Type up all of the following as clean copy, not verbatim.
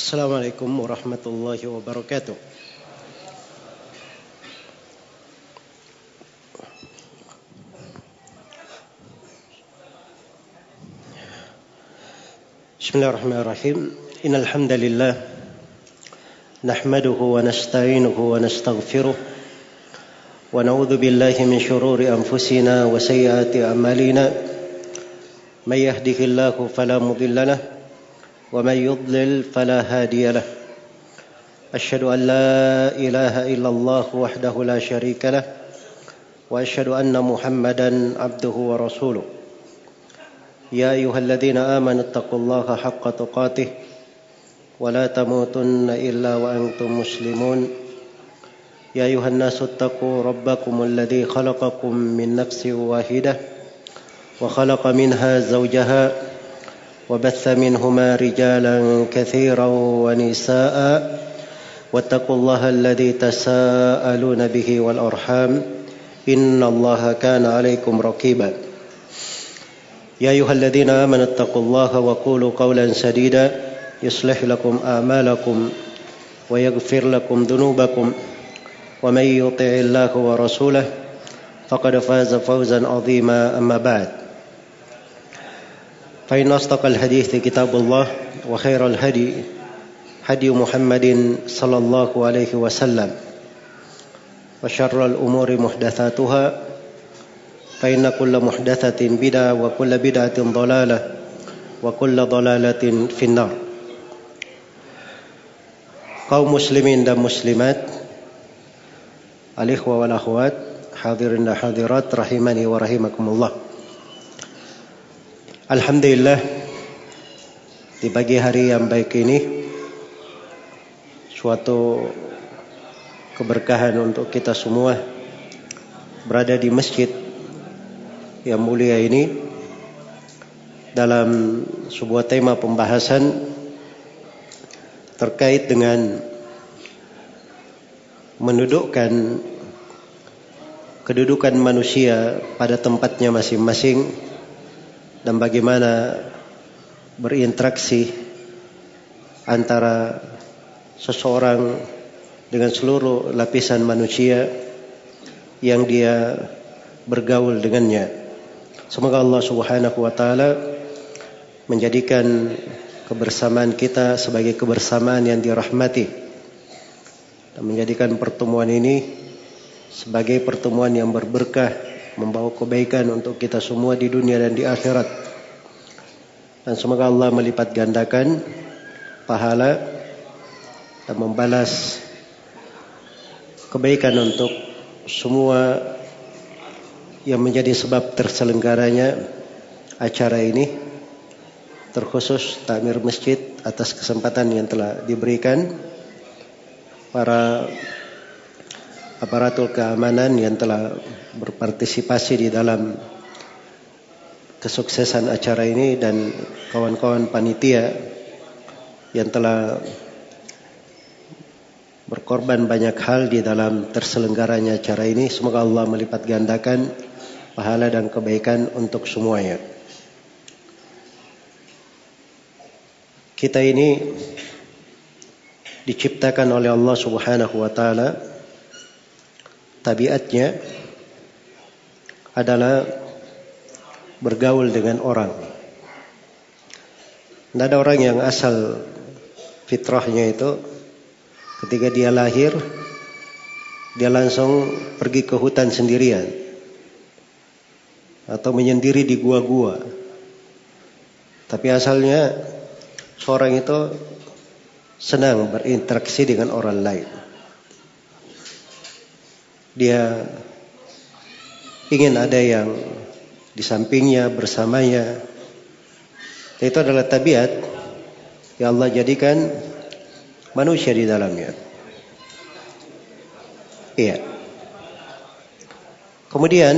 Assalamualaikum warahmatullahi wabarakatuh. Bismillahirrahmanirrahim. Innal hamdalillah nahmaduhu wa nasta'inuhu wa nastaghfiruh wa na'udzu billahi min shururi anfusina wa sayyiati a'malina. May yahdihillahu fala mudilla lahu ومن يضلل فلا هادي له أشهد أن لا إله إلا الله وحده لا شريك له وأشهد أن محمدا عبده ورسوله يا أيها الذين آمنوا اتقوا الله حق تقاته ولا تموتن إلا وأنتم مسلمون يا أيها الناس اتقوا ربكم الذي خلقكم من نفس واحدة وخلق منها زوجها وبث منهما رجالا كثيرا ونساء واتقوا الله الذي تساءلون به والأرحام إن الله كان عليكم رقيبا يا أيها الذين آمنوا اتقوا الله وقولوا قولا سديدا يصلح لكم أعمالكم ويغفر لكم ذنوبكم ومن يطع الله ورسوله فقد فاز فوزا عظيما أما بعد فإن أصدق الحديث كتاب الله وخير الهدي هدي محمد صلى الله عليه وسلم وشر الأمور محدثاتها فإن كل محدثة بدعة وكل بدعة ضلالة وكل ضلالة في النار. Kaum muslimin dan muslimat, al-ikhwa wal akhwat, hadirin dan hadirat rahimani wa rahimakumullah. Alhamdulillah, di pagi hari yang baik ini suatu keberkahan untuk kita semua berada di masjid yang mulia ini dalam sebuah tema pembahasan terkait dengan mendudukkan kedudukan manusia pada tempatnya masing-masing dan bagaimana berinteraksi antara seseorang dengan seluruh lapisan manusia yang dia bergaul dengannya. Semoga Allah Subhanahu wa taala menjadikan kebersamaan kita sebagai kebersamaan yang dirahmati dan menjadikan pertemuan ini sebagai pertemuan yang berberkah, membawa kebaikan untuk kita semua di dunia dan di akhirat. Dan semoga Allah melipat gandakan pahala dan membalas kebaikan untuk semua yang menjadi sebab terselenggaranya acara ini, terkhusus takmir masjid atas kesempatan yang telah diberikan, para aparatur keamanan yang telah berpartisipasi di dalam kesuksesan acara ini, dan kawan-kawan panitia yang telah berkorban banyak hal di dalam terselenggaranya acara ini. Semoga Allah melipat gandakan pahala dan kebaikan untuk semuanya. Kita ini diciptakan oleh Allah Subhanahu wa taala, tabiatnya adalah bergaul dengan orang. Tidak ada orang yang asal fitrahnya itu ketika dia lahir dia langsung pergi ke hutan sendirian atau menyendiri di gua-gua. Tapi asalnya seorang itu senang berinteraksi dengan orang lain. Dia ingin ada yang di sampingnya, bersamanya. Itu adalah tabiat yang Allah jadikan manusia di dalamnya. Iya. Kemudian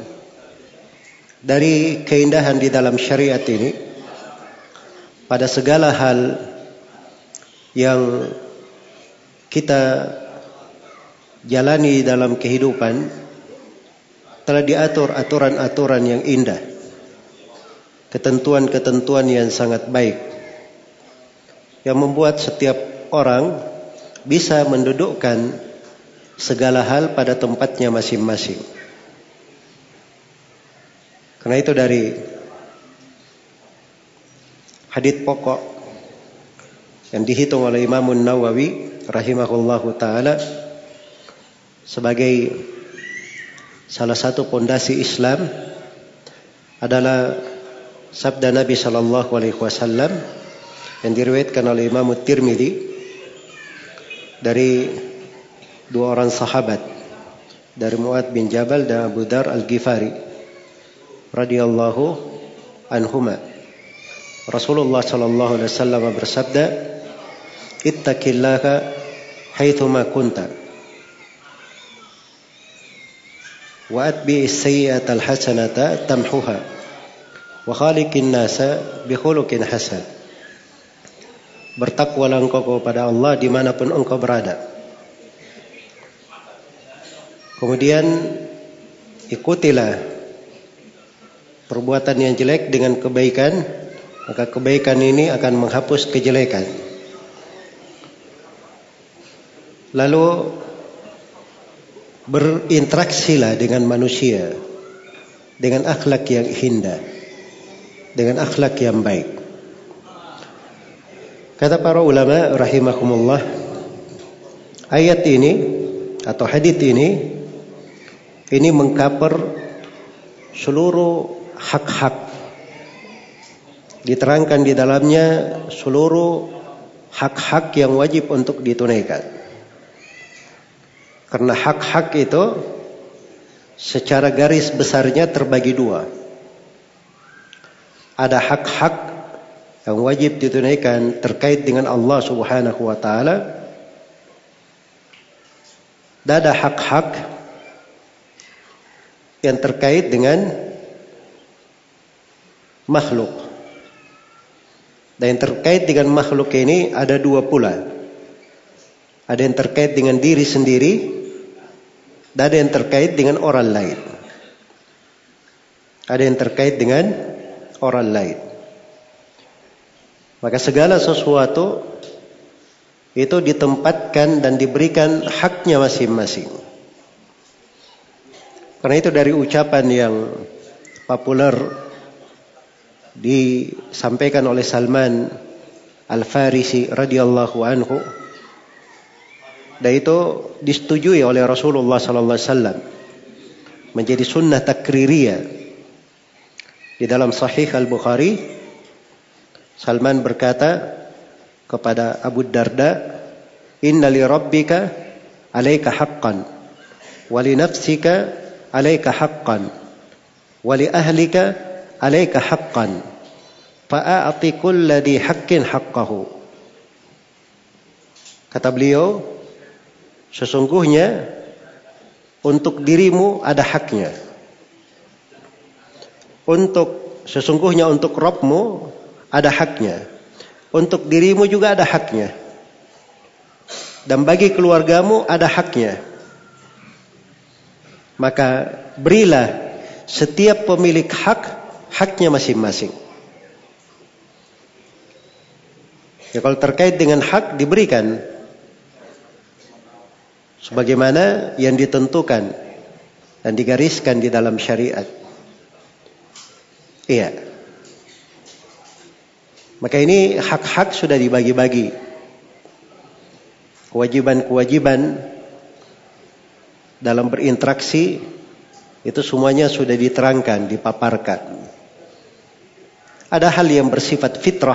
dari keindahan di dalam syariat ini, pada segala hal yang kita jalani dalam kehidupan telah diatur aturan-aturan yang indah, ketentuan-ketentuan yang sangat baik. yang membuat setiap orang bisa mendudukkan segala hal pada tempatnya masing-masing. Karena itu dari hadits pokok yang dihitung oleh Imam Nawawi rahimahullahu taala sebagai salah satu pondasi Islam adalah sabda Nabi sallallahu alaihi wasallam yang diriwayatkan oleh Imam Tirmidzi dari dua orang sahabat, dari Mu'adz bin Jabal dan Abu Dzar Al-Ghifari radhiyallahu anhuma. Rasulullah sallallahu alaihi wasallam bersabda, "Ittaqillaha haitsuma kunta wa atbi'is sayyi'atal hasanata tamhuha wa khaliqin nasa bi khuluqin hasan." Bertakwalah engkau kepada Allah dimanapun engkau berada. Kemudian ikutilah perbuatan yang jelek dengan kebaikan, maka kebaikan ini akan menghapus kejelekan. Lalu berinteraksilah dengan manusia dengan akhlak yang indah, dengan akhlak yang baik. Kata para ulama rahimahumullah, ayat ini atau hadits ini mengcover seluruh hak-hak. Diterangkan di dalamnya seluruh hak-hak yang wajib untuk ditunaikan. Karena hak-hak itu secara garis besarnya terbagi dua. Ada hak-hak yang wajib ditunaikan terkait dengan Allah Subhanahu wa taala. Dan ada hak-hak yang terkait dengan makhluk. Dan yang terkait dengan makhluk ini ada dua pula. Ada yang terkait dengan diri sendiri, dan ada yang terkait dengan orang lain. Ada yang terkait dengan orang lain. Maka segala sesuatu itu ditempatkan dan diberikan haknya masing-masing. Karena itu dari ucapan yang populer disampaikan oleh Salman Al-Farisi radhiyallahu anhu, dan itu disetujui oleh Rasulullah sallallahu alaihi wasallam menjadi sunnah takririyah. Di dalam Sahih Al-Bukhari, Salman berkata kepada Abu Darda, "Inna li rabbika 'alaika haqqan wa li nafsika 'alaika haqqan wa li ahlika 'alaika haqqan fa'ati kulli dhi haqqin haqqahu." Kata beliau, sesungguhnya untuk dirimu ada haknya. Sesungguhnya untuk Rabbmu ada haknya. Untuk dirimu juga ada haknya. Dan bagi keluargamu ada haknya. Maka berilah setiap pemilik hak haknya masing-masing. Ya, kalau terkait dengan hak diberikan sebagaimana yang ditentukan dan digariskan di dalam syariat. Iya. Maka ini hak-hak sudah dibagi-bagi. Kewajiban-kewajiban dalam berinteraksi itu semuanya sudah diterangkan, dipaparkan. Ada hal yang bersifat fitrah.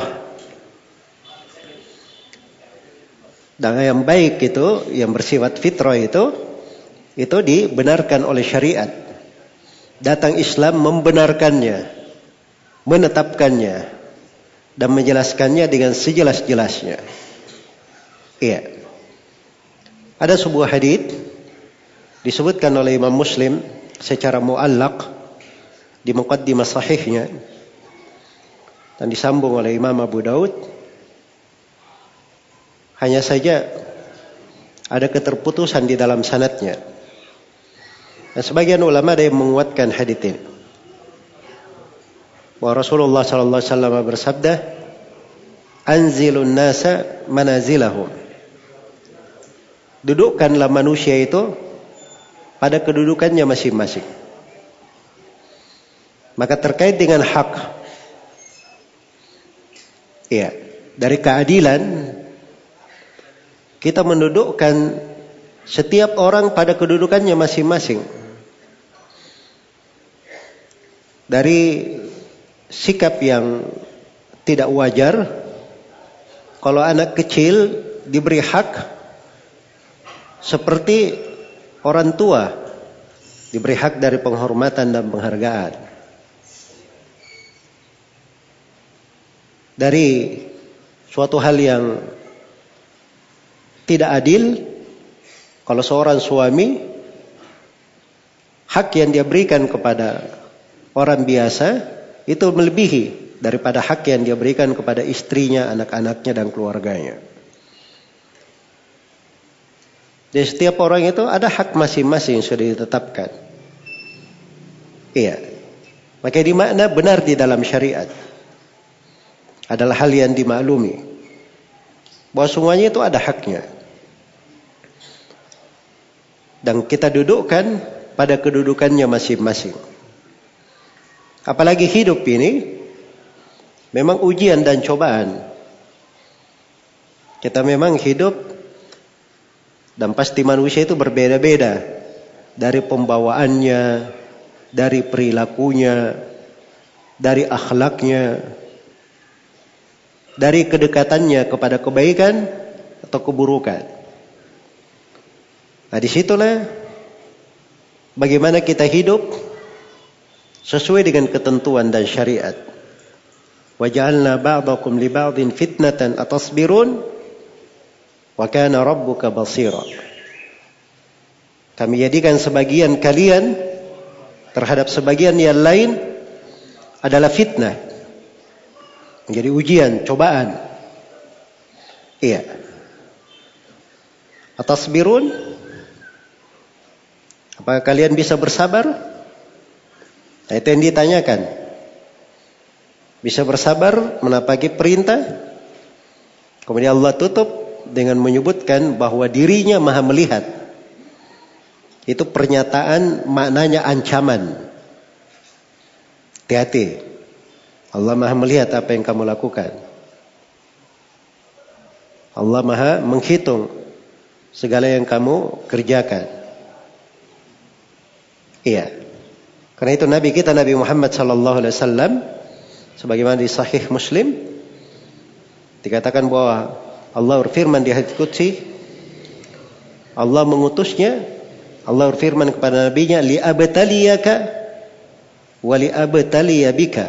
Dan yang baik itu, yang bersifat fitrah itu dibenarkan oleh syariat. Datang Islam membenarkannya, menetapkannya, dan menjelaskannya dengan sejelas-jelasnya. Iya. Ada sebuah hadits disebutkan oleh Imam Muslim secara muallaq di muqaddimah sahihnya dan disambung oleh Imam Abu Daud. Hanya saja ada keterputusan di dalam sanadnya. Dan sebagian ulama ada yang menguatkan hadits ini. Bahwa Rasulullah sallallahu alaihi wasallam bersabda, Anzilun nasa manazilahum. Dudukkanlah manusia itu pada kedudukannya masing-masing. Maka terkait dengan hak, ya, dari keadilan, kita mendudukkan setiap orang pada kedudukannya masing-masing. Dari sikap yang tidak wajar, kalau anak kecil diberi hak seperti orang tua diberi hak dari penghormatan dan penghargaan. Dari suatu hal yang tidak adil, kalau seorang suami, hak yang dia berikan kepada orang biasa itu melebihi daripada hak yang dia berikan kepada istrinya, anak-anaknya, dan keluarganya. Jadi setiap orang itu ada hak masing-masing yang sudah ditetapkan. Iya. Maka dimakna benar di dalam syariat. Adalah hal yang dimaklumi. Bahwa semuanya itu ada haknya. Dan kita dudukkan pada kedudukannya masing-masing. Apalagi hidup ini memang ujian dan cobaan. Kita memang hidup, dan pasti manusia itu berbeda-beda. Dari pembawaannya, dari perilakunya, dari akhlaknya, dari kedekatannya kepada kebaikan atau keburukan. Nah, disitulah bagaimana kita hidup sesuai dengan ketentuan dan syariat. Waja'alna ba'dakum li ba'din fitnatan atasbirun wa kana rabbuka basira. Kami jadikan sebagian kalian terhadap sebagian yang lain adalah fitnah. Menjadi ujian, cobaan. Iya. Atasbirun, apakah kalian bisa bersabar? Nah, itu yang ditanyakan. Bisa bersabar menapaki perintah. Kemudian Allah tutup dengan menyebutkan bahwa dirinya maha melihat. Itu pernyataan maknanya ancaman. Hati-hati. Allah maha melihat apa yang kamu lakukan. Allah maha menghitung segala yang kamu kerjakan. Iya. Karena itu Nabi kita, Nabi Muhammad SAW, sebagaimana di Sahih Muslim, dikatakan bahwa Allah berfirman di hadits qudsi, Allah mengutusnya, Allah berfirman kepada Nabi-Nya, li'abtaliyaka wa li'abtaliya bika.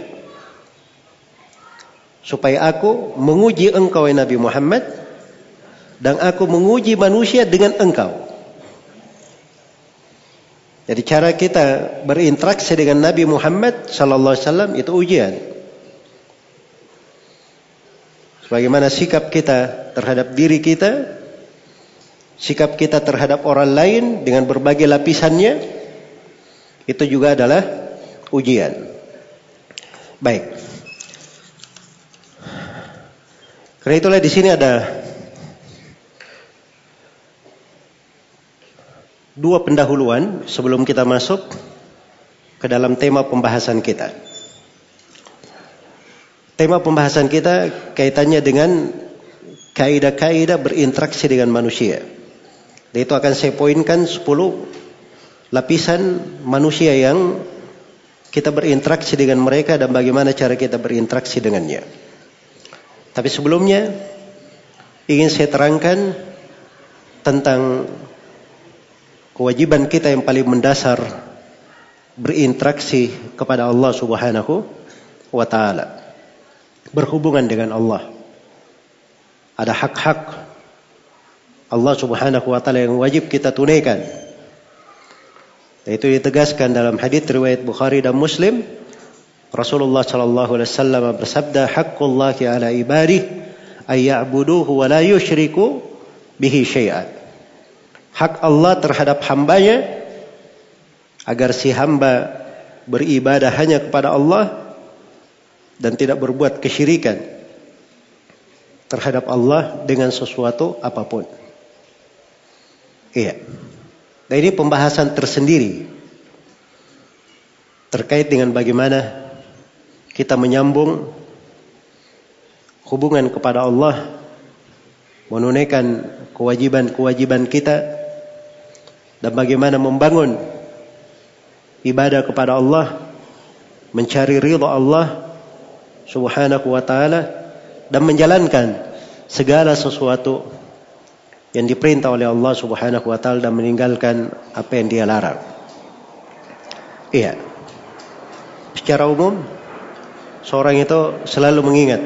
Supaya aku menguji engkau, Nabi Muhammad, dan aku menguji manusia dengan engkau. Jadi cara kita berinteraksi dengan Nabi Muhammad sallallahu alaihi wasallam itu ujian. Sebagaimana sikap kita terhadap diri kita, sikap kita terhadap orang lain dengan berbagai lapisannya, itu juga adalah ujian. Baik. Karena itulah di sini ada dua pendahuluan sebelum kita masuk ke dalam tema pembahasan kita. Tema pembahasan kita kaitannya dengan kaidah-kaidah berinteraksi dengan manusia. Dan itu akan saya poinkan 10 lapisan manusia yang kita berinteraksi dengan mereka dan bagaimana cara kita berinteraksi dengannya. Tapi sebelumnya ingin saya terangkan tentang kewajiban kita yang paling mendasar berinteraksi kepada Allah Subhanahu wa taala. Berhubungan dengan Allah. Ada hak-hak Allah Subhanahu wa taala yang wajib kita tunaikan. Itu ditegaskan dalam hadits riwayat Bukhari dan Muslim. Rasulullah sallallahu alaihi wasallam bersabda, "Haqqullahi 'ala ibadihi ay ya'buduhu wa la yusyriku bihi syai'an." Hak Allah terhadap hambanya agar si hamba beribadah hanya kepada Allah dan tidak berbuat kesyirikan terhadap Allah dengan sesuatu apapun. Iya. Dan ini pembahasan tersendiri terkait dengan bagaimana kita menyambung hubungan kepada Allah, menunaikan kewajiban-kewajiban kita, dan bagaimana membangun ibadah kepada Allah, mencari ridha Allah Subhanahu wa ta'ala, dan menjalankan segala sesuatu yang diperintah oleh Allah Subhanahu wa ta'ala dan meninggalkan apa yang Dia larang. Iya. Secara umum, seorang itu selalu mengingat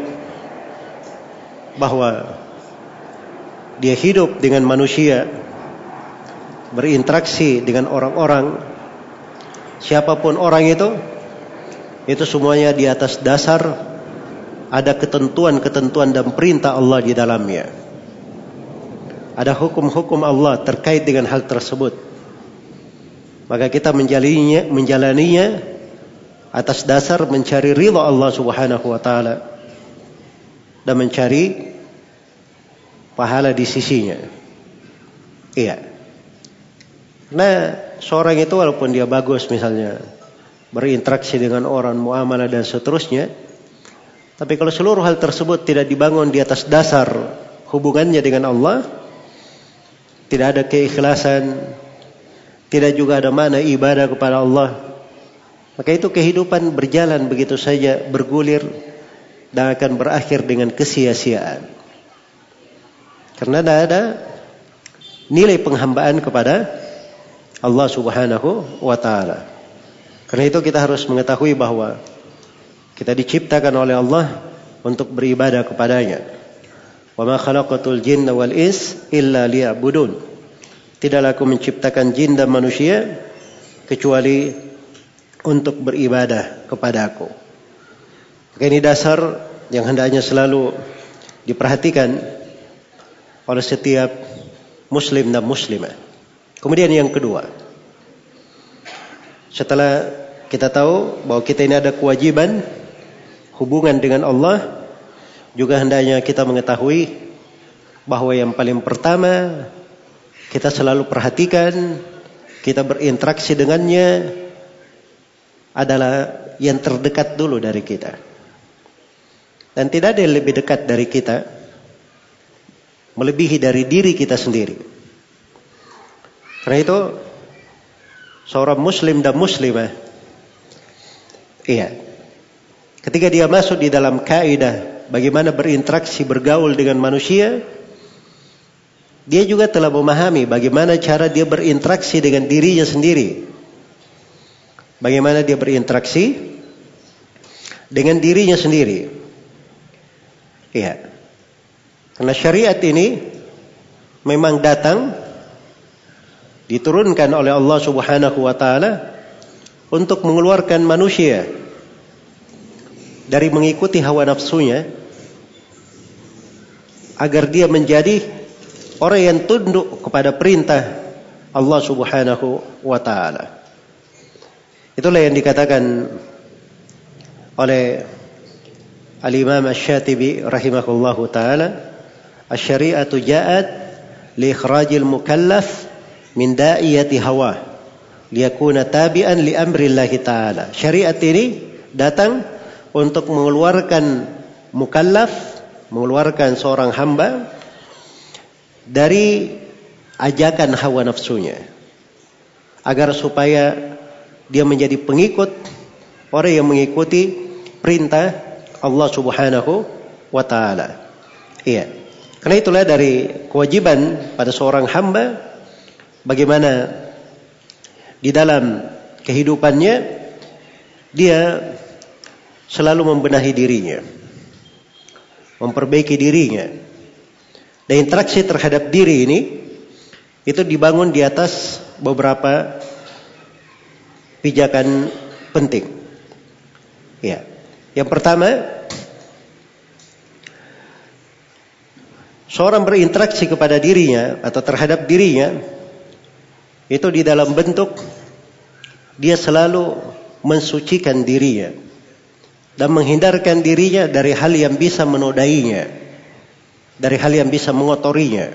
bahwa dia hidup dengan manusia, berinteraksi dengan orang-orang, siapapun orang itu semuanya di atas dasar ada ketentuan-ketentuan dan perintah Allah di dalamnya. Ada hukum-hukum Allah terkait dengan hal tersebut. Maka kita menjalaninya atas dasar mencari ridha Allah Subhanahu wa ta'ala dan mencari pahala di sisinya. Iya. Nah, seorang itu walaupun dia bagus misalnya berinteraksi dengan orang, muamalah dan seterusnya, tapi kalau seluruh hal tersebut tidak dibangun di atas dasar hubungannya dengan Allah, tidak ada keikhlasan, tidak juga ada makna ibadah kepada Allah, maka itu kehidupan berjalan begitu saja, bergulir, dan akan berakhir dengan kesia-siaan. Karena tidak ada nilai penghambaan kepada Allah Subhanahu wa ta'ala. Karena itu kita harus mengetahui bahwa kita diciptakan oleh Allah untuk beribadah kepadanya. Wa ma khalaqatul jinna wal ins illa liya'budun. Tidaklah aku menciptakan jin dan manusia kecuali untuk beribadah kepadaku. Maka ini dasar yang hendaknya selalu diperhatikan oleh setiap muslim dan muslimah. Kemudian yang kedua, setelah kita tahu bahwa kita ini ada kewajiban hubungan dengan Allah, juga hendaknya kita mengetahui bahwa yang paling pertama kita selalu perhatikan, kita berinteraksi dengannya adalah yang terdekat dulu dari kita. Dan tidak ada yang lebih dekat dari kita, melebihi dari diri kita sendiri. Karena itu seorang muslim dan muslimah, ketika dia masuk di dalam kaidah bagaimana berinteraksi, bergaul dengan manusia, dia juga telah memahami bagaimana cara dia berinteraksi dengan dirinya sendiri. Bagaimana dia berinteraksi dengan dirinya sendiri. Karena syariat ini memang datang, diturunkan oleh Allah Subhanahu wa ta'ala untuk mengeluarkan manusia dari mengikuti hawa nafsunya, agar dia menjadi orang yang tunduk kepada perintah Allah Subhanahu wa ta'ala. Itulah yang dikatakan oleh Al-Imam Asy-Syatibi rahimahullahu ta'ala, asy-syari'atu ja'at li ikhrajil mukallaf min da'iyati hawa liyakuna tabi'an li amrillahi ta'ala. Syariat ini datang untuk mengeluarkan mukallaf, mengeluarkan seorang hamba dari ajakan hawa nafsunya, agar supaya dia menjadi pengikut, orang yang mengikuti perintah Allah Subhanahu wa ta'ala. Karena itulah dari kewajiban pada seorang hamba bagaimana di dalam kehidupannya dia selalu membenahi dirinya, memperbaiki dirinya. Dan interaksi terhadap diri ini itu dibangun di atas beberapa pijakan penting. Yang pertama, seorang berinteraksi kepada dirinya atau terhadap dirinya itu di dalam bentuk dia selalu mensucikan dirinya dan menghindarkan dirinya dari hal yang bisa menodainya. dari hal yang bisa mengotorinya.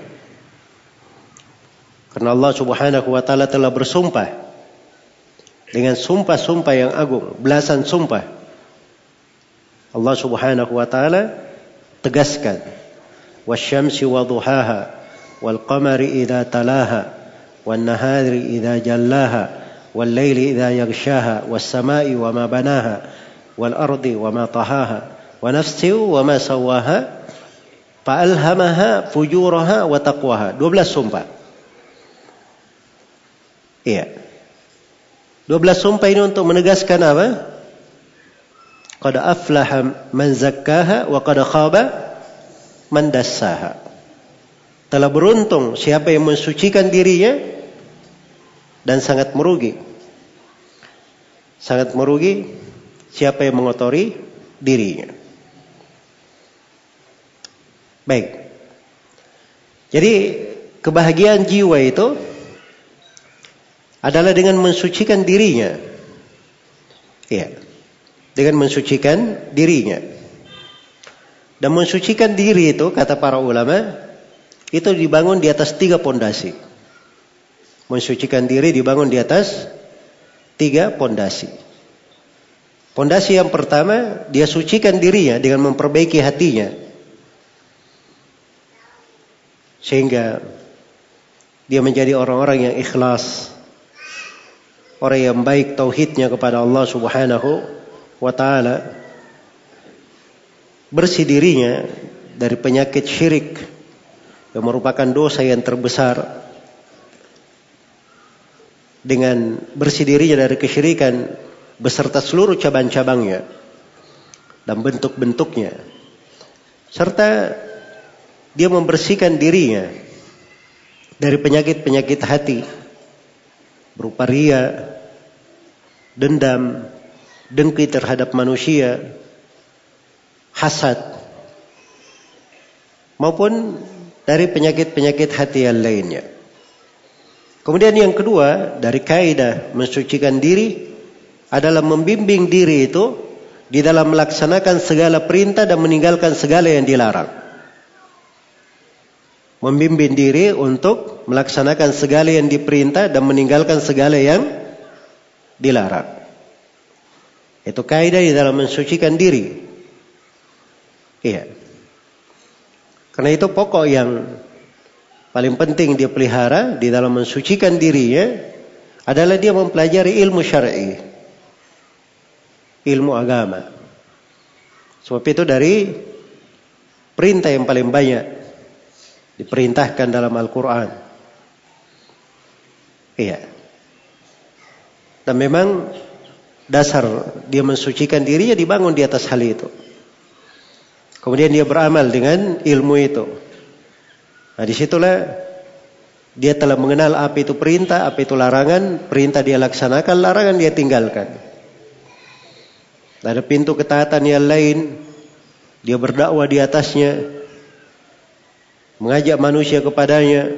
Karena Allah Subhanahu wa taala telah bersumpah dengan sumpah-sumpah yang agung, belasan sumpah. Allah Subhanahu wa taala tegaskan, "Wasyamsi wadhuhaha wal qamari idza talaha wan nahari idza jallaha wal laili idza yaghshaha was samai wama banaha wal ardi wama tahaha wa nafsin wama sawaha fa alhamaha fujuraha wa taqwaha." 12 sumpah. Iya. 12 sumpah ini untuk menegaskan apa? Qad aflaha man zakkaha wa qad khaba man dassaha. Telah beruntung siapa yang mensucikan dirinya dan sangat merugi. Sangat merugi siapa yang mengotori dirinya. Baik. Jadi kebahagiaan jiwa itu adalah dengan mensucikan dirinya. Iya. Dengan mensucikan dirinya. Dan mensucikan diri itu, kata para ulama, itu dibangun di atas 3 pondasi. Mensucikan diri dibangun di atas 3 pondasi. Pondasi yang pertama, dia sucikan dirinya dengan memperbaiki hatinya. Sehingga dia menjadi orang-orang yang ikhlas. Orang yang baik tauhidnya kepada Allah Subhanahu wa ta'ala, bersih dirinya dari penyakit syirik yang merupakan dosa yang terbesar, dengan bersih dirinya dari kesyirikan beserta seluruh cabang-cabangnya dan bentuk-bentuknya, serta dia membersihkan dirinya dari penyakit-penyakit hati berupa riya, dendam, dengki terhadap manusia, hasad, maupun dari penyakit-penyakit hati yang lainnya. Kemudian yang kedua, dari kaidah mensucikan diri adalah membimbing diri itu di dalam melaksanakan segala perintah dan meninggalkan segala yang dilarang. Membimbing diri untuk melaksanakan segala yang diperintah dan meninggalkan segala yang dilarang. Itu kaidah di dalam mensucikan diri. Iya. Karena itu pokok yang paling penting dia pelihara di dalam mensucikan dirinya adalah dia mempelajari ilmu syar'i, ilmu agama. Sebab itu dari perintah yang paling banyak diperintahkan dalam Al-Quran. Iya. Dan memang dasar dia mensucikan dirinya dibangun di atas hal itu. Kemudian dia beramal dengan ilmu itu. Nah, disitulah dia telah mengenal apa itu perintah, apa itu larangan. Perintah dia laksanakan, larangan dia tinggalkan. Ada pintu ketaatan yang lain, dia berdakwah di atasnya, mengajak manusia kepadanya,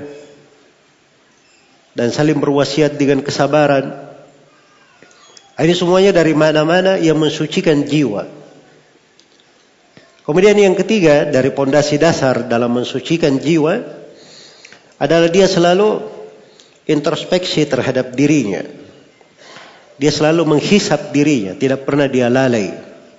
dan saling berwasiat dengan kesabaran. Ini semuanya dari mana-mana yang mensucikan jiwa. Kemudian yang ketiga, dari pondasi dasar dalam mensucikan jiwa adalah dia selalu introspeksi terhadap dirinya. Dia selalu menghisap dirinya, tidak pernah dia lalai.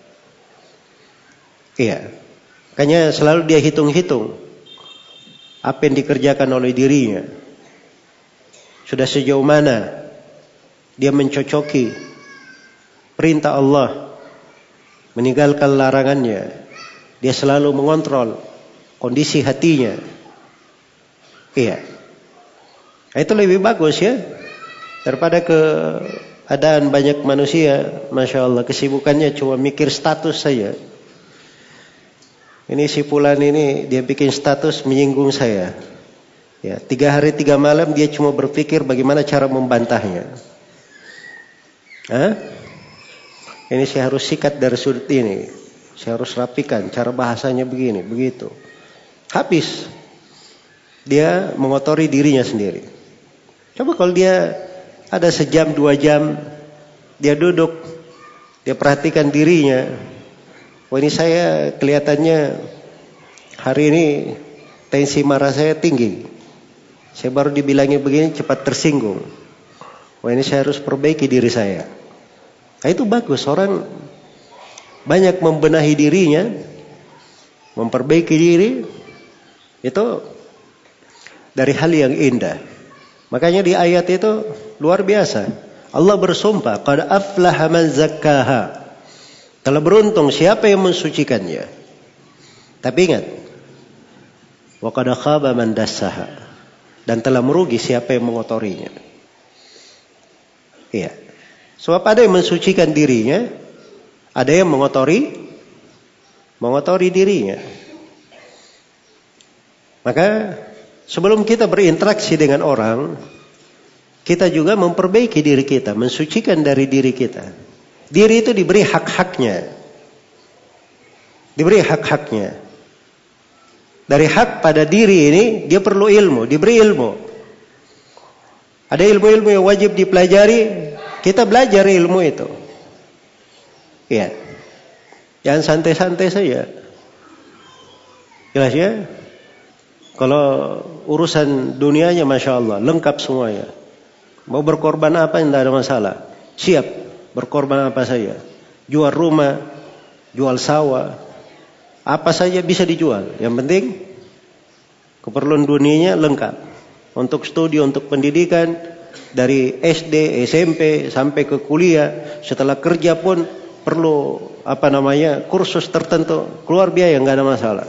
Iya. Makanya selalu dia hitung-hitung apa yang dikerjakan oleh dirinya. Sudah sejauh mana dia mencocoki perintah Allah, meninggalkan larangannya. Dia selalu mengontrol kondisi hatinya. Iya. Itu lebih bagus ya daripada keadaan banyak manusia, Masya Allah, kesibukannya cuma mikir status saja. Ini si fulan ini dia bikin status menyinggung saya. Ya, 3 hari 3 malam dia cuma berpikir bagaimana cara membantahnya. Hah? Ini saya harus sikat dari sudut ini. Saya harus rapikan. Cara bahasanya begini, begitu. Habis. Dia mengotori dirinya sendiri. Coba kalau dia ada sejam, 2 jam. Dia duduk. Dia perhatikan dirinya. Wah, ini saya kelihatannya hari ini tensi marah saya tinggi. Saya baru dibilangnya begini cepat tersinggung. Wah, ini saya harus perbaiki diri saya. Nah, itu bagus, orang banyak membenahi dirinya, memperbaiki diri, itu dari hal yang indah. Makanya di ayat itu luar biasa. Allah bersumpah, qad aflaha man zakkaha. Telah beruntung siapa yang mensucikannya. Tapi ingat, wa qad khaba man dassaha. Dan telah merugi siapa yang mengotorinya. Iya. Sebab ada yang mensucikan dirinya, ada yang mengotori dirinya. Maka sebelum kita berinteraksi dengan orang, kita juga memperbaiki diri kita, mensucikan dari diri kita. Diri itu diberi hak-haknya. Diberi hak-haknya. Dari hak pada diri ini, dia perlu ilmu, diberi ilmu. Ada ilmu-ilmu yang wajib dipelajari, kita belajar ilmu itu. Iya. Jangan santai-santai saja. Jelas ya? Kalau urusan dunianya Masya Allah, lengkap semuanya. Mau berkorban apa, tidak ada masalah. Siap, berkorban apa saja. Jual rumah, jual sawah, apa saja bisa dijual. Yang penting, keperluan dunianya lengkap. Untuk studi, untuk pendidikan, dari SD, SMP, sampai ke kuliah. Setelah kerja pun perlu, kursus tertentu. Keluar biaya, nggak ada masalah.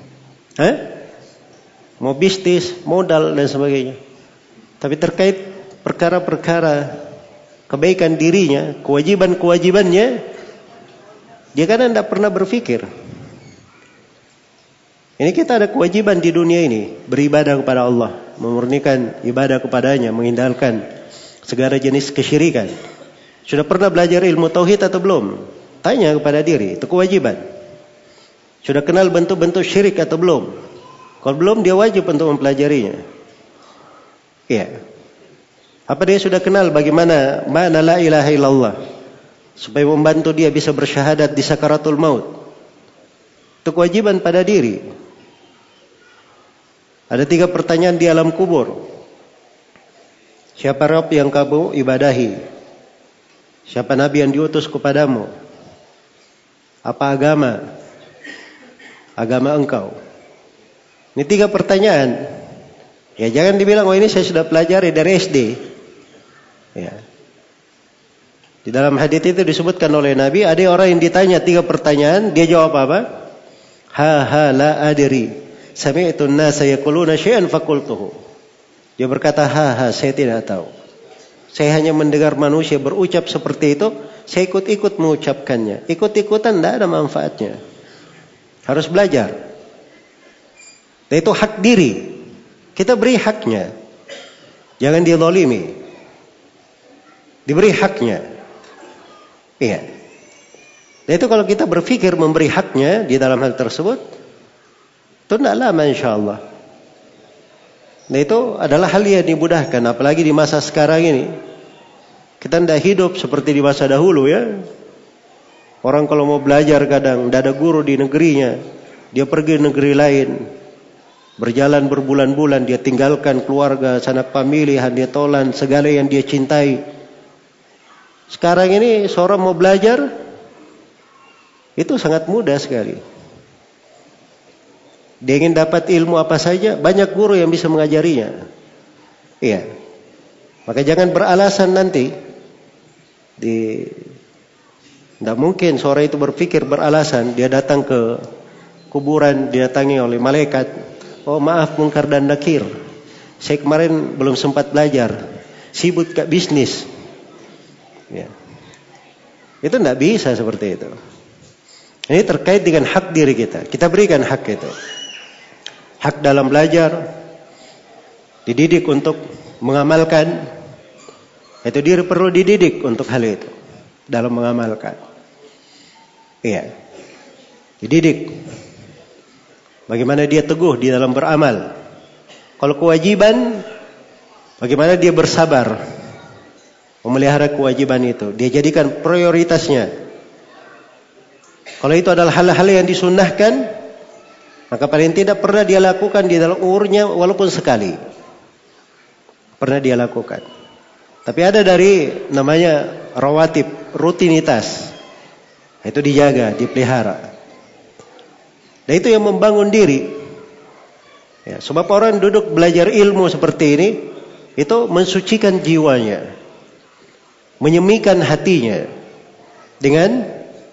Mau bisnis, modal dan sebagainya. Tapi terkait perkara-perkara kebaikan dirinya, kewajiban-kewajibannya, dia kan tidak pernah berpikir. Ini kita ada kewajiban di dunia ini, beribadah kepada Allah, memurnikan ibadah kepadanya, menghindarkan segala jenis kesyirikan. Sudah pernah belajar ilmu tauhid atau belum? Tanya kepada diri, itu kewajiban. Sudah kenal bentuk-bentuk syirik atau belum? Kalau belum, dia wajib untuk mempelajarinya. Iya. Apa dia sudah kenal bagaimana makna la ilaha illallah, supaya membantu dia bisa bersyahadat di sakaratul maut? Itu kewajiban pada diri. Ada 3 pertanyaan di alam kubur. Siapa Rabb yang kamu ibadahi? Siapa Nabi yang diutus kepadamu? Apa agama? Agama engkau. Ini 3 pertanyaan. Ya jangan dibilang, oh ini saya sudah pelajari dari SD. Ya. Di dalam hadits itu disebutkan oleh Nabi, ada orang yang ditanya 3 pertanyaan, dia jawab apa? Ha la adri. Sami'tu an-nasa yaquluna syai'an faqultuhu. Dia berkata, saya tidak tahu. Saya hanya mendengar manusia berucap seperti itu, saya ikut-ikut mengucapkannya. Ikut-ikutan tidak ada manfaatnya. Harus belajar. Dan itu hak diri. Kita beri haknya. Jangan dizalimi. Diberi haknya. Iya. Dan itu kalau kita berpikir memberi haknya di dalam hal tersebut, itu tidak lama insyaAllah. Nah itu adalah hal yang dimudahkan. Apalagi di masa sekarang ini. Kita tidak hidup seperti di masa dahulu ya. Orang kalau mau belajar kadang tidak ada guru di negerinya. Dia pergi negeri lain. Berjalan berbulan-bulan. Dia tinggalkan keluarga, sanak pemilihan, dia tolan segala yang dia cintai. Sekarang ini seorang mau belajar, itu sangat mudah sekali. Dia ingin dapat ilmu apa saja, banyak guru yang bisa mengajarinya. Iya. Maka jangan beralasan nanti. Tidak mungkin seorang itu berpikir beralasan. Dia datang ke kuburan, didatangi oleh malaikat. Oh maaf Munkar dan Nakir, saya kemarin belum sempat belajar, sibuk ke bisnis. Ya. Itu tidak bisa seperti itu. Ini terkait dengan hak diri kita. Kita berikan hak itu. Hak dalam belajar, dididik untuk mengamalkan. Itu diri perlu dididik untuk hal itu dalam mengamalkan. Iya. Dididik. Bagaimana dia teguh di dalam beramal. Kalau kewajiban, bagaimana dia bersabar memelihara kewajiban itu. Dia jadikan prioritasnya. Kalau itu adalah hal-hal yang disunnahkan, Maka paling tidak pernah dia lakukan di dalam umurnya walaupun sekali. Pernah dia lakukan. Tapi ada dari namanya rawatib, rutinitas. Itu dijaga, dipelihara. Dan itu yang membangun diri. Ya, sebab orang duduk belajar ilmu seperti ini, itu mensucikan jiwanya. Menyemikan hatinya. Dengan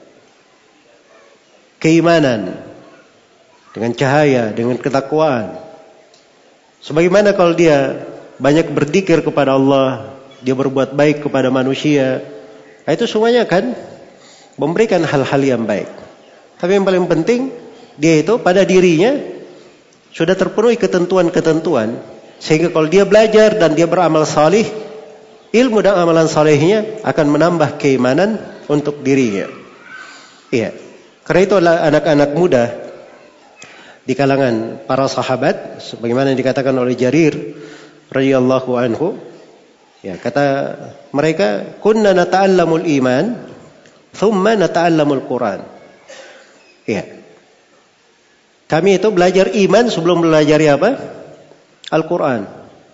keimanan. Dengan cahaya, dengan ketakwaan. Sebagaimana kalau dia banyak berzikir kepada Allah, dia berbuat baik kepada manusia, itu semuanya akan memberikan hal-hal yang baik. Tapi yang paling penting, dia itu pada dirinya sudah terpenuhi ketentuan-ketentuan, sehingga kalau dia belajar dan dia beramal salih, ilmu dan amalan salihnya akan menambah keimanan untuk dirinya. Iya. Karena itu anak-anak muda di kalangan para sahabat, sebagaimana yang dikatakan oleh Jarir radhiyallahu anhu, ya, kata mereka, kunna nata'allamul iman, thumma nata'allamul Quran. Ya. Kami itu belajar iman sebelum belajar apa? Al-Quran.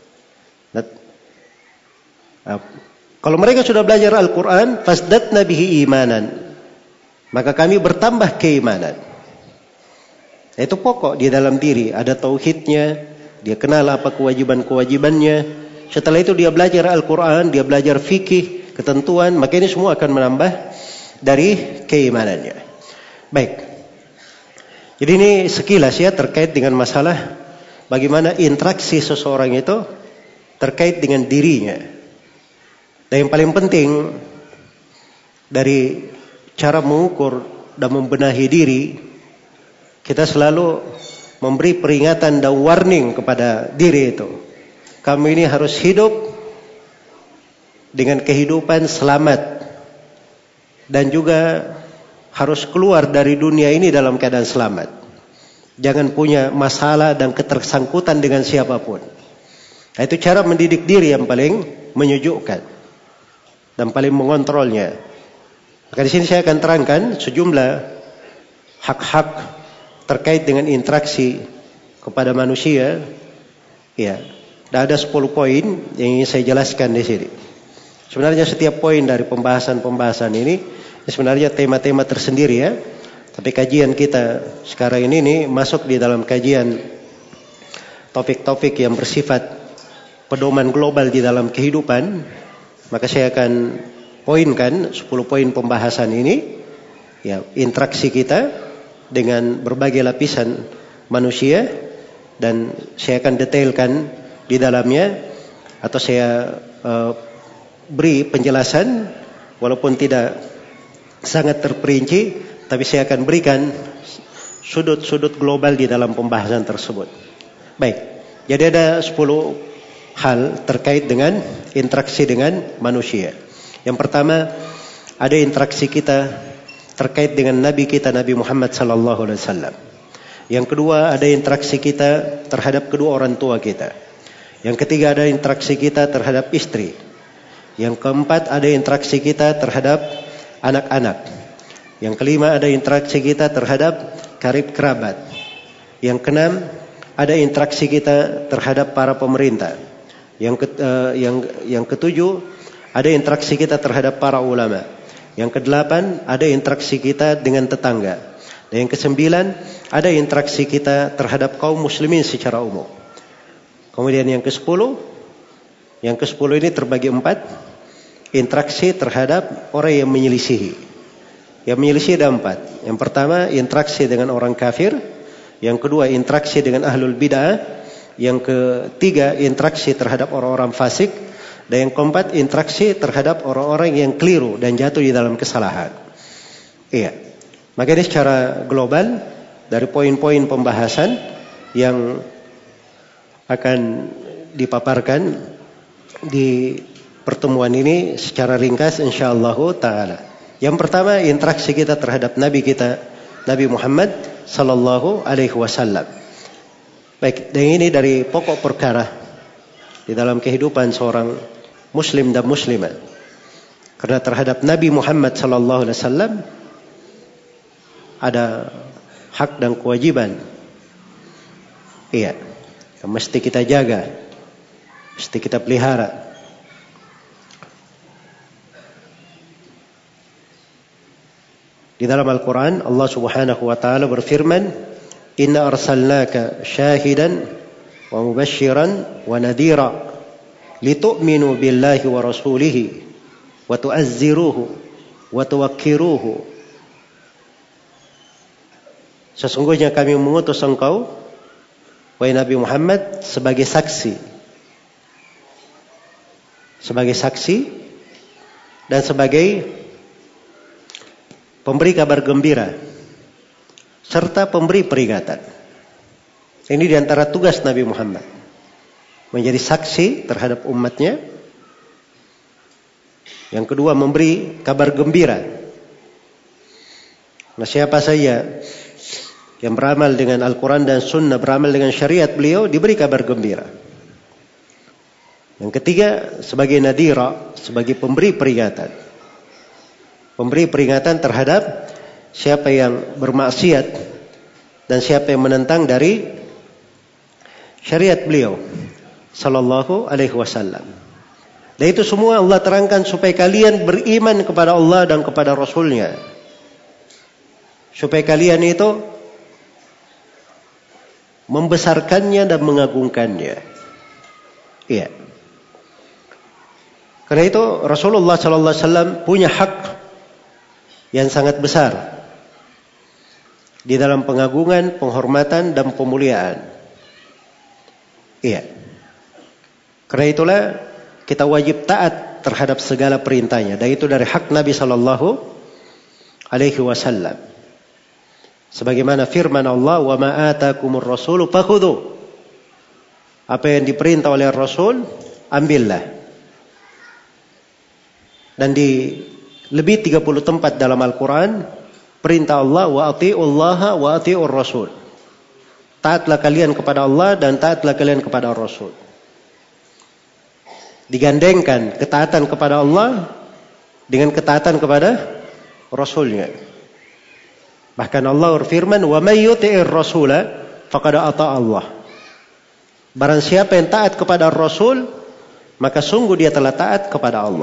Kalau mereka sudah belajar Al-Quran, fasdatna bihi imanan, maka kami bertambah keimanan. Itu pokok di dalam diri. Ada tauhidnya, dia kenal apa kewajiban-kewajibannya. Setelah itu dia belajar Al-Quran, dia belajar fikih, ketentuan, maka ini semua akan menambah dari keimanannya. Baik. Jadi ini sekilas ya terkait dengan masalah bagaimana interaksi seseorang itu terkait dengan dirinya. Dan yang paling penting dari cara mengukur dan membenahi diri, kita selalu memberi peringatan dan warning kepada diri itu. Kamu ini harus hidup dengan kehidupan selamat. Dan juga harus keluar dari dunia ini dalam keadaan selamat. Jangan punya masalah dan ketersangkutan dengan siapapun. Nah, itu cara mendidik diri yang paling menyejukkan. Dan paling mengontrolnya. Maka di sini saya akan terangkan sejumlah hak-hak terkait dengan interaksi kepada manusia. Ya, ada 10 poin yang ingin saya jelaskan di sini. Sebenarnya setiap poin dari pembahasan-pembahasan ini sebenarnya tema-tema tersendiri ya. Tapi kajian kita sekarang ini masuk di dalam kajian topik-topik yang bersifat pedoman global di dalam kehidupan. Maka saya akan poinkan 10 poin pembahasan ini. Ya, interaksi kita dengan berbagai lapisan manusia, dan saya akan detailkan di dalamnya, atau saya beri penjelasan walaupun tidak sangat terperinci, tapi saya akan berikan sudut-sudut global di dalam pembahasan tersebut. Baik, jadi ada 10 hal terkait dengan interaksi dengan manusia. Yang pertama, ada interaksi kita terkait dengan Nabi kita, Nabi Muhammad SAW. Yang kedua, ada interaksi kita terhadap kedua orang tua kita. Yang ketiga, ada interaksi kita terhadap istri. Yang keempat, ada interaksi kita terhadap anak-anak. Yang kelima, ada interaksi kita terhadap karib kerabat. Yang keenam, ada interaksi kita terhadap para pemerintah. Yang ketujuh, ada interaksi kita terhadap para ulama. Yang kedelapan, ada interaksi kita dengan tetangga. Dan yang kesembilan, ada interaksi kita terhadap kaum muslimin secara umum. Kemudian yang ke-10 ini terbagi 4. Interaksi terhadap orang yang menyelisihi. Yang menyelisihi ada 4. Yang pertama, interaksi dengan orang kafir. Yang kedua, interaksi dengan ahlul bid'ah. Yang ketiga, interaksi terhadap orang-orang fasik. Dan yang keempat, interaksi terhadap orang-orang yang keliru dan jatuh di dalam kesalahan. Iya. Maka ini secara global dari poin-poin pembahasan yang akan dipaparkan di pertemuan ini secara ringkas insyaallah taala. Yang pertama, interaksi kita terhadap Nabi kita, Nabi Muhammad sallallahu alaihi wasallam. Baik, dan ini dari pokok perkara di dalam kehidupan seorang muslim dan muslimah. Karena terhadap Nabi Muhammad sallallahu alaihi wasallam ada hak dan kewajiban Iya, yang mesti kita jaga, mesti kita pelihara. Di dalam Al-Quran Allah Subhanahu wa ta'ala berfirman, Inna arsalnaka syahidan wa mubashiran wa nadhira litu'minu billahi wa rasulihi wa tu'azziruhu wa tuwakkiruhu. Sesungguhnya kami mengutus engkau, wahai Nabi Muhammad, sebagai saksi dan sebagai pemberi kabar gembira serta pemberi peringatan. Ini diantara tugas Nabi Muhammad, menjadi saksi terhadap umatnya. Yang kedua, memberi kabar gembira. Nah, siapa saja yang beramal dengan Al-Quran dan Sunnah, beramal dengan syariat beliau, diberi kabar gembira. Yang ketiga, sebagai nadhira, sebagai pemberi peringatan. Pemberi peringatan terhadap siapa yang bermaksiat dan siapa yang menentang dari syariat beliau sallallahu alaihi wasallam. Dan itu semua Allah terangkan supaya kalian beriman kepada Allah dan kepada Rasulnya. Supaya kalian itu membesarkannya dan mengagungkannya. Iya. Karena itu Rasulullah sallallahu alaihi wasallam punya hak yang sangat besar di dalam pengagungan, penghormatan dan pemuliaan. Iya. Karena itulah kita wajib taat terhadap segala perintahnya, dan itu dari hak Nabi sallallahu alaihi wasallam. Sebagaimana firman Allah, "Wa ma atakumur rasulu fakhudhu." Apa yang diperintah oleh Rasul, ambillah. Dan di lebih 30 tempat dalam Al-Quran, perintah Allah, "Wa ati'ullaha wa ati'ur rasul." Taatlah kalian kepada Allah dan taatlah kalian kepada Rasul. Digandengkan ketaatan kepada Allah dengan ketaatan kepada Rasulnya. Bahkan Allah berfirman, "Wa may yuti'ir rasula faqad ata'a Allah." Barang siapa yang taat kepada Rasul, maka sungguh dia telah taat kepada Allah.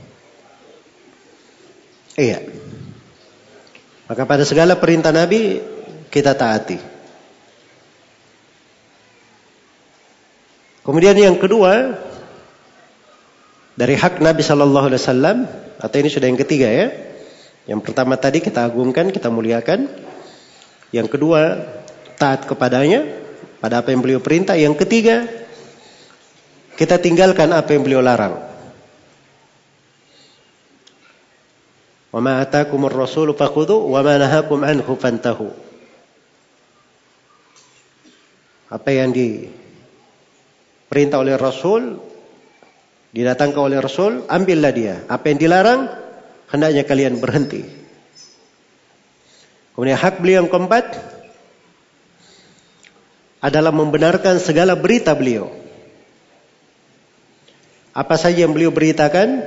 Iya. Maka pada segala perintah Nabi kita taati. Kemudian yang kedua, dari hak Nabi sallallahu alaihi wasallam, atau ini sudah yang ketiga ya. Yang pertama tadi kita agungkan, kita muliakan. Yang kedua, taat kepadanya pada apa yang beliau perintah. Yang ketiga, kita tinggalkan apa yang beliau larang. Wa ma atakumur rasulu fakhudhu wa ma nahakum anhu fantahu. Apa yang diperintah oleh Rasul, didatangkan oleh Rasul, ambillah dia. Apa yang dilarang, hendaknya kalian berhenti. Kemudian hak beliau yang keempat adalah membenarkan segala berita beliau. Apa saja yang beliau beritakan,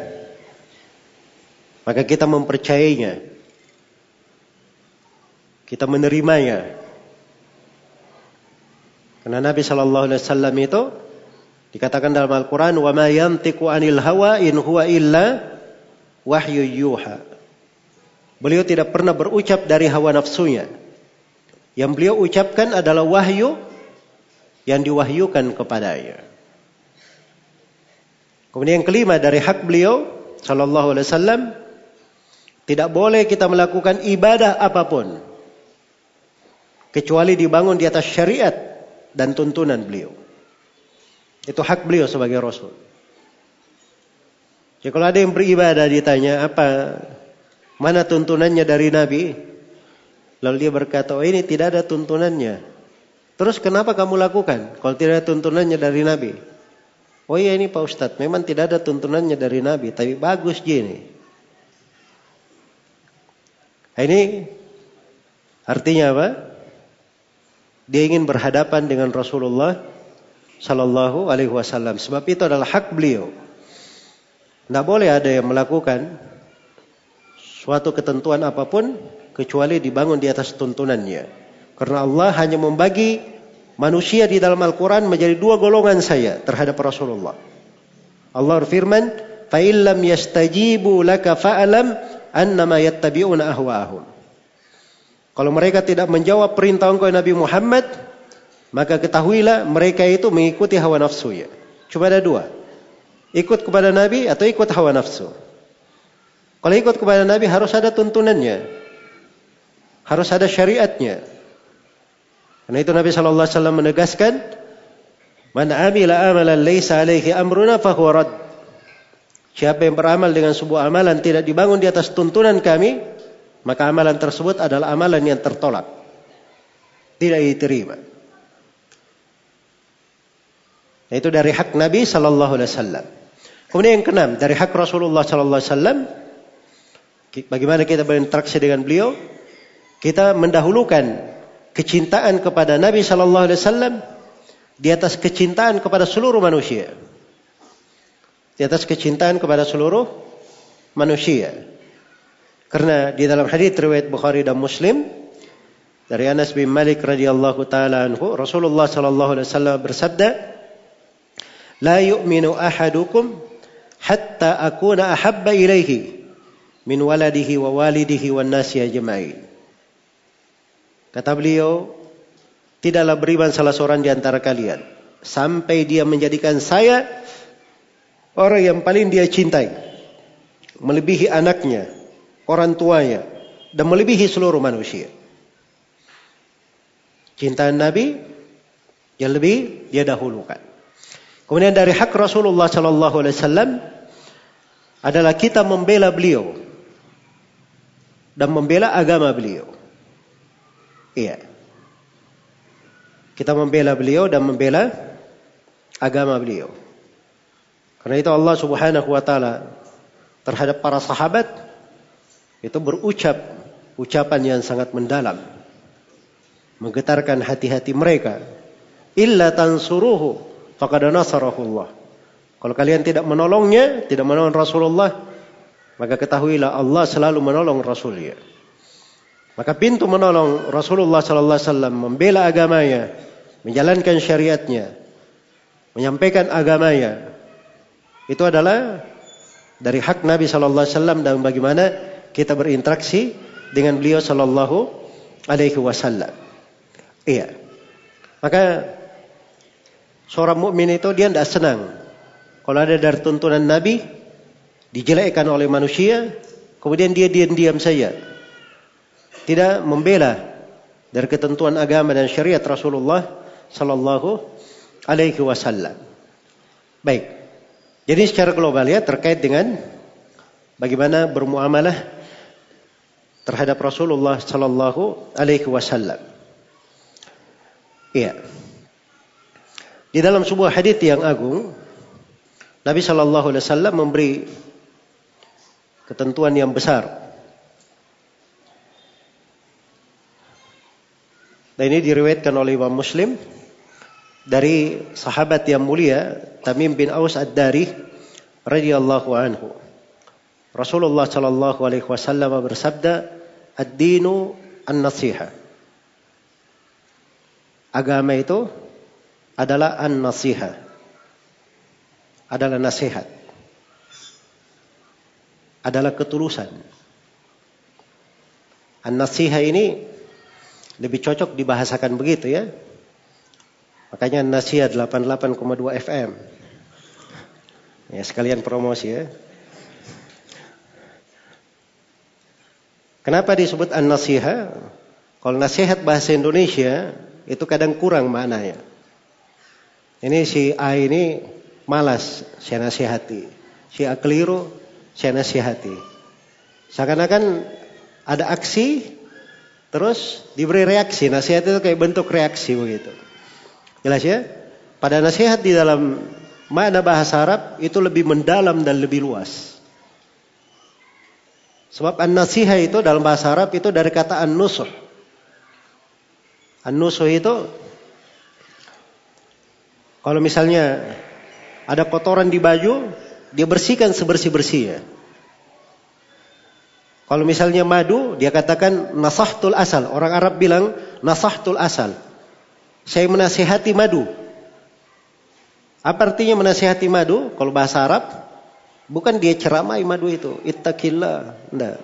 maka kita mempercayainya. Kita menerimanya. Karena Nabi sallallahu alaihi wasallam itu dikatakan dalam Al-Quran, "Wa ma yantiqu 'anil hawa in huwa illa wahyu yuha." Beliau tidak pernah berucap dari hawa nafsunya. Yang beliau ucapkan adalah wahyu yang diwahyukan kepadanya. Kemudian yang kelima dari hak beliau sallallahu alaihi wasallam, tidak boleh kita melakukan ibadah apapun kecuali dibangun di atas syariat dan tuntunan beliau. Itu hak beliau sebagai Rasul. Ya, kalau ada yang beribadah ditanya mana tuntunannya dari Nabi, lalu dia berkata, "Oh, ini tidak ada tuntunannya." Terus kenapa kamu lakukan kalau tidak ada tuntunannya dari Nabi? "Oh iya, ini Pak Ustadz, memang tidak ada tuntunannya dari Nabi, tapi bagus gini." Ini artinya apa? Dia ingin berhadapan dengan Rasulullah sallallahu alaihi wasallam. Sebab itu adalah hak beliau. Tidak boleh ada yang melakukan suatu ketentuan apapun kecuali dibangun di atas tuntunannya. Karena Allah hanya membagi manusia di dalam Al-Quran menjadi dua golongan saja terhadap Rasulullah. Allah berfirman, fa illam yastajibu laka fa'alam annama yattabi'una ahwa'ahum. Kalau mereka tidak menjawab perintah engkau Nabi Muhammad, maka ketahuilah mereka itu mengikuti hawa nafsunya. Cuma ada dua, ikut kepada Nabi atau ikut hawa nafsu. Kalau ikut kepada Nabi harus ada tuntunannya, harus ada syariatnya. Karena itu Nabi SAW menegaskan, man amila amalan laysa alaihi amruna fahuwa rad. Siapa yang beramal dengan sebuah amalan tidak dibangun di atas tuntunan kami, maka amalan tersebut adalah amalan yang tertolak, tidak diterima. Itu dari hak Nabi SAW. Kemudian yang keenam, dari hak Rasulullah SAW, bagaimana kita berinteraksi dengan beliau? Kita mendahulukan kecintaan kepada Nabi SAW di atas kecintaan kepada seluruh manusia. Di atas kecintaan kepada seluruh manusia. Karena di dalam hadits riwayat Bukhari dan Muslim dari Anas bin Malik radhiyallahu taala anhu, Rasulullah sallallahu alaihi wasallam bersabda, "La yu'minu ahadukum hatta akuna ahabba ilaihi min waladihi wa walidihi wan nasi ajma'in." Kata beliau, tidaklah beriman salah seorang di antara kalian sampai dia menjadikan saya orang yang paling dia cintai, melebihi anaknya, orang tuanya, dan melebihi seluruh manusia. Cintaan Nabi yang lebih dia dahulukan. Kemudian dari hak Rasulullah SAW adalah kita membela beliau dan membela agama beliau. Iya. Kita membela beliau dan membela agama beliau. Karena itu Allah Subhanahu wa taala terhadap para sahabat itu berucap ucapan yang sangat mendalam, menggetarkan hati-hati mereka. Illa tansuruhu faqad nasarahullah. Kalau kalian tidak menolongnya, tidak menolong Rasulullah, maka ketahuilah Allah selalu menolong Rasulnya. Maka pintu menolong Rasulullah sallallahu alaihi wasallam, membela agamanya, menjalankan syariatnya, menyampaikan agamanya, itu adalah dari hak Nabi sallallahu alaihi wasallam dan bagaimana kita berinteraksi dengan beliau sallallahu alaihi wasallam. Iya. Maka seorang mukmin itu dia tidak senang kalau ada dari tuntunan Nabi dijelekkan oleh manusia, kemudian dia diam-diam saja, tidak membela dari ketentuan agama dan syariat Rasulullah sallallahu alaihi wasallam. Baik. Jadi secara global ya terkait dengan bagaimana bermuamalah terhadap Rasulullah sallallahu alaihi wasallam. Iya. Di dalam sebuah hadits yang agung, Nabi sallallahu alaihi wasallam memberi ketentuan yang besar. Dan ini diriwayatkan oleh Imam Muslim dari sahabat yang mulia Tamim bin Aus Ad-Dari radhiyallahu anhu. Rasulullah sallallahu alaihi wasallam bersabda, "Ad-dinu an-nasihah." Agama itu adalah an-nasihah. Adalah nasihat. Adalah ketulusan. An-nasihah ini lebih cocok dibahasakan begitu ya. Makanya Nasihat 88,2 FM. Ya, sekalian promosi ya. Kenapa disebut an-nasihah? Kalau nasihat bahasa Indonesia itu kadang kurang maknanya. Ini si A ini malas, saya nasihati. Si A keliru, saya nasihati. Seakan-akan ada aksi, terus diberi reaksi. Nasihat itu kayak bentuk reaksi begitu. Jelas ya? Pada nasihat di dalam makna bahasa Arab itu lebih mendalam dan lebih luas. Sebab an-nasihah itu dalam bahasa Arab itu dari kata an-nusuh. An-nusuh itu kalau misalnya ada kotoran di baju, dia bersihkan sebersih-bersihnya. Kalau misalnya madu, dia katakan nasahtul asal. Orang Arab bilang nasahtul asal. saya menasihati madu. Apa artinya menasihati madu? Kalau bahasa Arab, bukan dia ceramai madu itu. Ittaqillah. Enggak.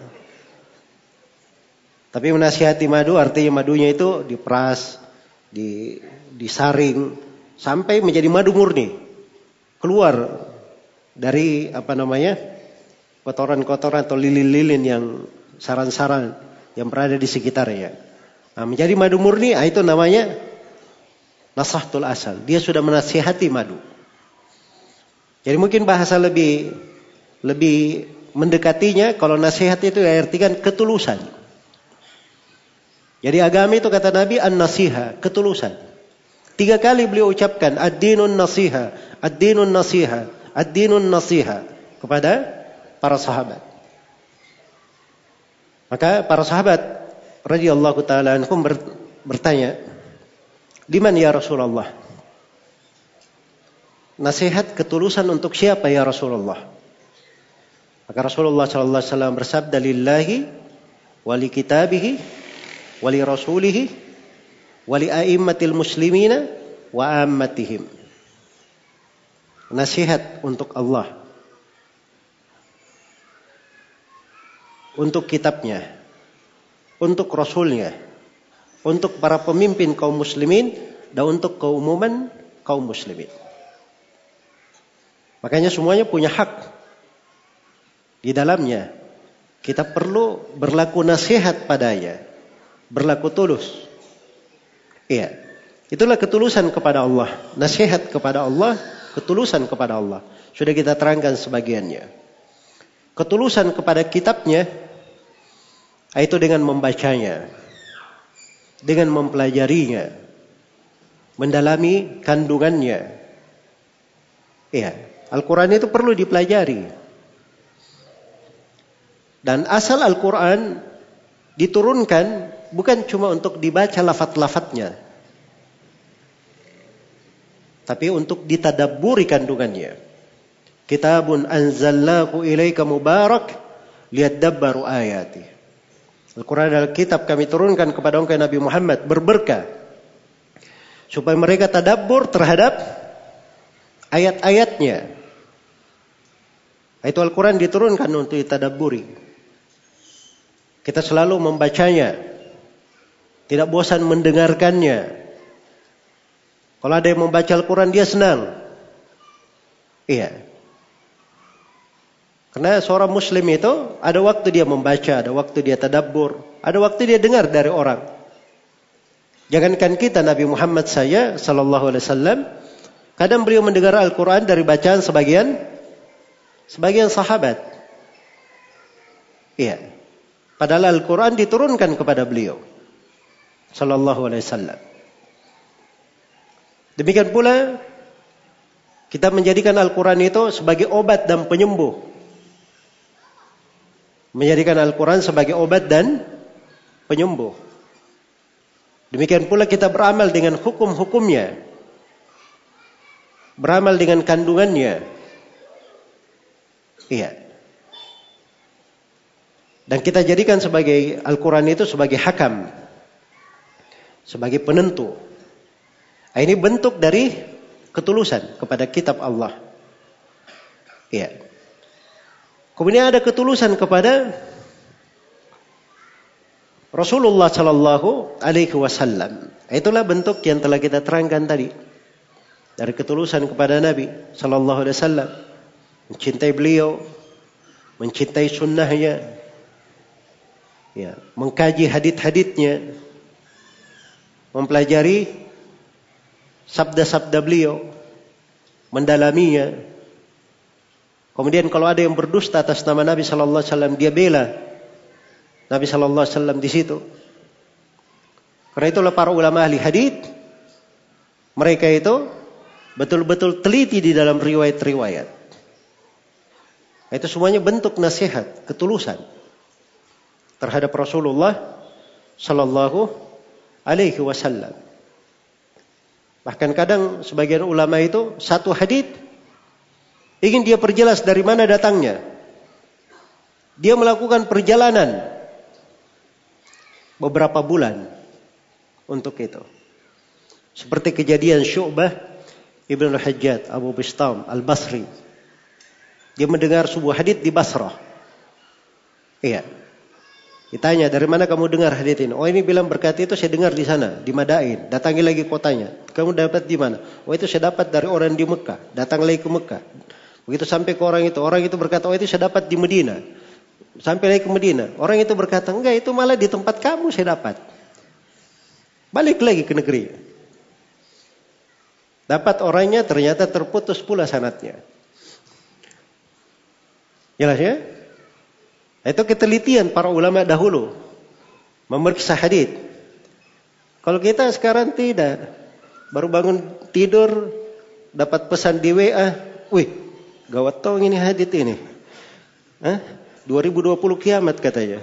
Tapi menasihati madu artinya madunya itu diperas, disaring, sampai menjadi madu murni. Keluar dari kotoran-kotoran atau lilin-lilin yang saran-saran yang berada di sekitarnya. Nah, menjadi madu murni, itu namanya nasahtul asal. Dia sudah menasihati madu. Jadi mungkin bahasa lebih mendekatinya kalau nasihat itu diartikan ketulusan. Jadi agama itu kata Nabi an-nasiha, ketulusan. 3 kali beliau ucapkan ad-dinun nasiha, ad-dinun nasiha, ad-dinun nasiha kepada para sahabat. Maka para sahabat radhiyallahu taala anhum bertanya, "Liman ya Rasulullah?" Nasihat ketulusan untuk siapa ya Rasulullah? Maka Rasulullah sallallahu alaihi wasallam bersabda, "Lillahi wa li kitabihi wa li rasulihi wa li a'immatil muslimina wa ammatihim." Nasihat untuk Allah, untuk kitabnya, untuk rasulnya, untuk para pemimpin kaum muslimin, dan untuk keumuman kaum muslimin. Makanya semuanya punya hak di dalamnya. Kita perlu berlaku nasihat padanya, berlaku tulus. Iya, itulah ketulusan kepada Allah. Nasihat kepada Allah, ketulusan kepada Allah. Sudah kita terangkan sebagiannya. Ketulusan kepada kitabnya, itu dengan membacanya, dengan mempelajarinya, mendalami kandungannya. Iya, Al-Quran itu perlu dipelajari. Dan asal Al-Quran diturunkan bukan cuma untuk dibaca lafaz-lafaznya, tapi untuk ditadabburi kandungannya. Kitabun anzalnahu ilaika mubarak liyadabbaru ayati. Al-Quran adalah kitab kami turunkan kepada engkau Nabi Muhammad, berberkah, supaya mereka tadabbur terhadap ayat-ayatnya. Itu Al-Quran diturunkan untuk ditadabburi. Kita selalu membacanya, tidak bosan mendengarkannya. Kalau ada yang membaca Al-Quran dia senang. Iya. Karena seorang muslim itu ada waktu dia membaca, ada waktu dia tadabbur, ada waktu dia dengar dari orang. Jangankan kita, Nabi Muhammad saya sallallahu alaihi wasallam, kadang beliau mendengar Al-Quran dari bacaan sebagian sahabat. Iya. Padahal Al-Quran diturunkan kepada beliau sallallahu alaihi wasallam. Demikian pula kita menjadikan Al-Quran itu sebagai obat dan penyembuh. Menjadikan Al-Quran sebagai obat dan penyembuh. Demikian pula kita beramal dengan hukum-hukumnya, beramal dengan kandungannya. Iya. Dan kita jadikan sebagai Al-Quran itu sebagai hakam, sebagai penentu. Ini bentuk dari ketulusan kepada kitab Allah. Iya. Kemudian ada ketulusan kepada Rasulullah sallallahu alaihi wasallam. Itulah bentuk yang telah kita terangkan tadi. Dari ketulusan kepada Nabi sallallahu alaihi wasallam, mencintai beliau, mencintai sunnahnya, ya, mengkaji hadits-haditsnya, mempelajari sabda-sabda beliau, mendalaminya. Kemudian kalau ada yang berdusta atas nama Nabi sallallahu alaihi wasallam, dia bela Nabi sallallahu alaihi wasallam di situ. Karena itulah para ulama ahli hadits, mereka itu betul-betul teliti di dalam riwayat-riwayat. Itu semuanya bentuk nasihat, ketulusan terhadap Rasulullah sallallahu alaihi wasallam. Bahkan kadang sebagian ulama itu satu hadits ingin dia perjelas dari mana datangnya. Dia melakukan perjalanan beberapa bulan untuk itu. Seperti kejadian Syu'bah Ibn al-Hajjaj Abu Bistam al-Basri. Dia mendengar sebuah hadits di Basrah. Iya. Ditanya, dari mana kamu dengar hadits ini? Oh, ini bilang berkata itu saya dengar di sana, di Madain. Datangi lagi kotanya. Kamu dapat di mana? Oh, itu saya dapat dari orang di Mekah. Datang lagi ke Mekah. Begitu sampai ke orang itu berkata, oh itu saya dapat di Medina. Sampai lagi ke Medina. Orang itu berkata, enggak, itu malah di tempat kamu saya dapat. Balik lagi ke negeri. Dapat orangnya, ternyata terputus pula sanadnya. Jelas ya? Itu ketelitian para ulama dahulu memeriksa hadits. Kalau kita sekarang tidak, baru bangun tidur dapat pesan di WA, wih, gawat tau ini hadits ini. 2020 kiamat katanya.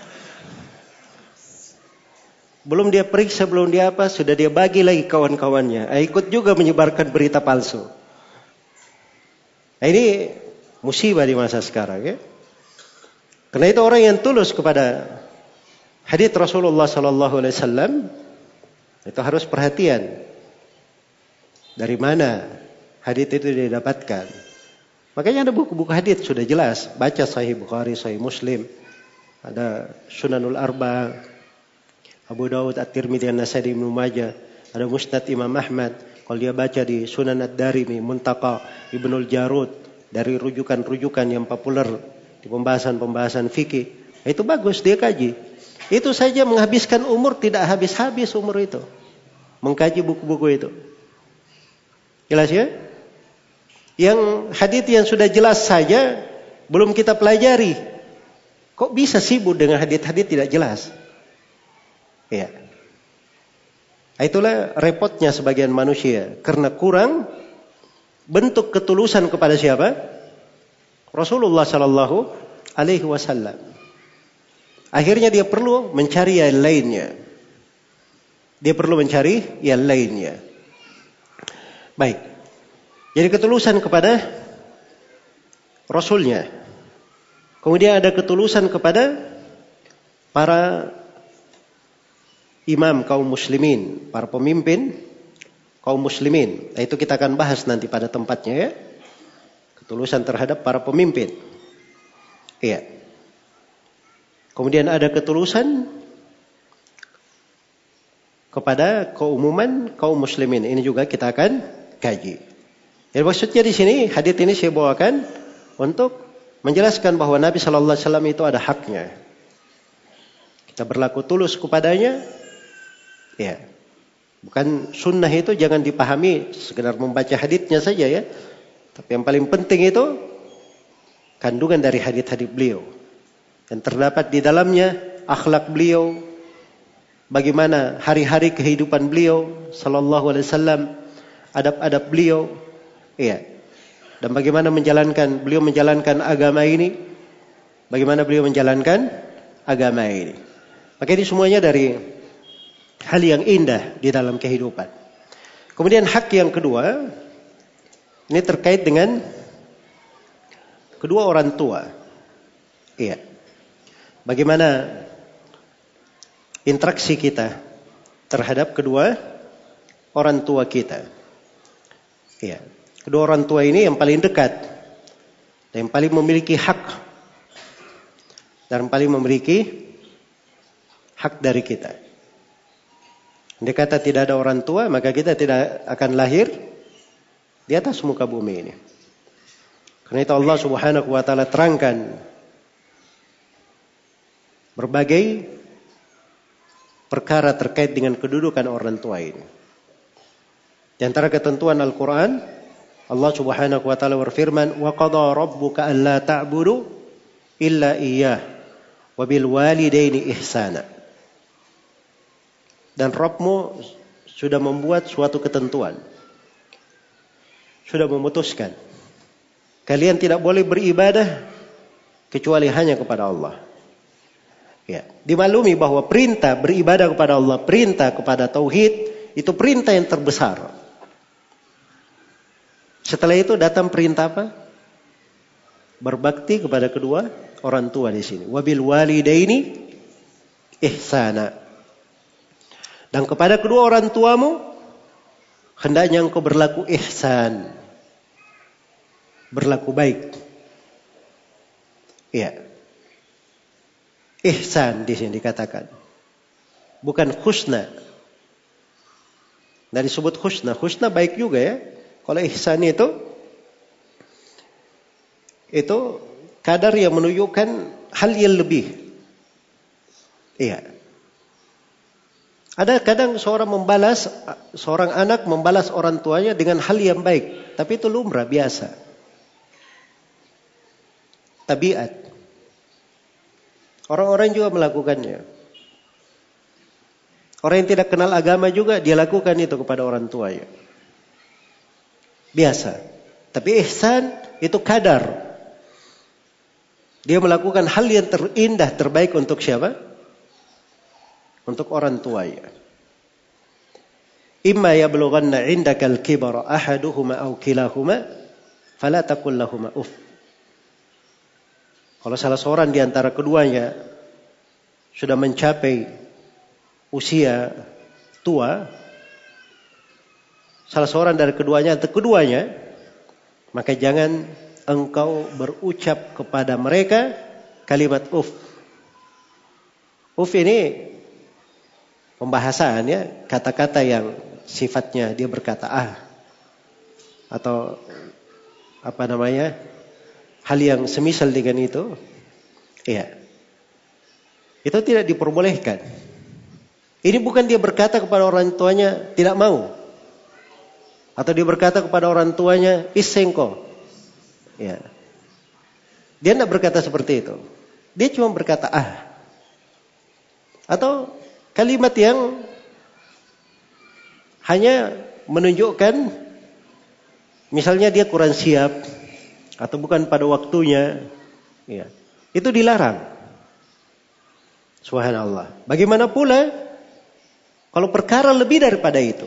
Belum dia periksa, belum dia apa, sudah dia bagi lagi kawan-kawannya. Ikut juga menyebarkan berita palsu. Nah, ini musibah di masa sekarang ya. Karena itu orang yang tulus kepada hadits Rasulullah SAW itu harus perhatian dari mana hadits itu didapatkan. Makanya ada buku-buku hadits sudah jelas. Baca Sahih Bukhari, Sahih Muslim, ada Sunanul Arba, Abu Daud, At-Tirmidzi, An-Nasai, Ibnu Majah, ada Musnad Imam Ahmad. Kalau dia baca di Sunan Ad-Darimi, Muntaqa Ibnul Jarud, dari rujukan-rujukan yang populer di pembahasan-pembahasan fikih, itu bagus dia kaji. Itu saja menghabiskan umur, tidak habis-habis umur itu mengkaji buku-buku itu. Jelas ya? Yang hadits yang sudah jelas saja belum kita pelajari. Kok bisa sibuk dengan hadits-hadits tidak jelas? Ya. Itulah repotnya sebagian manusia karena kurang bentuk ketulusan kepada siapa? Rasulullah sallallahu alaihi wasallam. Akhirnya dia perlu mencari yang lainnya. Baik. Jadi ketulusan kepada Rasulnya. Kemudian ada ketulusan kepada para imam kaum muslimin, para pemimpin kaum muslimin. Nah, itu kita akan bahas nanti pada tempatnya ya. Ketulusan terhadap para pemimpin. Iya. Kemudian ada ketulusan kepada keumuman kaum muslimin. Ini juga kita akan kaji. Jadi maksudnya di sini hadits ini saya bawakan untuk menjelaskan bahwa Nabi Sallallahu Alaihi Wasallam itu ada haknya. Kita berlaku tulus kepadanya. Ya. Bukan sunnah itu jangan dipahami sekedar membaca haditsnya saja ya. Tapi yang paling penting itu kandungan dari hadits-hadits beliau. Dan terdapat di dalamnya akhlak beliau, bagaimana hari-hari kehidupan beliau sallallahu alaihi wasallam, adab-adab beliau, iya. Dan bagaimana beliau menjalankan agama ini, bagaimana beliau menjalankan agama ini. Maka ini semuanya dari hal yang indah di dalam kehidupan. Kemudian hak yang kedua, ini terkait dengan kedua orang tua. Iya. Bagaimana interaksi kita terhadap kedua orang tua kita. Iya. Kedua orang tua ini yang paling dekat, yang paling memiliki hak, dan paling memiliki hak dari kita. Andai kata tidak ada orang tua, maka kita tidak akan lahir di atas muka bumi ini. Karena itu Allah Subhanahu wa taala terangkan berbagai perkara terkait dengan kedudukan orang tua ini. Di antara ketentuan Al-Qur'an, Allah Subhanahu wa taala berfirman, "Wa qada rabbuka alla ta'budu illa iyyah wa bil walidaini ihsana." Dan Rabbmu sudah membuat suatu ketentuan. Sudah memutuskan. Kalian tidak boleh beribadah kecuali hanya kepada Allah. Ya, dimaklumi bahwa perintah beribadah kepada Allah, perintah kepada tauhid, itu perintah yang terbesar. Setelah itu datang perintah apa? Berbakti kepada kedua orang tua di sini. Wabil walidaini ihsana. Dan kepada kedua orang tuamu hendaknya engkau berlaku ihsan, berlaku baik. Iya. Ihsan di sini dikatakan. Bukan husna. Nah disebut husna. Husna baik juga ya. Kalau ihsan itu kadar yang menunjukkan hal yang lebih. Iya. Ada kadang seorang anak membalas orang tuanya dengan hal yang baik. Tapi itu lumrah, biasa. Tabiat. Orang-orang juga melakukannya. Orang yang tidak kenal agama juga dia lakukan itu kepada orang tuanya. Biasa. Tapi ihsan itu kadar. Dia melakukan hal yang terindah, terbaik untuk siapa? Untuk orang tuanya. Imma yablughanna 'indaka al-kibara ahaduhuma aw kilahuma fala taqul lahumā uff. Kalau salah seorang di antara keduanya sudah mencapai usia tua, salah seorang dari keduanya atau keduanya, maka jangan engkau berucap kepada mereka kalimat uff. Uff ini pembahasan ya, kata-kata yang sifatnya dia berkata atau hal yang semisal dengan itu, ya, itu tidak diperbolehkan. Ini bukan dia berkata kepada orang tuanya tidak mau, atau dia berkata kepada orang tuanya isengko, ya, dia tidak berkata seperti itu. Dia cuma berkata atau kalimat yang hanya menunjukkan, misalnya dia kurang siap atau bukan pada waktunya, ya, itu dilarang. Subhanallah. Bagaimana pula kalau perkara lebih daripada itu?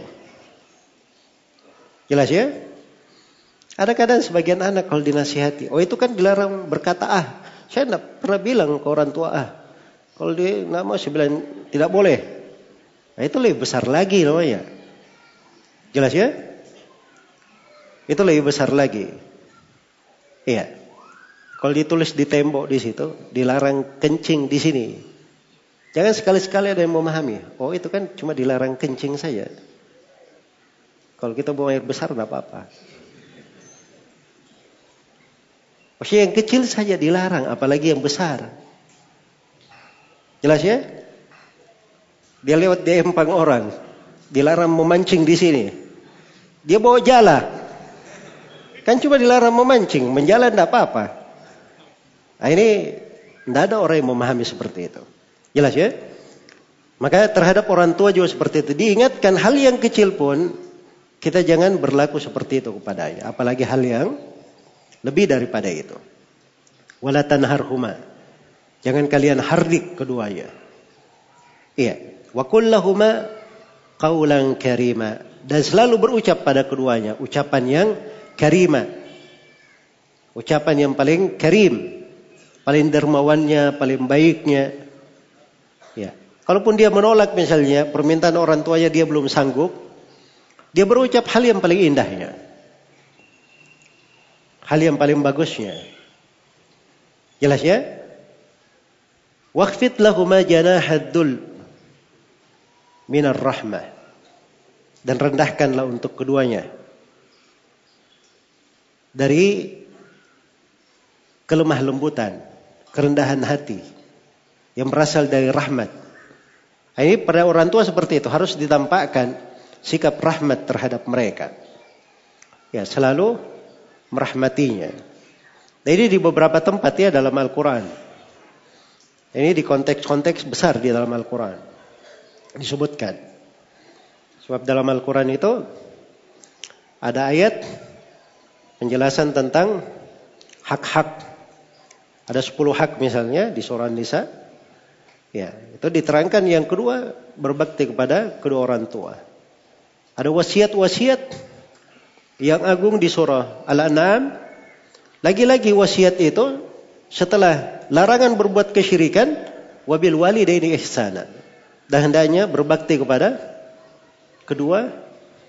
Jelas ya? Ada kadang sebagian anak kalau dinasihati, itu kan dilarang berkata saya tidak pernah bilang ke orang tua Kalau dia nggak mau, saya bilang tidak boleh. Nah itu lebih besar lagi namanya. Jelas ya? Itu lebih besar lagi. Iya. Kalau ditulis di tembok di situ, dilarang kencing di sini. Jangan sekali-sekali ada yang memahami. Itu kan cuma dilarang kencing saja. Kalau kita buang air besar tidak apa-apa. Maksudnya yang kecil saja dilarang, apalagi yang besar. Jelas ya? Dia lewat di empang orang, dilarang memancing di sini. Dia bawa jala, kan cuma dilarang memancing, menjala tidak apa-apa. Nah ini tidak ada orang yang memahami seperti itu. Jelas ya? Maka terhadap orang tua juga seperti itu. Diingatkan hal yang kecil pun kita jangan berlaku seperti itu kepadanya, apalagi hal yang lebih daripada itu. Wala tanharhuma. Jangan kalian hardik keduanya. Iya. Wa qul lahuma qaulan karima. Dan selalu berucap pada keduanya ucapan yang karima. Ucapan yang paling karim, paling dermawannya, paling baiknya. Ya. Kalaupun dia menolak misalnya permintaan orang tuanya, dia belum sanggup, dia berucap hal yang paling indahnya. Hal yang paling bagusnya. Jelas ya? Waqfid lahuma janahad dul minar rahmah. Dan rendahkanlah untuk keduanya dari kelemah lembutan, kerendahan hati yang berasal dari rahmat. Ini pada orang tua seperti itu harus ditampakkan sikap rahmat terhadap mereka. Ya, selalu merahmatinya. Nah, ini di beberapa tempat ya dalam Al-Quran. Ini di konteks-konteks besar di dalam Al-Quran disebutkan. Sebab dalam Al-Quran itu ada ayat penjelasan tentang hak-hak. Ada 10 hak misalnya di surah Nisa. Ya, itu diterangkan yang kedua, berbakti kepada kedua orang tua. Ada wasiat-wasiat yang agung di surah Al-An'am. Lagi-lagi wasiat itu setelah larangan berbuat kesyirikan, wabil walidaini ihsana. Dan hendaknya berbakti kepada kedua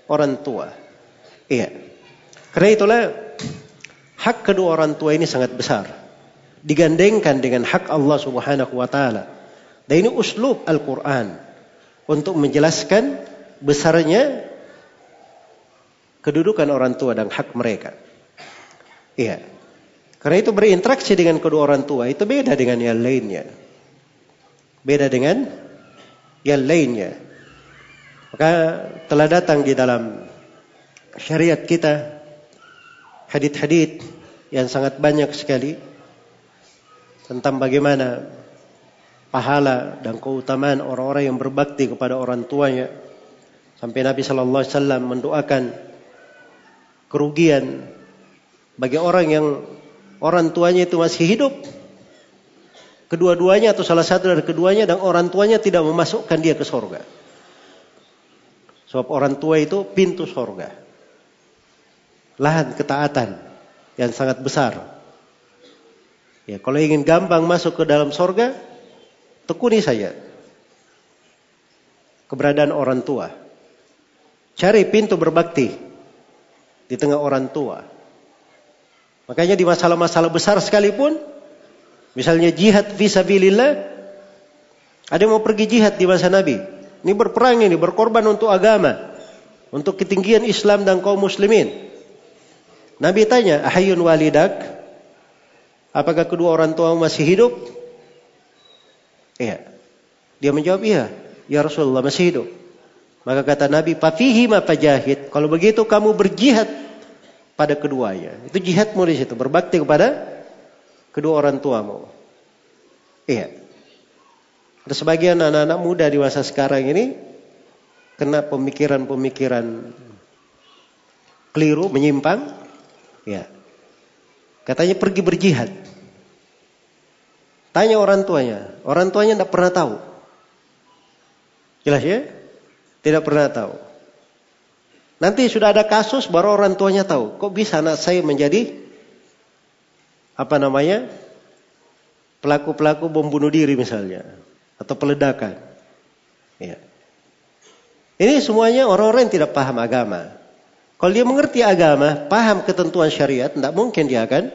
orang tua. Iya. Karena itulah hak kedua orang tua ini sangat besar. Digandengkan dengan hak Allah Subhanahu wa taala. Dan ini uslub Al-Qur'an untuk menjelaskan besarnya kedudukan orang tua dan hak mereka. Iya. Karena itu berinteraksi dengan kedua orang tua itu beda dengan yang lainnya. Beda dengan yang lainnya. Maka telah datang di dalam syariat kita hadits-hadits yang sangat banyak sekali tentang bagaimana pahala dan keutamaan orang-orang yang berbakti kepada orang tuanya. Sampai Nabi sallallahu alaihi wasallam mendoakan kerugian bagi orang yang orang tuanya itu masih hidup, kedua-duanya atau salah satu dari keduanya, dan orang tuanya tidak memasukkan dia ke surga. Sebab orang tua itu pintu surga, lahan ketaatan yang sangat besar. Ya, kalau ingin gampang masuk ke dalam surga, tekuni saja keberadaan orang tua. Cari pintu berbakti di tengah orang tua. Makanya di masalah-masalah besar sekalipun, misalnya jihad fisabilillah, ada yang mau pergi jihad di masa Nabi. Ini berperang, ini berkorban untuk agama, untuk ketinggian Islam dan kaum muslimin. Nabi tanya, "Ahayyun walidak?" Apakah kedua orang tua masih hidup? Iya. Dia menjawab, "Iya, ya Rasulullah, masih hidup." Maka kata Nabi, "Fafihi ma fajahid." Kalau begitu kamu berjihad pada keduanya. Itu jihadmu di situ, berbakti kepada kedua orang tuamu. Iya. Ada sebagian anak-anak muda di masa sekarang ini kena pemikiran-pemikiran keliru, menyimpang. Ya. Katanya pergi berjihad. Tanya orang tuanya tidak pernah tahu. Jelas ya? Tidak pernah tahu. Nanti sudah ada kasus baru orang tuanya tahu. Kok bisa anak saya menjadi pelaku-pelaku bom bunuh diri misalnya, atau peledakan. Ya. Ini semuanya orang-orang yang tidak paham agama. Kalau dia mengerti agama, paham ketentuan syariat, tidak mungkin dia akan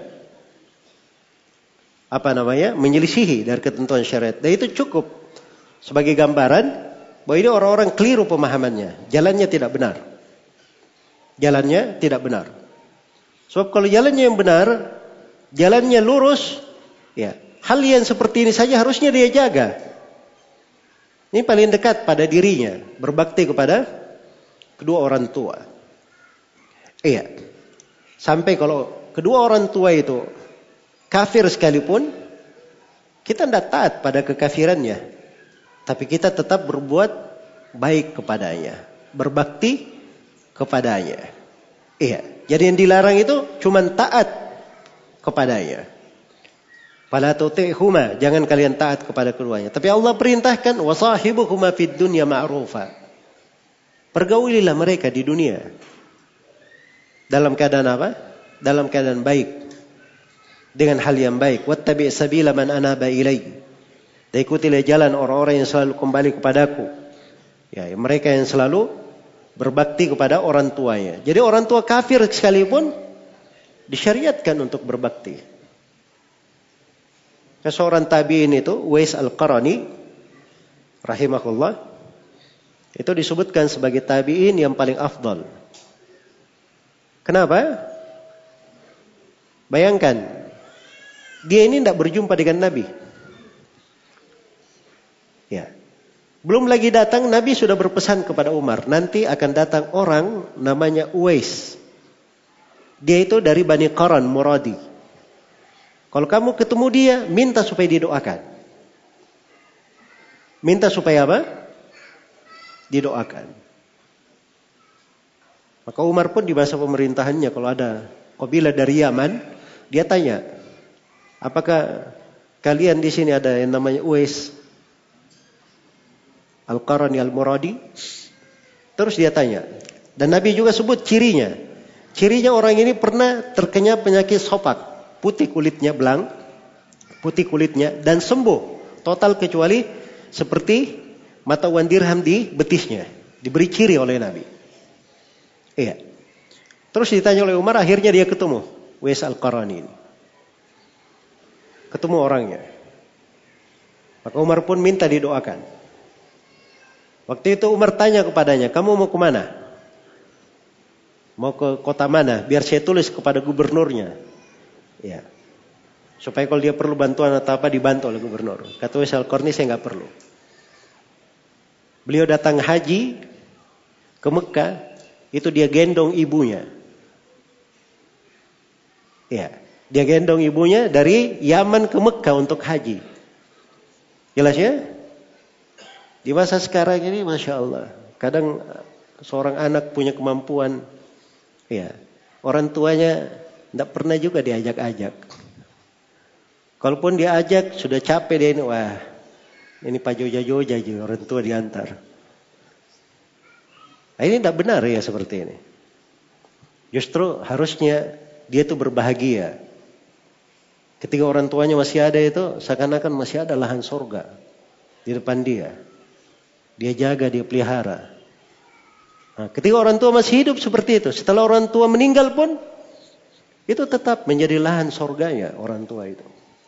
menyelisihi dari ketentuan syariat. Dan itu cukup sebagai gambaran bahwa ini orang-orang keliru pemahamannya. Jalannya tidak benar. Jalannya tidak benar. Sebab kalau jalannya yang benar, jalannya lurus, ya, hal yang seperti ini saja harusnya dia jaga. Ini paling dekat pada dirinya, berbakti kepada kedua orang tua. Iya. Sampai kalau kedua orang tua itu kafir sekalipun, kita tidak taat pada kekafirannya. Tapi kita tetap berbuat baik kepadanya, berbakti kepadanya. Iya. Jadi yang dilarang itu cuma taat kepadanya. Fala tuti'huma, jangan kalian taat kepada keduanya. Tapi Allah perintahkan wasahibuhuma fid dunya ma'rufa. Pergaulilah mereka di dunia dalam keadaan apa? Dalam keadaan baik, dengan hal yang baik. Wattabi' sabila man anaba ilai. Dan ikutilah jalan orang-orang yang selalu kembali kepadaku. Ya, mereka yang selalu berbakti kepada orang tuanya. Jadi orang tua kafir sekalipun disyariatkan untuk berbakti. Seorang tabi'in itu, Uwais Al-Qarani rahimahullah, itu disebutkan sebagai tabi'in yang paling afdal. Kenapa? Bayangkan, dia ini tidak berjumpa dengan Nabi. Ya. Belum lagi datang, Nabi sudah berpesan kepada Umar, nanti akan datang orang namanya Uwais. Dia itu dari Bani Qaran Muradi. Kalau kamu ketemu dia, minta supaya didoakan. Minta supaya apa? Didoakan. Maka Umar pun di masa pemerintahannya, kalau ada kabilah dari Yaman, dia tanya, apakah kalian di sini ada yang namanya Uwais Al-Qarani Al-Muradi? Terus dia tanya. Dan Nabi juga sebut cirinya. Cirinya orang ini pernah terkena penyakit sopak. Putih kulitnya, belang. Putih kulitnya. Dan sembuh. Total kecuali seperti mata uang dirham di betisnya. Diberi ciri oleh Nabi. Iya. Terus ditanya oleh Umar, akhirnya dia ketemu Uwais Al-Qarani ini. Ketemu orangnya. Maka Umar pun minta didoakan. Waktu itu Umar tanya kepadanya, kamu mau kemana? Mau ke kota mana? Biar saya tulis kepada gubernurnya. Ya. Supaya kalau dia perlu bantuan atau apa dibantu oleh gubernur. Kata Uwais Al-Qarani, saya nggak perlu. Beliau datang haji ke Mekah, itu dia gendong ibunya. Ya, dia gendong ibunya dari Yaman ke Mekah untuk haji. Jelas ya? Di masa sekarang ini, Masya Allah, kadang seorang anak punya kemampuan, ya, orang tuanya tidak pernah juga diajak-ajak. Kalaupun diajak, sudah capek dia ini, wah, ini Pak Joja-Joja juga, orang tua diantar. Nah, ini tidak benar ya seperti ini. Justru harusnya dia itu berbahagia. Ketika orang tuanya masih ada itu, seakan-akan masih ada lahan surga di depan dia. Dia jaga, dia pelihara. Nah, ketika orang tua masih hidup seperti itu, setelah orang tua meninggal pun, itu tetap menjadi lahan surganya orang tua itu.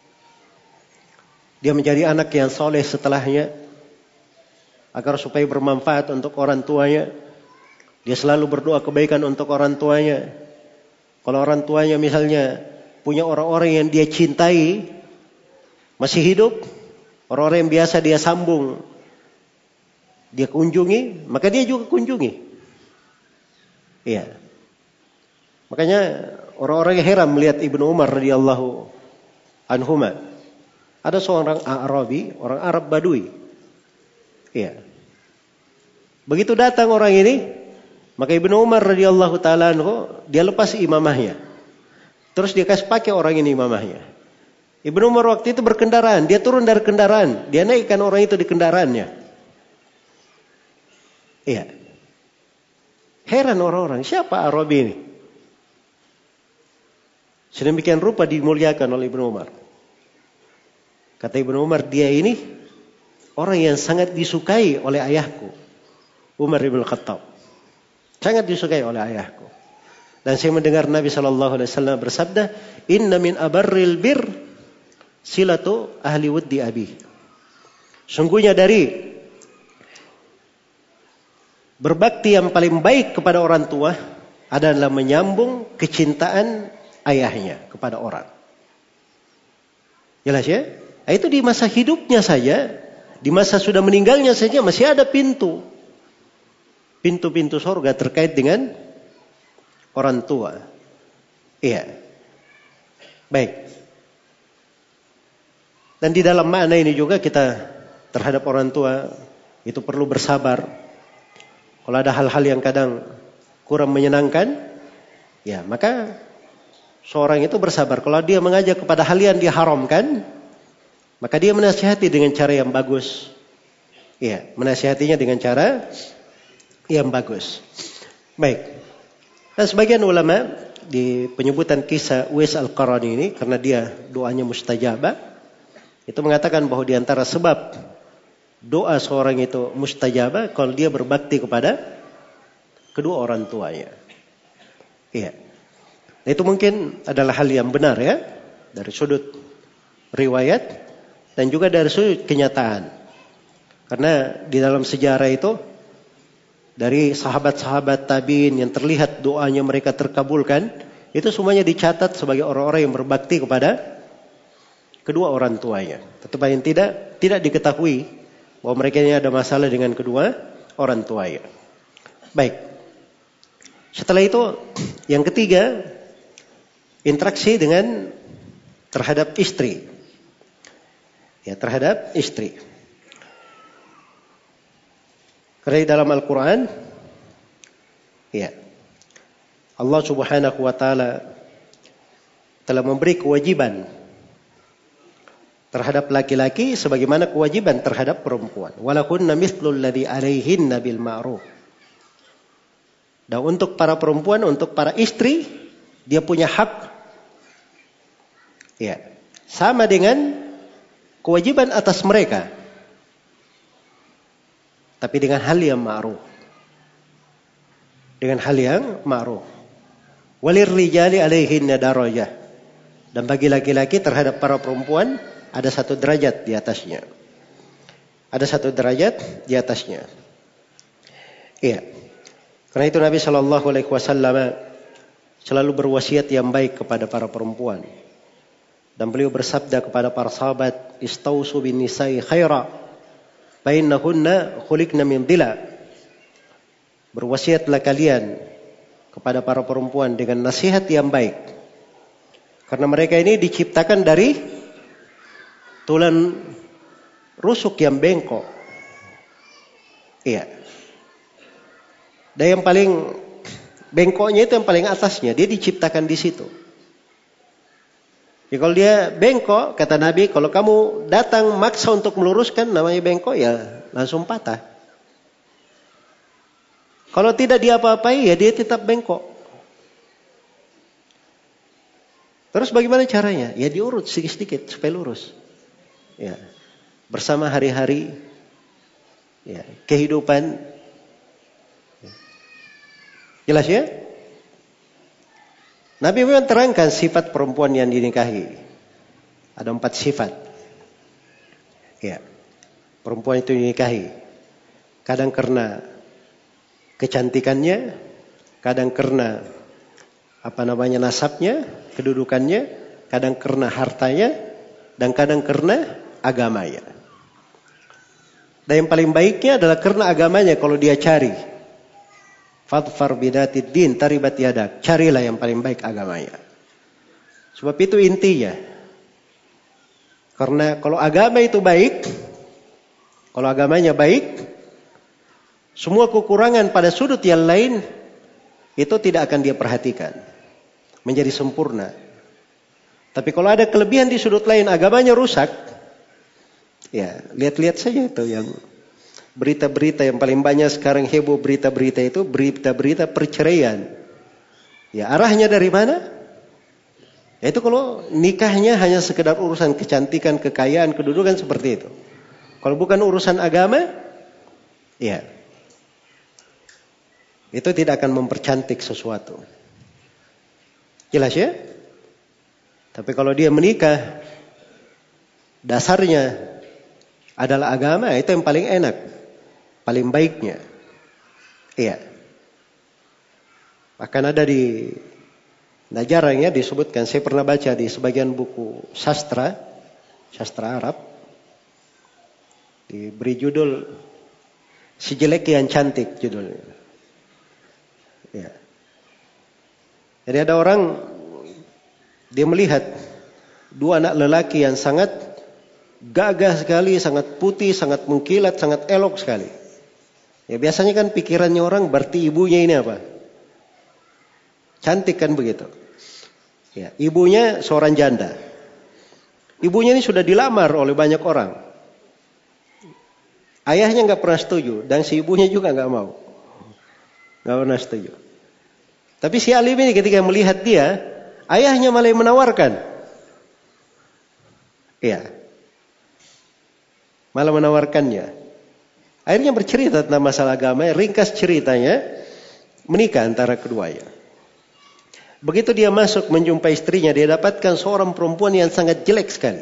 Dia menjadi anak yang soleh setelahnya, agar supaya bermanfaat untuk orang tuanya. Dia selalu berdoa kebaikan untuk orang tuanya. Kalau orang tuanya misalnya punya orang-orang yang dia cintai, masih hidup, orang-orang yang biasa dia sambung, dia kunjungi, maka dia juga kunjungi. Iya. Makanya orang-orang yang heran melihat Ibnu Umar radhiyallahu anhuma. Ada seorang Arabi, orang Arab Badui. Iya. Begitu datang orang ini, maka Ibnu Umar radhiyallahu taala anhu dia lepas imamahnya. Terus dia kasih pakai orang ini imamahnya. Ibnu Umar waktu itu berkendaraan, dia turun dari kendaraan, dia naikkan orang itu di kendaraannya. Iya. Heran orang-orang, siapa Arabi ini? Sedemikian rupa dimuliakan oleh Ibnu Umar. Kata Ibnu Umar, dia ini orang yang sangat disukai oleh ayahku, Umar ibn Khattab. Sangat disukai oleh ayahku. Dan saya mendengar Nabi SAW bersabda, Inna min abarril bir silatu ahli wuddi abi. Sungguhnya dari berbakti yang paling baik kepada orang tua adalah menyambung kecintaan ayahnya kepada orang. Jelas ya? Nah, itu di masa hidupnya saja, di masa sudah meninggalnya saja masih ada pintu-pintu surga terkait dengan orang tua. Iya. Baik. Dan di dalam makna ini juga kita terhadap orang tua itu perlu bersabar. Kalau ada hal-hal yang kadang kurang menyenangkan, ya maka seorang itu bersabar. Kalau dia mengajak kepada hal yang diharamkan, maka dia menasihati dengan cara yang bagus. Ya, menasihatinya dengan cara yang bagus. Baik. Dan sebagian ulama di penyebutan kisah Uwais Al-Qarani ini, karena dia doanya mustajabah, itu mengatakan bahwa di antara sebab doa seorang itu mustajabah kalau dia berbakti kepada kedua orang tuanya. Iya. Nah, itu mungkin adalah hal yang benar ya, dari sudut riwayat dan juga dari sudut kenyataan. Karena di dalam sejarah itu dari sahabat-sahabat tabi'in yang terlihat doanya mereka terkabulkan, itu semuanya dicatat sebagai orang-orang yang berbakti kepada kedua orang tuanya. Tetapi yang tidak diketahui bahwa mereka ini ada masalah dengan kedua orang tuanya. Baik. Setelah itu yang ketiga, interaksi dengan terhadap istri. Ya, terhadap istri. Karena di dalam Al-Quran, ya, Allah Subhanahu wa Ta'ala telah memberi kewajiban terhadap laki-laki sebagaimana kewajiban terhadap perempuan. Walakunna mithlul ladzi 'alaihinna bil ma'ruf. Dan untuk para perempuan, untuk para istri, dia punya hak, ya, sama dengan kewajiban atas mereka, tapi dengan hal yang ma'ruf. dengan hal yang ma'ruf. Walir rijali alaihinna darajah. Dan bagi laki-laki terhadap para perempuan ada satu derajat di atasnya. Ada satu derajat di atasnya. Iya. Karena itu Nabi Shallallahu Alaihi Wasallam selalu berwasiat yang baik kepada para perempuan. Dan beliau bersabda kepada para sahabat, "Istausu bin nisa'i khaira, fa innahunna khuliqna min dhila." Berwasiatlah kalian kepada para perempuan dengan nasihat yang baik. Karena mereka ini diciptakan dari tulang rusuk yang bengkok. Iya. Dan yang paling bengkoknya itu yang paling atasnya. Dia diciptakan di situ. Ya, kalau dia bengkok, kata Nabi, kalau kamu datang maksa untuk meluruskan, namanya bengkok, ya langsung patah. Kalau tidak diapa-apai, ya dia tetap bengkok. Terus bagaimana caranya? Ya diurut sedikit-sedikit supaya lurus. Ya. Bersama hari-hari, ya, kehidupan. Jelas ya? Nabi memang terangkan sifat perempuan yang dinikahi. Ada 4 sifat. Ya. Perempuan itu dinikahi. Kadang karena kecantikannya, kadang karena nasabnya, kedudukannya, kadang karena hartanya, dan kadang karena agamanya. Dan yang paling baiknya adalah karena agamanya kalau dia cari. Fadfar bidatid din taribat yadak. Carilah yang paling baik agamanya. Sebab itu intinya. Karena kalau agama itu baik, kalau agamanya baik, semua kekurangan pada sudut yang lain itu tidak akan dia perhatikan. Menjadi sempurna. Tapi kalau ada kelebihan di sudut lain, agamanya rusak. Ya, lihat-lihat saja itu yang berita-berita yang paling banyak sekarang heboh berita-berita itu berita-berita perceraian. Ya, arahnya dari mana? Ya, itu kalau nikahnya hanya sekedar urusan kecantikan, kekayaan, kedudukan seperti itu. Kalau bukan urusan agama, ya, itu tidak akan mempercantik sesuatu. Jelas ya? Tapi kalau dia menikah, dasarnya adalah agama, itu yang paling enak. Paling baiknya. Iya. Bahkan ada di jarang ya disebutkan. Saya pernah baca di sebagian buku sastra Arab. Diberi judul Si Jelek Yang Cantik judulnya. Ya. Jadi ada orang, dia melihat 2 anak lelaki yang sangat gagah sekali, sangat putih, sangat mengkilat, sangat elok sekali. Ya biasanya kan pikirannya orang berarti ibunya ini apa? Cantik kan begitu. Ya, ibunya seorang janda. Ibunya ini sudah dilamar oleh banyak orang. Ayahnya nggak pernah setuju dan si ibunya juga nggak mau, nggak pernah setuju. Tapi si alim ini ketika melihat dia, ayahnya malah menawarkan. Iya. Malah menawarkannya. Akhirnya bercerita tentang masalah agama, ringkas ceritanya, menikah antara keduanya. Begitu dia masuk menjumpai istrinya, dia dapatkan seorang perempuan yang sangat jelek sekali.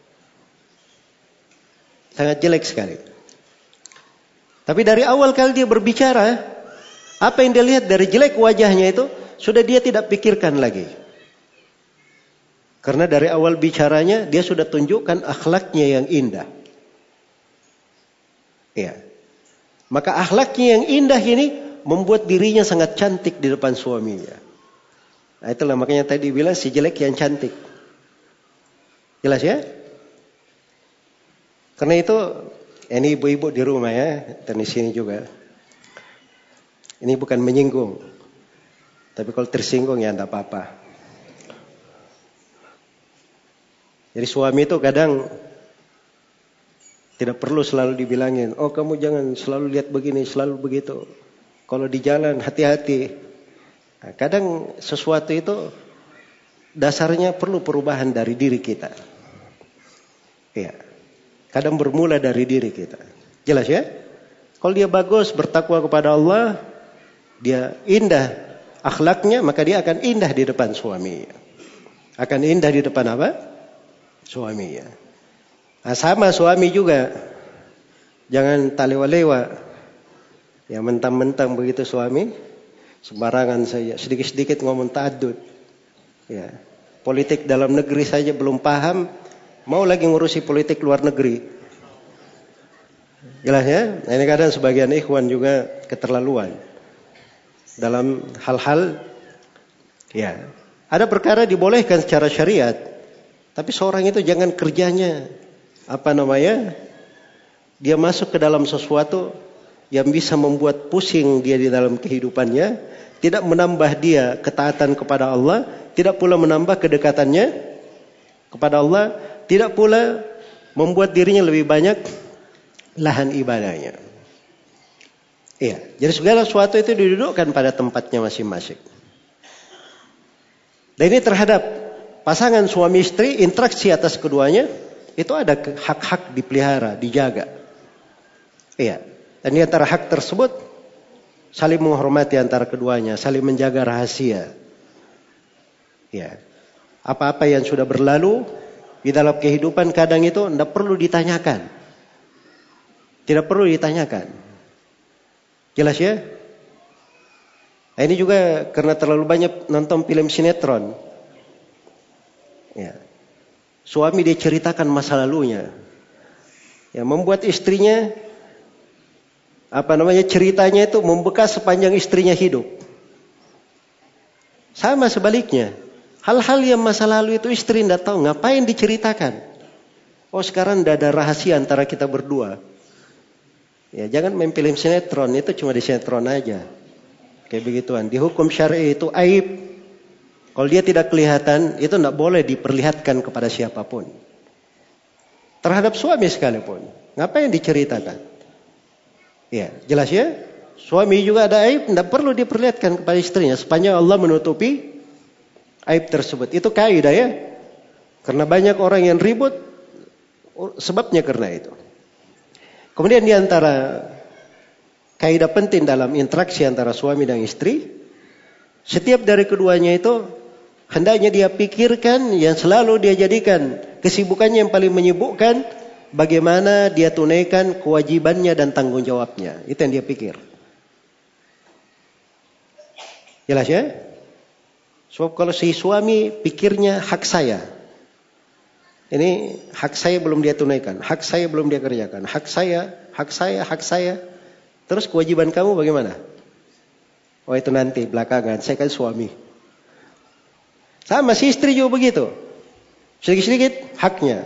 Sangat jelek sekali. Tapi dari awal kali dia berbicara, apa yang dia lihat dari jelek wajahnya itu, sudah dia tidak pikirkan lagi. Karena dari awal bicaranya, dia sudah tunjukkan akhlaknya yang indah. Ya. Maka akhlaknya yang indah ini membuat dirinya sangat cantik di depan suaminya. Nah itulah makanya tadi bilang si jelek yang cantik. Jelas ya? Karena itu, ini ibu-ibu di rumah ya, dan di sini juga. Ini bukan menyinggung. Tapi kalau tersinggung ya tidak apa-apa. Jadi suami itu kadang tidak perlu selalu dibilangin, oh kamu jangan selalu lihat begini, selalu begitu. Kalau di jalan hati-hati. Nah, kadang sesuatu itu dasarnya perlu perubahan dari diri kita. Iya. Kadang bermula dari diri kita. Jelas ya? Kalau dia bagus, bertakwa kepada Allah, dia indah akhlaknya, maka dia akan indah di depan suaminya. Akan indah di depan apa? Suaminya. Nah, sama suami juga. Jangan talewa-lewa. Ya mentang-mentang begitu suami, sembarangan saja. Sedikit-sedikit ngomong ta'addud. Ya. Politik dalam negeri saja belum paham, mau lagi ngurusi politik luar negeri. Jelas ya? Nah, ini kadang sebagian ikhwan juga keterlaluan. Dalam hal-hal, ya, ada perkara dibolehkan secara syariat, tapi seorang itu jangan kerjanya, dia masuk ke dalam sesuatu yang bisa membuat pusing dia di dalam kehidupannya, tidak menambah dia ketaatan kepada Allah, tidak pula menambah kedekatannya kepada Allah, tidak pula membuat dirinya lebih banyak lahan ibadahnya. Iya, jadi segala sesuatu itu didudukkan pada tempatnya masing-masing. Dan ini terhadap pasangan suami istri, interaksi atas keduanya, itu ada hak-hak dipelihara, dijaga. Iya, dan di antara hak tersebut, saling menghormati antara keduanya, saling menjaga rahasia. Iya, apa-apa yang sudah berlalu di dalam kehidupan kadang itu tidak perlu ditanyakan. Tidak perlu ditanyakan. Jelas ya? Nah, ini juga karena terlalu banyak nonton film sinetron. Ya. Suami dia ceritakan masa lalunya. Ya, membuat istrinya ceritanya itu membekas sepanjang istrinya hidup. Sama sebaliknya. Hal-hal yang masa lalu itu istri tidak tahu, ngapain diceritakan. Oh, sekarang tidak ada rahasia antara kita berdua. Ya, jangan main film sinetron, itu cuma di sinetron aja. Kayak begituan. Di hukum syar'i itu aib. Kalau dia tidak kelihatan, itu tidak boleh diperlihatkan kepada siapapun. Terhadap suami sekalipun. Ngapain diceritakan? Ya, jelas ya? Suami juga ada aib, tidak perlu diperlihatkan kepada istrinya. Sepanjang Allah menutupi aib tersebut. Itu kaidah ya. Karena banyak orang yang ribut, sebabnya karena itu. Kemudian di antara kaidah penting dalam interaksi antara suami dan istri, setiap dari keduanya itu hendaknya dia pikirkan, yang selalu dia jadikan kesibukannya yang paling menyibukkan, bagaimana dia tunaikan kewajibannya dan tanggung jawabnya. Itu yang dia pikir. Jelas ya? Sebab kalau si suami pikirnya hak saya, ini hak saya belum dia tunaikan, hak saya belum dia kerjakan, hak saya. Terus kewajiban kamu bagaimana? Oh, itu nanti belakangan, saya kan suami. Sama si istri juga begitu. Sedikit-sedikit haknya.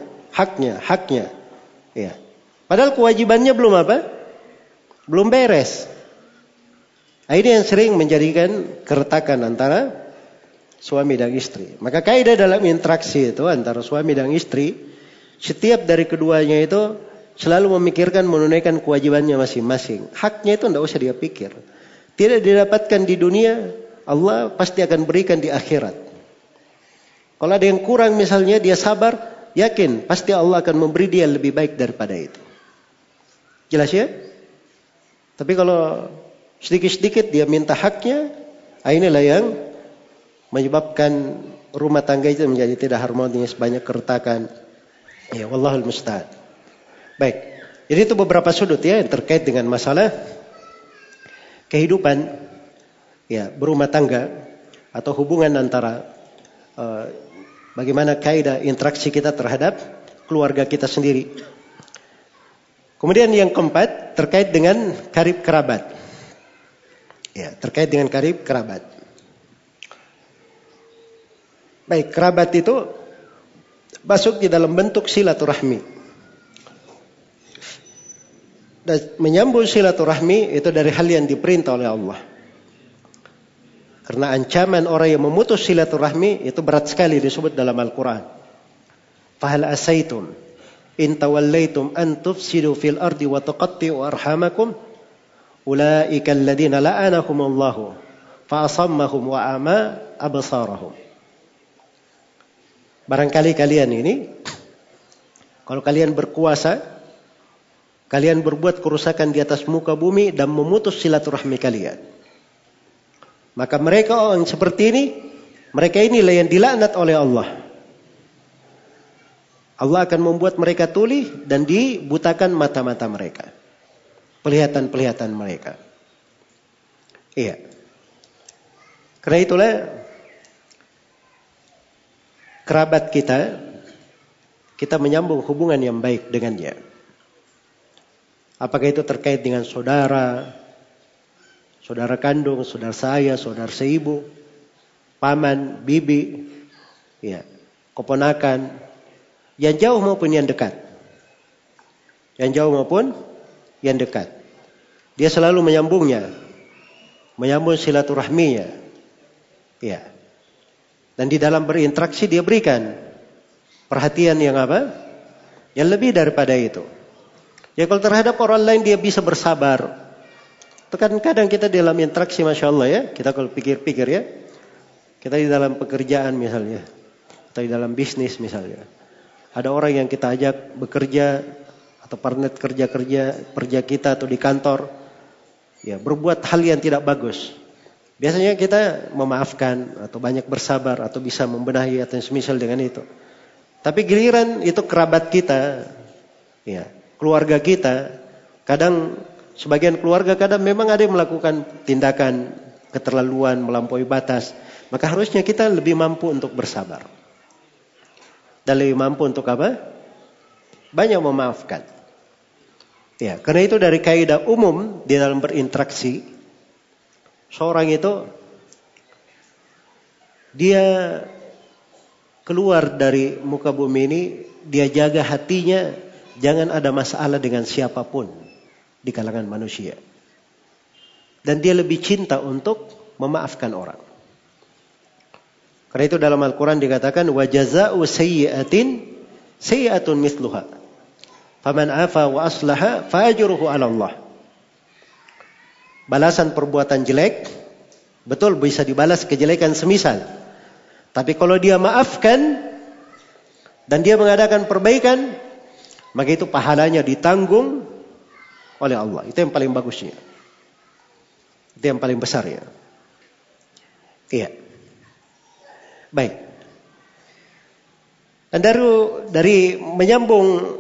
Ya. Padahal kewajibannya belum apa? Belum beres. Nah, ini yang sering menjadikan keretakan antara suami dan istri. Maka kaidah dalam interaksi itu antara suami dan istri, setiap dari keduanya itu selalu memikirkan menunaikan kewajibannya masing-masing. Haknya itu tidak usah dia pikir. Tidak didapatkan di dunia, Allah pasti akan berikan di akhirat. Kalau ada yang kurang misalnya, dia sabar, yakin pasti Allah akan memberi dia lebih baik daripada itu. Jelas ya? Tapi kalau sedikit-sedikit dia minta haknya, inilah yang menyebabkan rumah tangga itu menjadi tidak harmonis, banyak keretakan. Ya, wallahul musta'an. Baik. Jadi itu beberapa sudut ya yang terkait dengan masalah kehidupan ya berumah tangga atau hubungan antara bagaimana kaidah interaksi kita terhadap keluarga kita sendiri. Kemudian yang keempat terkait dengan karib kerabat. Ya, terkait dengan karib kerabat. Baik, kerabat itu masuk di dalam bentuk silaturahmi. Dan menyambung silaturahmi itu dari hal yang diperintah oleh Allah. Karena ancaman orang yang memutus silaturahmi itu berat sekali disebut dalam Al-Quran. Fahal asaitum in tawallaitum an tufsidu fil ardi wa tuqatti'u arhamakum ulaika alladhina la'anahumullahu fa asammahum wa ama absarahum. Barangkali kalian ini, kalau kalian berkuasa, kalian berbuat kerusakan di atas muka bumi dan memutus silaturahmi kalian. Maka mereka yang seperti ini, mereka inilah yang dilaknat oleh Allah. Allah akan membuat mereka tuli dan dibutakan mata-mata mereka. Penglihatan mereka. Iya. Karena itulah kerabat kita menyambung hubungan yang baik dengannya. Apakah itu terkait dengan saudara kandung, saudara saya, saudara seibu, paman, bibi, ya, keponakan, yang jauh maupun yang dekat. Yang jauh maupun yang dekat. Dia selalu menyambungnya. Menyambung silaturahminya. Ya. Dan di dalam berinteraksi dia berikan perhatian yang apa? Yang lebih daripada itu. Ya kalau terhadap orang lain dia bisa bersabar. Kadang-kadang kita dalam interaksi Masya Allah ya. Kita kalau pikir-pikir ya. Kita di dalam pekerjaan misalnya. Atau di dalam bisnis misalnya. Ada orang yang kita ajak bekerja atau partner kerja kita atau di kantor, ya berbuat hal yang tidak bagus. Biasanya kita memaafkan atau banyak bersabar atau bisa membenahi atau semisal dengan itu. Tapi giliran itu kerabat kita, ya keluarga kita, kadang sebagian keluarga kadang memang ada yang melakukan tindakan keterlaluan melampaui batas, maka harusnya kita lebih mampu untuk bersabar. Dan lebih mampu untuk apa? Banyak memaafkan. Ya, karena itu dari kaidah umum di dalam berinteraksi, seorang itu dia keluar dari muka bumi ini, dia jaga hatinya jangan ada masalah dengan siapapun di kalangan manusia. Dan dia lebih cinta untuk memaafkan orang. Karena itu dalam Al-Quran dikatakan wa jazaa'u sayyi'atin sayyi'atun mithluha. Faman 'afa wa aslaha fa ajruhu 'ala Allah. Balasan perbuatan jelek betul bisa dibalas kejelekan semisal. Tapi kalau dia maafkan dan dia mengadakan perbaikan, maka itu pahalanya ditanggung oleh Allah. Itu yang paling bagusnya. Itu yang paling besarnya. Iya. Baik. Dan dari menyambung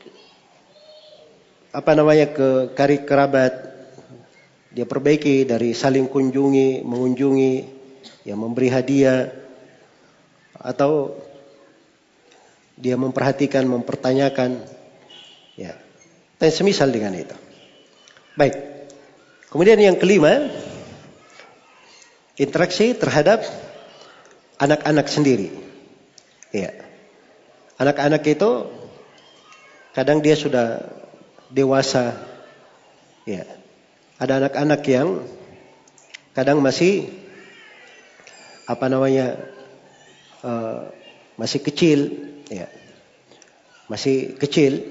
ke karib kerabat, dia perbaiki dari saling mengunjungi, yang memberi hadiah, atau dia memperhatikan, mempertanyakan, ya, dan semisal dengan itu. Baik. Kemudian yang kelima, interaksi terhadap anak-anak sendiri. Ya. Anak-anak itu kadang dia sudah dewasa. Ya. Ada anak-anak yang kadang masih masih kecil, ya. Masih kecil.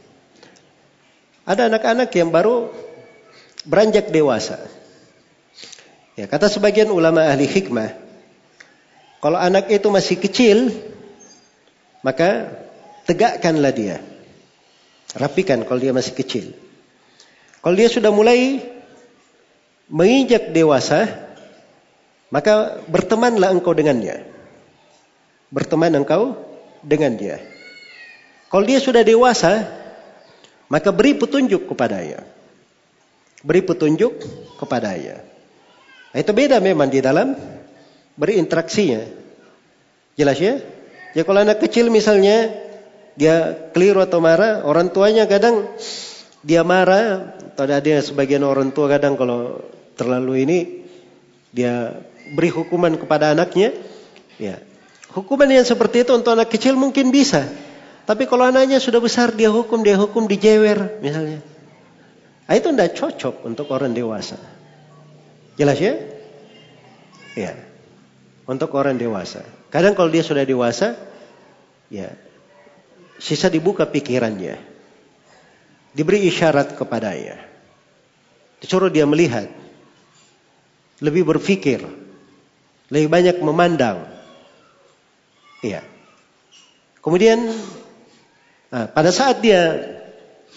Ada anak-anak yang baru beranjak dewasa. Ya, kata sebagian ulama ahli hikmah, kalau anak itu masih kecil, maka tegakkanlah dia. Rapikan kalau dia masih kecil. Kalau dia sudah mulai menginjak dewasa, maka bertemanlah engkau dengannya. Berteman engkau dengan dia. Kalau dia sudah dewasa, maka beri petunjuk kepadanya. Beri petunjuk kepadanya. Nah, itu beda memang di dalam berinteraksinya. Jelas ya? Ya kalau anak kecil misalnya dia keliru atau marah, orang tuanya kadang dia marah, atau ada sebagian orang tua kadang kalau terlalu ini dia beri hukuman kepada anaknya. Ya. Hukuman yang seperti itu untuk anak kecil mungkin bisa. Tapi kalau anaknya sudah besar dia hukum dijewer misalnya. Nah, itu tidak cocok untuk orang dewasa. Jelas ya? Ya. Untuk orang dewasa. Kadang kalau dia sudah dewasa, ya, sisa dibuka pikirannya. Diberi isyarat kepadanya. Disuruh dia melihat. Lebih berpikir. Lebih banyak memandang. Iya. Kemudian, pada saat dia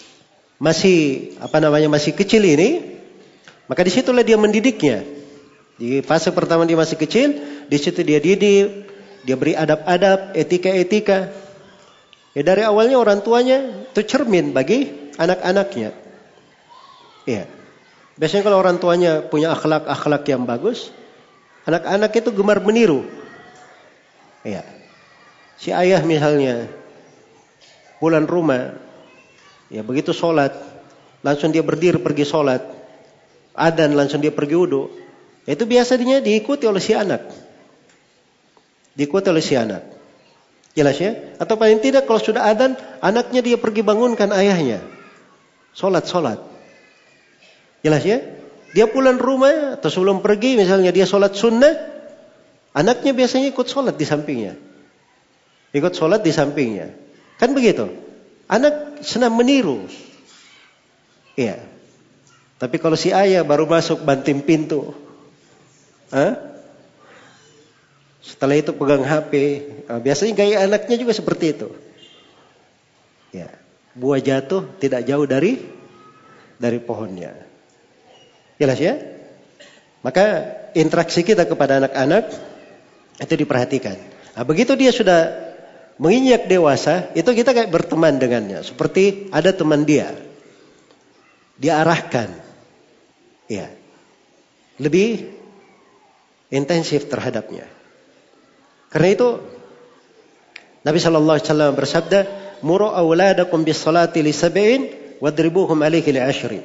masih masih kecil ini, maka disitulah dia mendidiknya. Di fase pertama dia masih kecil, di situ dia didik, dia beri adab-adab, etika-etika. Ya dari awalnya orang tuanya itu cermin bagi anak-anaknya. Iya. Biasanya kalau orang tuanya punya akhlak-akhlak yang bagus, anak-anak itu gemar meniru. Iya. Si ayah misalnya pulang rumah, ya begitu sholat, langsung dia berdiri pergi sholat, adzan langsung dia pergi wudu. Itu biasanya diikuti oleh si anak. Diikuti oleh si anak. Jelas ya? Atau paling tidak kalau sudah adzan, anaknya dia pergi bangunkan ayahnya. Sholat. Jelas ya? Dia pulang rumah atau sebelum pergi misalnya dia sholat sunnah, anaknya biasanya ikut sholat di sampingnya. Ikut sholat di sampingnya. Kan begitu? Anak senang meniru. Iya. Tapi kalau si ayah baru masuk banting pintu, setelah itu pegang HP, biasanya gaya anaknya juga seperti itu. Ya, buah jatuh tidak jauh dari pohonnya. Jelas ya? Maka interaksi kita kepada anak-anak itu diperhatikan. Nah, begitu dia sudah menginjak dewasa, itu kita kayak berteman dengannya. Seperti ada teman dia. Dia arahkan. Ya. Lebih intensif terhadapnya. Karena itu Nabi sallallahu alaihi wasallam bersabda, "Muru auladakum bis salati li sab'in wadribuhum 'alaihi li 'ashrin."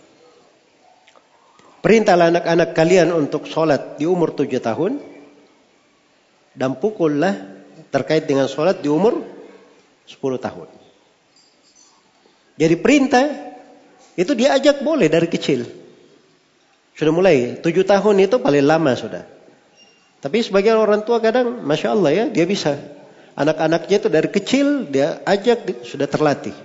Perintahlah anak-anak kalian untuk sholat di umur 7 tahun dan pukullah terkait dengan sholat di umur 10 tahun. Jadi perintah itu diajak boleh dari kecil. Sudah mulai 7 tahun itu paling lama sudah. Tapi sebagian orang tua kadang, Masya Allah ya, dia bisa. Anak-anaknya itu dari kecil, dia ajak, sudah terlatih.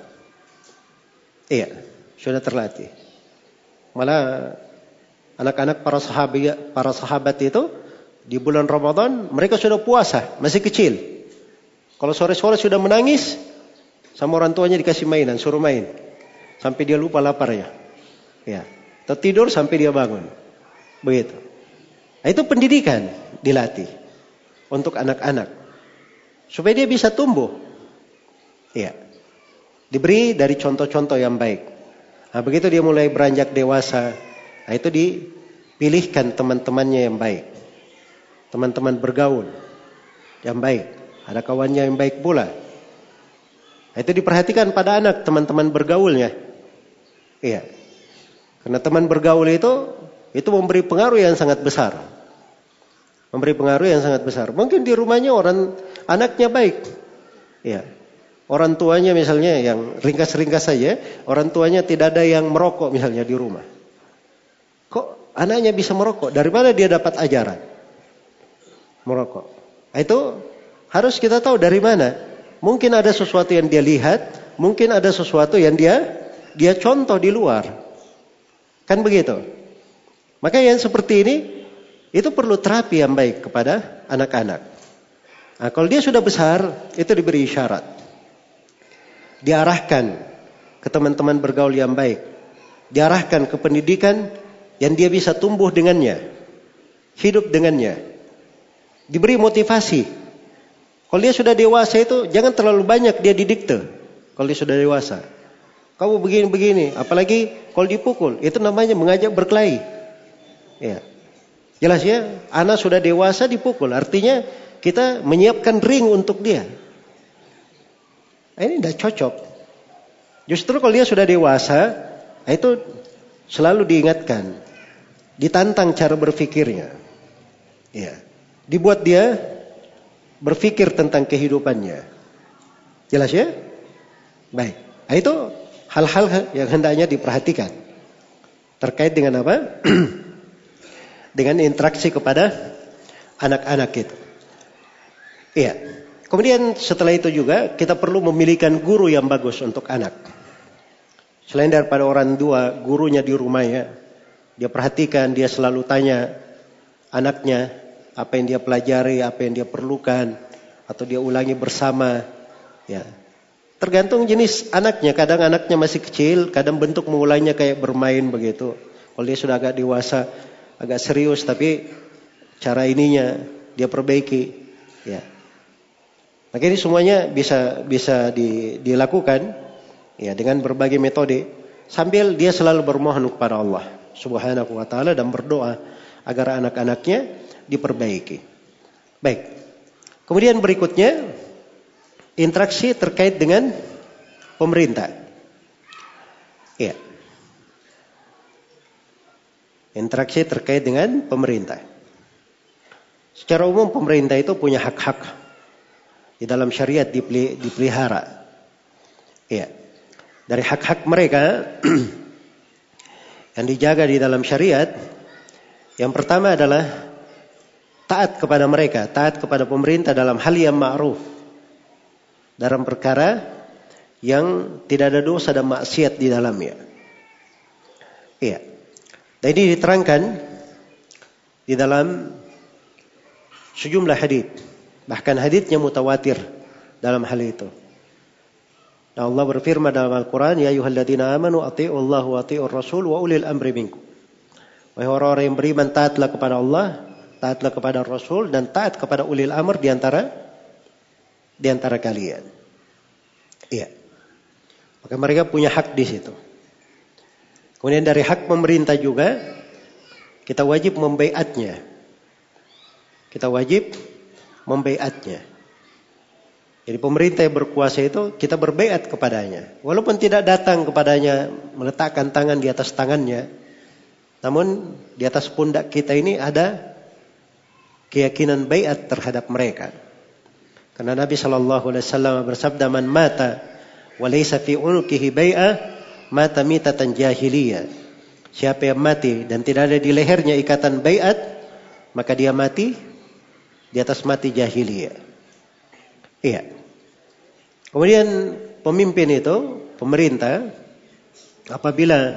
Iya, sudah terlatih. Malah anak-anak para sahabat itu, di bulan Ramadan, mereka sudah puasa, masih kecil. Kalau sore-sore sudah menangis, sama orang tuanya dikasih mainan, suruh main. Sampai dia lupa laparnya. Ya. Atau tidur sampai dia bangun. Begitu. Nah, itu pendidikan dilatih untuk anak-anak supaya dia bisa tumbuh. Iya. Diberi dari contoh-contoh yang baik. Nah, begitu dia mulai beranjak dewasa, nah itu dipilihkan teman-temannya yang baik. Teman-teman bergaul yang baik. Ada kawannya yang baik pula. Nah, itu diperhatikan pada anak, teman-teman bergaulnya. Iya. Karena teman bergaul itu memberi pengaruh yang sangat besar. Memberi pengaruh yang sangat besar. Mungkin di rumahnya anaknya baik. Ya. Orang tuanya misalnya yang ringkas-ringkas saja, orang tuanya tidak ada yang merokok misalnya di rumah. Kok anaknya bisa merokok? Dari mana dia dapat ajaran merokok? Itu harus kita tahu dari mana. Mungkin ada sesuatu yang dia lihat, mungkin ada sesuatu yang dia contoh di luar. Kan begitu? Maka yang seperti ini, itu perlu terapi yang baik kepada anak-anak. Nah, kalau dia sudah besar, itu diberi isyarat. Diarahkan ke teman-teman bergaul yang baik. Diarahkan ke pendidikan yang dia bisa tumbuh dengannya. Hidup dengannya. Diberi motivasi. Kalau dia sudah dewasa itu, jangan terlalu banyak dia didikte. Kalau dia sudah dewasa. Kamu begini-begini, apalagi kalau dipukul, itu namanya mengajak berkelahi. Ya. Jelas ya, anak sudah dewasa dipukul, artinya kita menyiapkan ring untuk dia. Ini tidak cocok. Justru kalau dia sudah dewasa, itu selalu diingatkan, ditantang cara berpikirnya. Ya. Dibuat dia berpikir tentang kehidupannya. Jelas ya? Baik. Nah, itu hal-hal yang hendaknya diperhatikan. Terkait dengan apa? Dengan interaksi kepada anak-anak itu. Iya. Kemudian setelah itu juga kita perlu memilihkan guru yang bagus untuk anak. Selain daripada orang tua, gurunya di rumahnya, dia perhatikan, dia selalu tanya anaknya apa yang dia pelajari, apa yang dia perlukan, atau dia ulangi bersama. Ya. Tergantung jenis anaknya. Kadang anaknya masih kecil, kadang bentuk mengulangnya kayak bermain begitu. Kalau dia sudah agak dewasa, agak serius, tapi cara ininya dia perbaiki, ya. Maka ini semuanya bisa dilakukan, ya, dengan berbagai metode sambil dia selalu bermohon kepada Allah Subhanahu wa taala dan berdoa agar anak-anaknya diperbaiki. Baik. Kemudian berikutnya interaksi terkait dengan pemerintah. Ya. Interaksi terkait dengan pemerintah. Secara umum pemerintah itu punya hak-hak di dalam syariat dipelihara. Ya. Dari hak-hak mereka yang dijaga di dalam syariat, yang pertama adalah taat kepada mereka, taat kepada pemerintah dalam hal yang ma'ruf, dalam perkara yang tidak ada dosa dan maksiat di dalamnya. Iya. Dan ini diterangkan di dalam sejumlah hadits, bahkan haditsnya mutawatir dalam hal itu. Nah, Allah berfirman dalam Al-Quran, ya ayyuhalladzina amanu atii'ullaha wa atii'ur rasul wa ulil amri minkum. Wahai orang-orang yang beriman, taatlah kepada Allah, taatlah kepada Rasul, dan taat kepada ulil amr di antara kalian. Iya. Maka mereka punya hak di situ. Kemudian dari hak pemerintah juga, kita wajib membaiatnya. Kita wajib membaiatnya. Jadi pemerintah yang berkuasa itu kita berbaiat kepadanya. Walaupun tidak datang kepadanya meletakkan tangan di atas tangannya, namun di atas pundak kita ini ada keyakinan baiat terhadap mereka. Karena Nabi SAW bersabda, man mata wa laysa fi unuqihi bai'ah mata mitatan jahiliyah. Siapa yang mati dan tidak ada di lehernya ikatan baiat, maka dia mati di atas mati jahiliyah. Iya. Kemudian pemimpin itu, pemerintah, apabila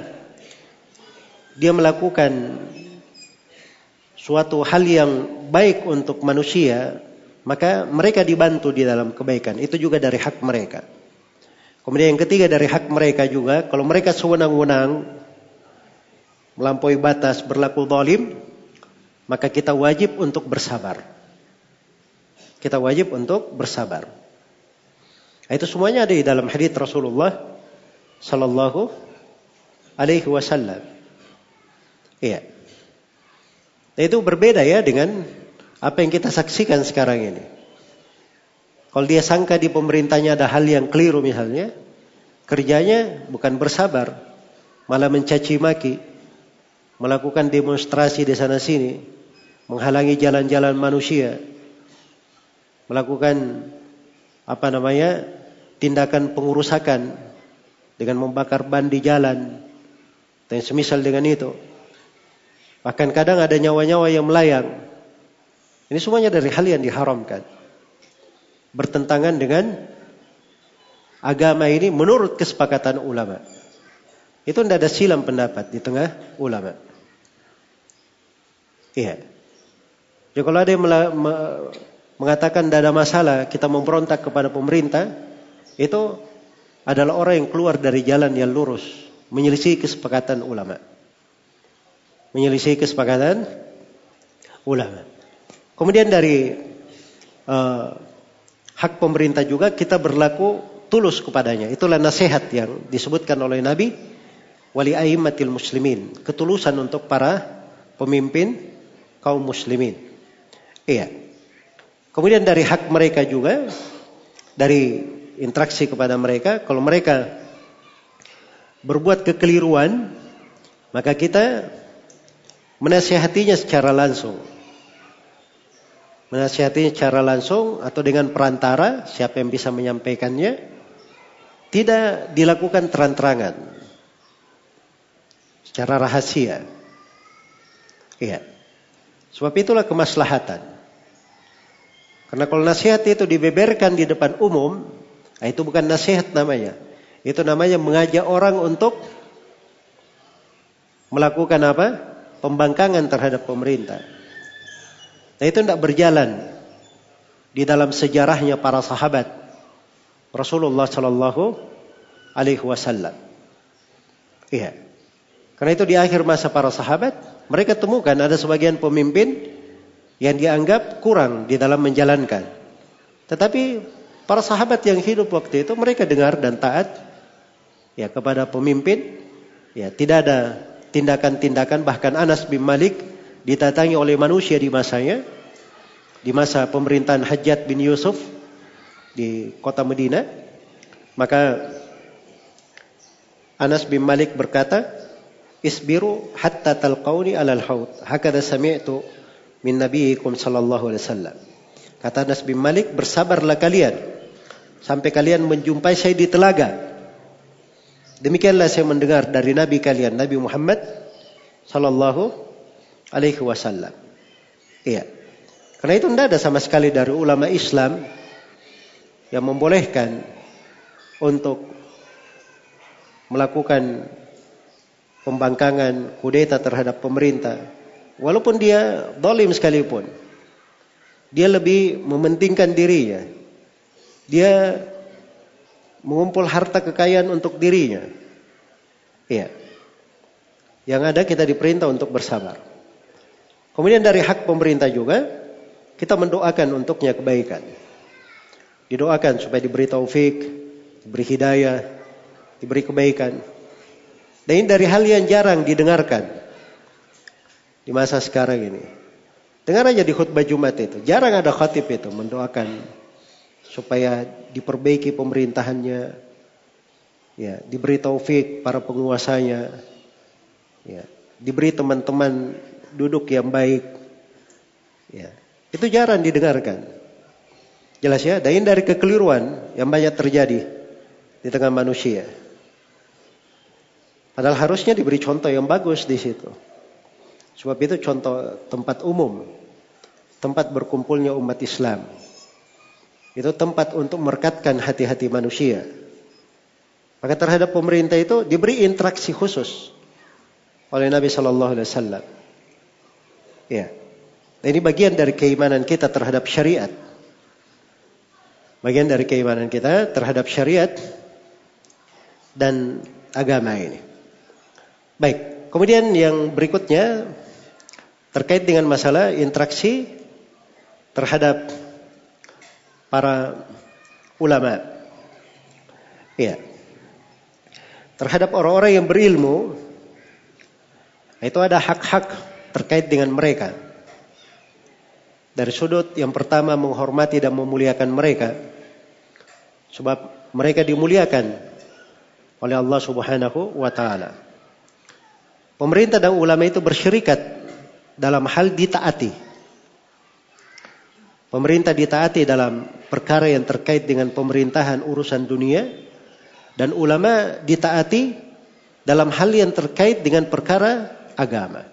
dia melakukan suatu hal yang baik untuk manusia, maka mereka dibantu di dalam kebaikan. Itu juga dari hak mereka. Kemudian yang ketiga dari hak mereka juga, kalau mereka sewenang-wenang melampaui batas, berlaku zalim, maka kita wajib untuk bersabar. Kita wajib untuk bersabar. Itu semuanya ada di dalam hadits Rasulullah sallallahu alaihi wasallam. Iya. Itu berbeda ya dengan apa yang kita saksikan sekarang ini. Kalau dia sangka di pemerintahnya ada hal yang keliru misalnya, kerjanya bukan bersabar, malah mencaci maki, melakukan demonstrasi di sana sini, menghalangi jalan-jalan manusia, melakukan tindakan pengurusakan dengan membakar ban di jalan dan semisal dengan itu. Bahkan kadang ada nyawa-nyawa yang melayang. Ini semuanya dari hal yang diharamkan, bertentangan dengan agama ini menurut kesepakatan ulama. Itu tidak ada silam pendapat di tengah ulama. Iya. Jadi kalau ada yang mengatakan tidak ada masalah kita memberontak kepada pemerintah, itu adalah orang yang keluar dari jalan yang lurus, menyelisih kesepakatan ulama. Menyelisih kesepakatan ulama. Kemudian dari hak pemerintah juga kita berlaku tulus kepadanya. Itulah nasihat yang disebutkan oleh Nabi, wali a'immatil muslimin, ketulusan untuk para pemimpin kaum muslimin. Iya. Kemudian dari hak mereka juga, dari interaksi kepada mereka, kalau mereka berbuat kekeliruan, maka kita menasihatinya secara langsung. Menasihatinya secara langsung atau dengan perantara, siapa yang bisa menyampaikannya, tidak dilakukan terang-terangan, secara rahasia. Iya. Sebab itulah kemaslahatan. Karena kalau nasihat itu dibeberkan di depan umum, itu bukan nasihat namanya. Itu namanya mengajak orang untuk melakukan apa? Pembangkangan terhadap pemerintah. Nah, itu tidak berjalan di dalam sejarahnya para sahabat Rasulullah Sallallahu Alaihi Wasallam. Iya. Karena itu di akhir masa para sahabat, mereka temukan ada sebagian pemimpin yang dianggap kurang di dalam menjalankan. Tetapi para sahabat yang hidup waktu itu mereka dengar dan taat ya kepada pemimpin. Ya, tidak ada tindakan-tindakan, bahkan Anas bin Malik didatangi oleh manusia di masanya, di masa pemerintahan Hajjaj bin Yusuf di kota Madinah. Maka Anas bin Malik berkata, "Isbiru hatta talqauni alal haud. Hakadha sami'tu min nabiyikum sallallahu alaihi wasallam." Kata Anas bin Malik, bersabarlah kalian sampai kalian menjumpai saya di telaga. Demikianlah saya mendengar dari Nabi kalian, Nabi Muhammad sallallahu alaihi wasallam. Iya. Karena itu tidak ada sama sekali dari ulama Islam yang membolehkan untuk melakukan pembangkangan, kudeta terhadap pemerintah. Walaupun dia zalim sekalipun. Dia lebih mementingkan dirinya. Dia mengumpul harta kekayaan untuk dirinya. Iya. Yang ada kita diperintah untuk bersabar. Kemudian dari hak pemerintah juga kita mendoakan untuknya kebaikan. Didoakan supaya diberi taufik, diberi hidayah, diberi kebaikan. Dan ini dari hal yang jarang didengarkan di masa sekarang ini. Dengar aja di khutbah Jumat itu, jarang ada khatib itu mendoakan supaya diperbaiki pemerintahannya, ya, diberi taufik para penguasanya, ya, diberi teman-teman duduk yang baik, ya, itu jarang didengarkan. Jelas ya, dan ini dari kekeliruan yang banyak terjadi di tengah manusia. Padahal harusnya diberi contoh yang bagus di situ. Sebab itu contoh tempat umum, tempat berkumpulnya umat Islam. Itu tempat untuk merekatkan hati-hati manusia. Maka terhadap pemerintah itu diberi interaksi khusus oleh Nabi Sallallahu Alaihi Wasallam. Ya, dan ini bagian dari keimanan kita terhadap syariat. Bagian dari keimanan kita terhadap syariat dan agama ini. Baik, kemudian yang berikutnya terkait dengan masalah interaksi terhadap para ulama. Ya. Terhadap orang-orang yang berilmu, itu ada hak-hak terkait dengan mereka. Dari sudut yang pertama menghormati dan memuliakan mereka. Sebab mereka dimuliakan oleh Allah Subhanahu wa taala. Pemerintah dan ulama itu bersyirikat dalam hal ditaati. Pemerintah ditaati dalam perkara yang terkait dengan pemerintahan urusan dunia, dan ulama ditaati dalam hal yang terkait dengan perkara agama.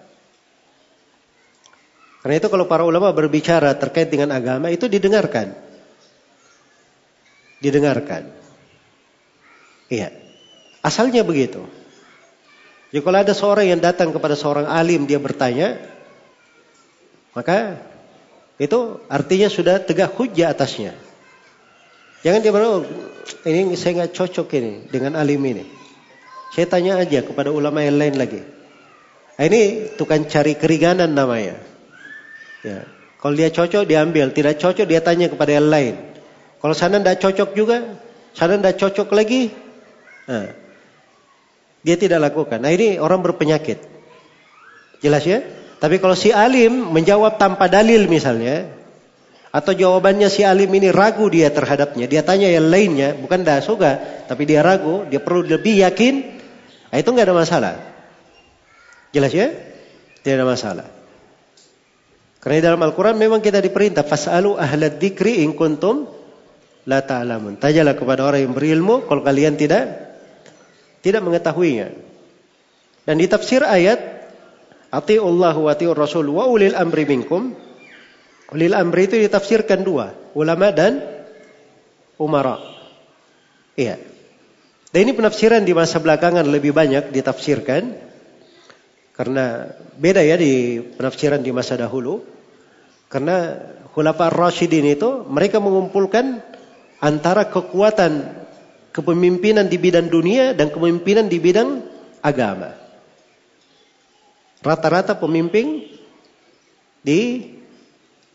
Karena itu kalau para ulama berbicara terkait dengan agama itu didengarkan. Didengarkan. Iya. Asalnya begitu. Jadi kalau ada seorang yang datang kepada seorang alim, dia bertanya, maka itu artinya sudah tegak hujjah atasnya. Jangan dia bilang, ini saya nggak cocok ini dengan alim ini. Saya tanya aja kepada ulama yang lain lagi. Nah, ini tukang cari keringanan namanya. Ya, kalau dia cocok diambil, tidak cocok dia tanya kepada yang lain. Kalau sana tidak cocok juga, sana tidak cocok lagi, nah, dia tidak lakukan. Nah ini orang berpenyakit. Jelas ya? Tapi kalau si alim menjawab tanpa dalil misalnya, atau jawabannya si alim ini ragu dia terhadapnya, dia tanya yang lainnya, bukan dah suka, tapi dia ragu, dia perlu lebih yakin, nah itu nggak ada masalah. Jelas ya? Tidak ada masalah. Karena dalam Al-Quran memang kita diperintah, fas'alu ahlad dzikri in kuntum la ta'lamun. Tanyalah kepada orang yang berilmu kalau kalian tidak mengetahuinya. Dan di tafsir ayat, ati'ullah wa ati'ur rasul wa ulil amri minkum. Ulil amri itu ditafsirkan dua, ulama dan umara. Iya. Dan ini penafsiran di masa belakangan lebih banyak ditafsirkan. Karena beda ya di penafsiran di masa dahulu. Karena Khulafa ar-Rasyidin itu mereka mengumpulkan antara kekuatan kepemimpinan di bidang dunia dan kepemimpinan di bidang agama. Rata-rata pemimpin di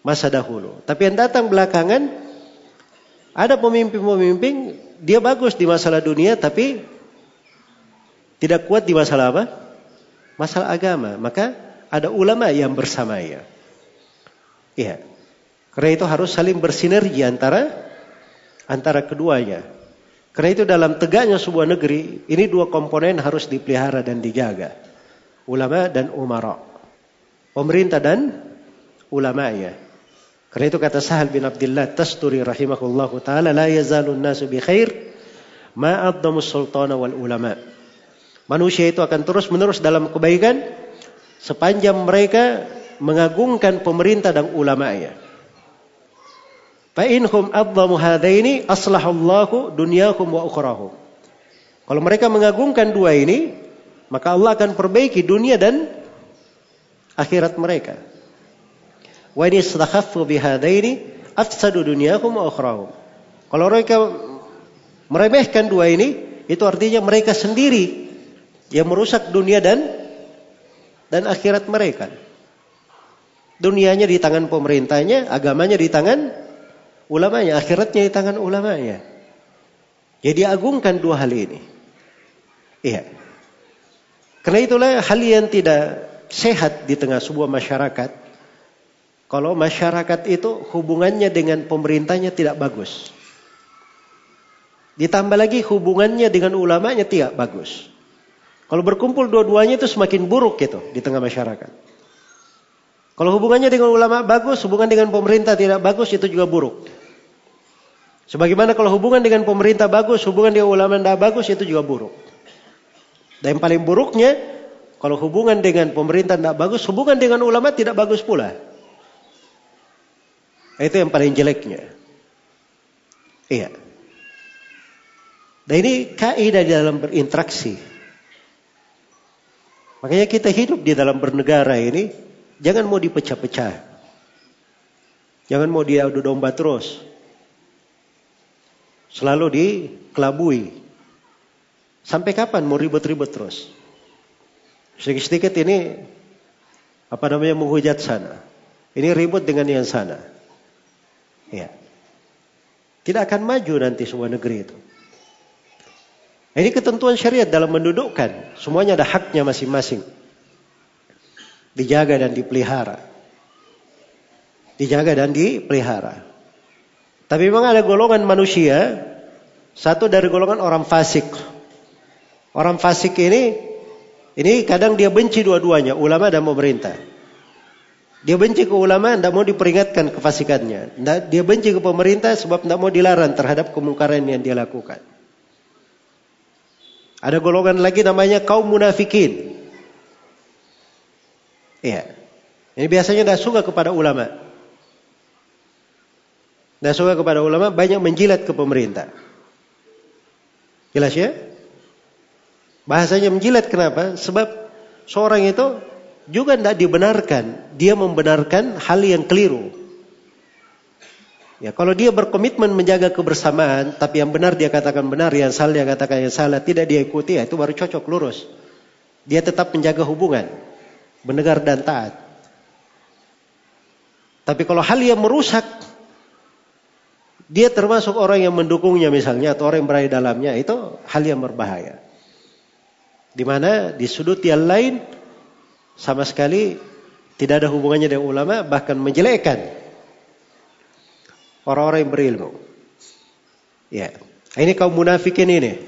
masa dahulu. Tapi yang datang belakangan, ada pemimpin-pemimpin, dia bagus di masalah dunia, tapi tidak kuat di masalah apa? Masalah agama. Maka ada ulama yang bersamanya. Iya. Karena itu harus saling bersinergi antara keduanya. Karena itu dalam tegaknya sebuah negeri, ini dua komponen harus dipelihara dan dijaga. Ulama dan umara. Pemerintah dan ulama'nya. Karena itu kata Sahal bin Abdullah Tasturi rahimahullahu ta'ala, la yazalun nasu bi khair ma'addamus sultana wal ulama. Manusia itu akan terus menerus dalam kebaikan sepanjang mereka mengagungkan pemerintah dan ulama'nya. Fa inhum adzamu hadaini aslahallahu dunyahum wa ukhrahum. Kalau mereka mengagungkan dua ini, maka Allah akan perbaiki dunia dan akhirat mereka. Wa in istakhaffu bihadaini afsadu dunyahum wa ukhrahum. Kalau mereka meremehkan dua ini, itu artinya mereka sendiri yang merusak dunia dan akhirat mereka. Dunianya di tangan pemerintahnya, agamanya di tangan ulamanya, akhiratnya di tangan ulamanya. Jadi agungkan dua hal ini. Iya. Karena itulah hal yang tidak sehat di tengah sebuah masyarakat. Kalau masyarakat itu hubungannya dengan pemerintahnya tidak bagus. Ditambah lagi hubungannya dengan ulamanya tidak bagus. Kalau berkumpul dua-duanya itu semakin buruk gitu di tengah masyarakat. Kalau hubungannya dengan ulama bagus, hubungan dengan pemerintah tidak bagus, itu juga buruk. Sebagaimana kalau hubungan dengan pemerintah bagus, hubungan dengan ulama tidak bagus, itu juga buruk. Dan yang paling buruknya, kalau hubungan dengan pemerintah tidak bagus, hubungan dengan ulama tidak bagus pula. Itu yang paling jeleknya. Iya. Dan ini kaidah di dalam berinteraksi. Makanya kita hidup di dalam bernegara ini, jangan mau dipecah-pecah. Jangan mau diadu domba terus. Selalu dikelabui. Sampai kapan mau ribut-ribut terus? Sedikit-sedikit ini menghujat sana. Ini ribut dengan yang sana. Ya. Tidak akan maju nanti sebuah negeri itu. Ini ketentuan syariat dalam mendudukkan. Semuanya ada haknya masing-masing. Dijaga dan dipelihara. Dijaga dan dipelihara. Tapi memang ada golongan manusia, satu dari golongan orang fasik. Orang fasik ini kadang dia benci dua-duanya, ulama dan pemerintah. Dia benci ke ulama, tidak mau diperingatkan kefasikannya. Dia benci ke pemerintah sebab tidak mau dilarang terhadap kemungkaran yang dia lakukan. Ada golongan lagi namanya kaum munafikin. Iya. Ini biasanya tidak suka kepada ulama. Dan suka kepada ulama, banyak menjilat ke pemerintah. Jelas ya? Bahasanya menjilat kenapa? Sebab seorang itu juga tidak dibenarkan. Dia membenarkan hal yang keliru. Ya, kalau dia berkomitmen menjaga kebersamaan, tapi yang benar dia katakan benar, yang salah dia katakan yang salah, tidak dia ikuti, ya, itu baru cocok lurus. Dia tetap menjaga hubungan, mendengar dan taat. Tapi kalau hal yang merusak, dia termasuk orang yang mendukungnya misalnya, atau orang yang berada di dalamnya, itu hal yang berbahaya. Di mana di sudut yang lain sama sekali tidak ada hubungannya dengan ulama, bahkan menjelekkan orang-orang yang berilmu. Ya, ini kaum munafikin ini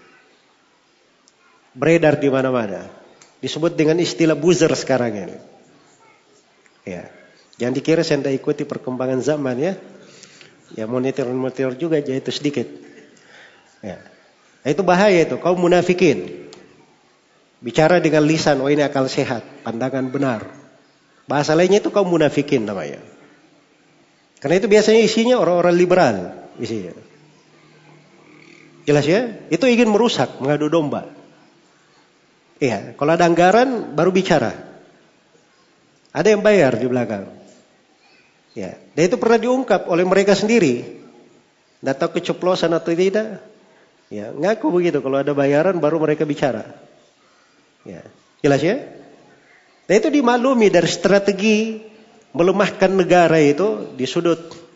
beredar di mana-mana. Disebut dengan istilah buzzer sekarang ini. Ya, jangan dikira saya tidak ikuti perkembangan zaman ya. Ya monitor juga aja itu sedikit. Ya. Nah, itu bahaya itu, kaum munafikin. Bicara dengan lisan, oh ini akal sehat, pandangan benar. Bahasa lainnya itu kaum munafikin namanya. Karena itu biasanya isinya orang-orang liberal isinya. Jelas ya? Itu ingin merusak, mengadu domba. Iya, kalau ada anggaran baru bicara. Ada yang bayar di belakang. Ya, dan itu pernah diungkap oleh mereka sendiri. Tidak tahu keceplosan atau tidak. Ya, ngaku begitu. Kalau ada bayaran baru mereka bicara. Ya, jelas ya? Dan itu dimaklumi dari strategi melemahkan negara itu di sudut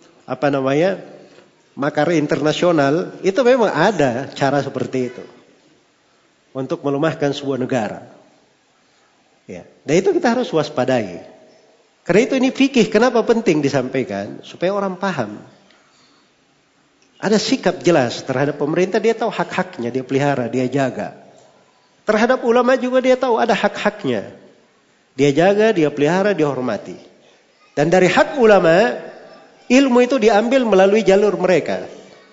makar internasional, itu memang ada cara seperti itu untuk melemahkan sebuah negara. Ya, dan itu kita harus waspadai. Karena itu ini fikih, kenapa penting disampaikan? Supaya orang paham. Ada sikap jelas terhadap pemerintah, dia tahu hak-haknya, dia pelihara, dia jaga. Terhadap ulama juga dia tahu ada hak-haknya. Dia jaga, dia pelihara, dia hormati. Dan dari hak ulama, ilmu itu diambil melalui jalur mereka.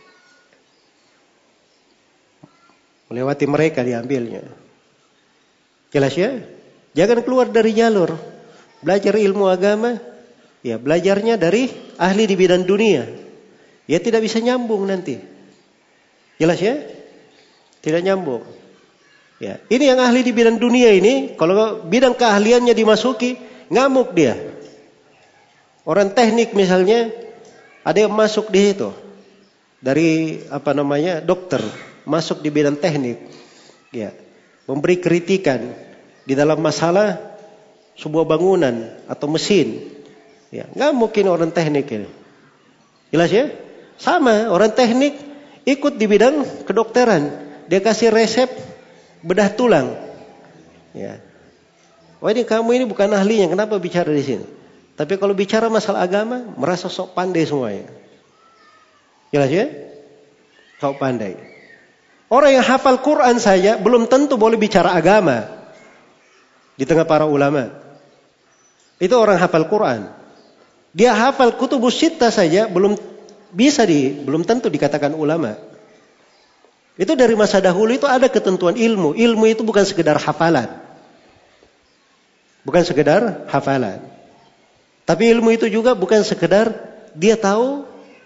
Melewati mereka diambilnya. Jelas ya? Jangan keluar dari jalur. Belajar ilmu agama, ya belajarnya dari ahli di bidang dunia. Ya tidak bisa nyambung nanti. Jelas ya? Tidak nyambung. Ya, ini yang ahli di bidang dunia ini, kalau bidang keahliannya dimasuki, ngamuk dia. Orang teknik misalnya, ada yang masuk di situ. Dari dokter, masuk di bidang teknik. Ya, memberi kritikan di dalam masalah sebuah bangunan atau mesin. Ya, nggak mungkin orang teknik ini. Jelas ya? Sama, orang teknik ikut di bidang kedokteran. Dia kasih resep bedah tulang. Ya. Oh ini kamu ini bukan ahlinya, kenapa bicara di sini? Tapi kalau bicara masalah agama, merasa sok pandai semuanya. Jelas ya? Sok pandai. Orang yang hafal Quran saja belum tentu boleh bicara agama di tengah para ulama. Itu orang hafal Quran. Dia hafal kutubus sittah saja belum tentu dikatakan ulama. Itu dari masa dahulu itu ada ketentuan ilmu. Ilmu itu bukan sekedar hafalan. Bukan sekedar hafalan. Tapi ilmu itu juga bukan sekedar dia tahu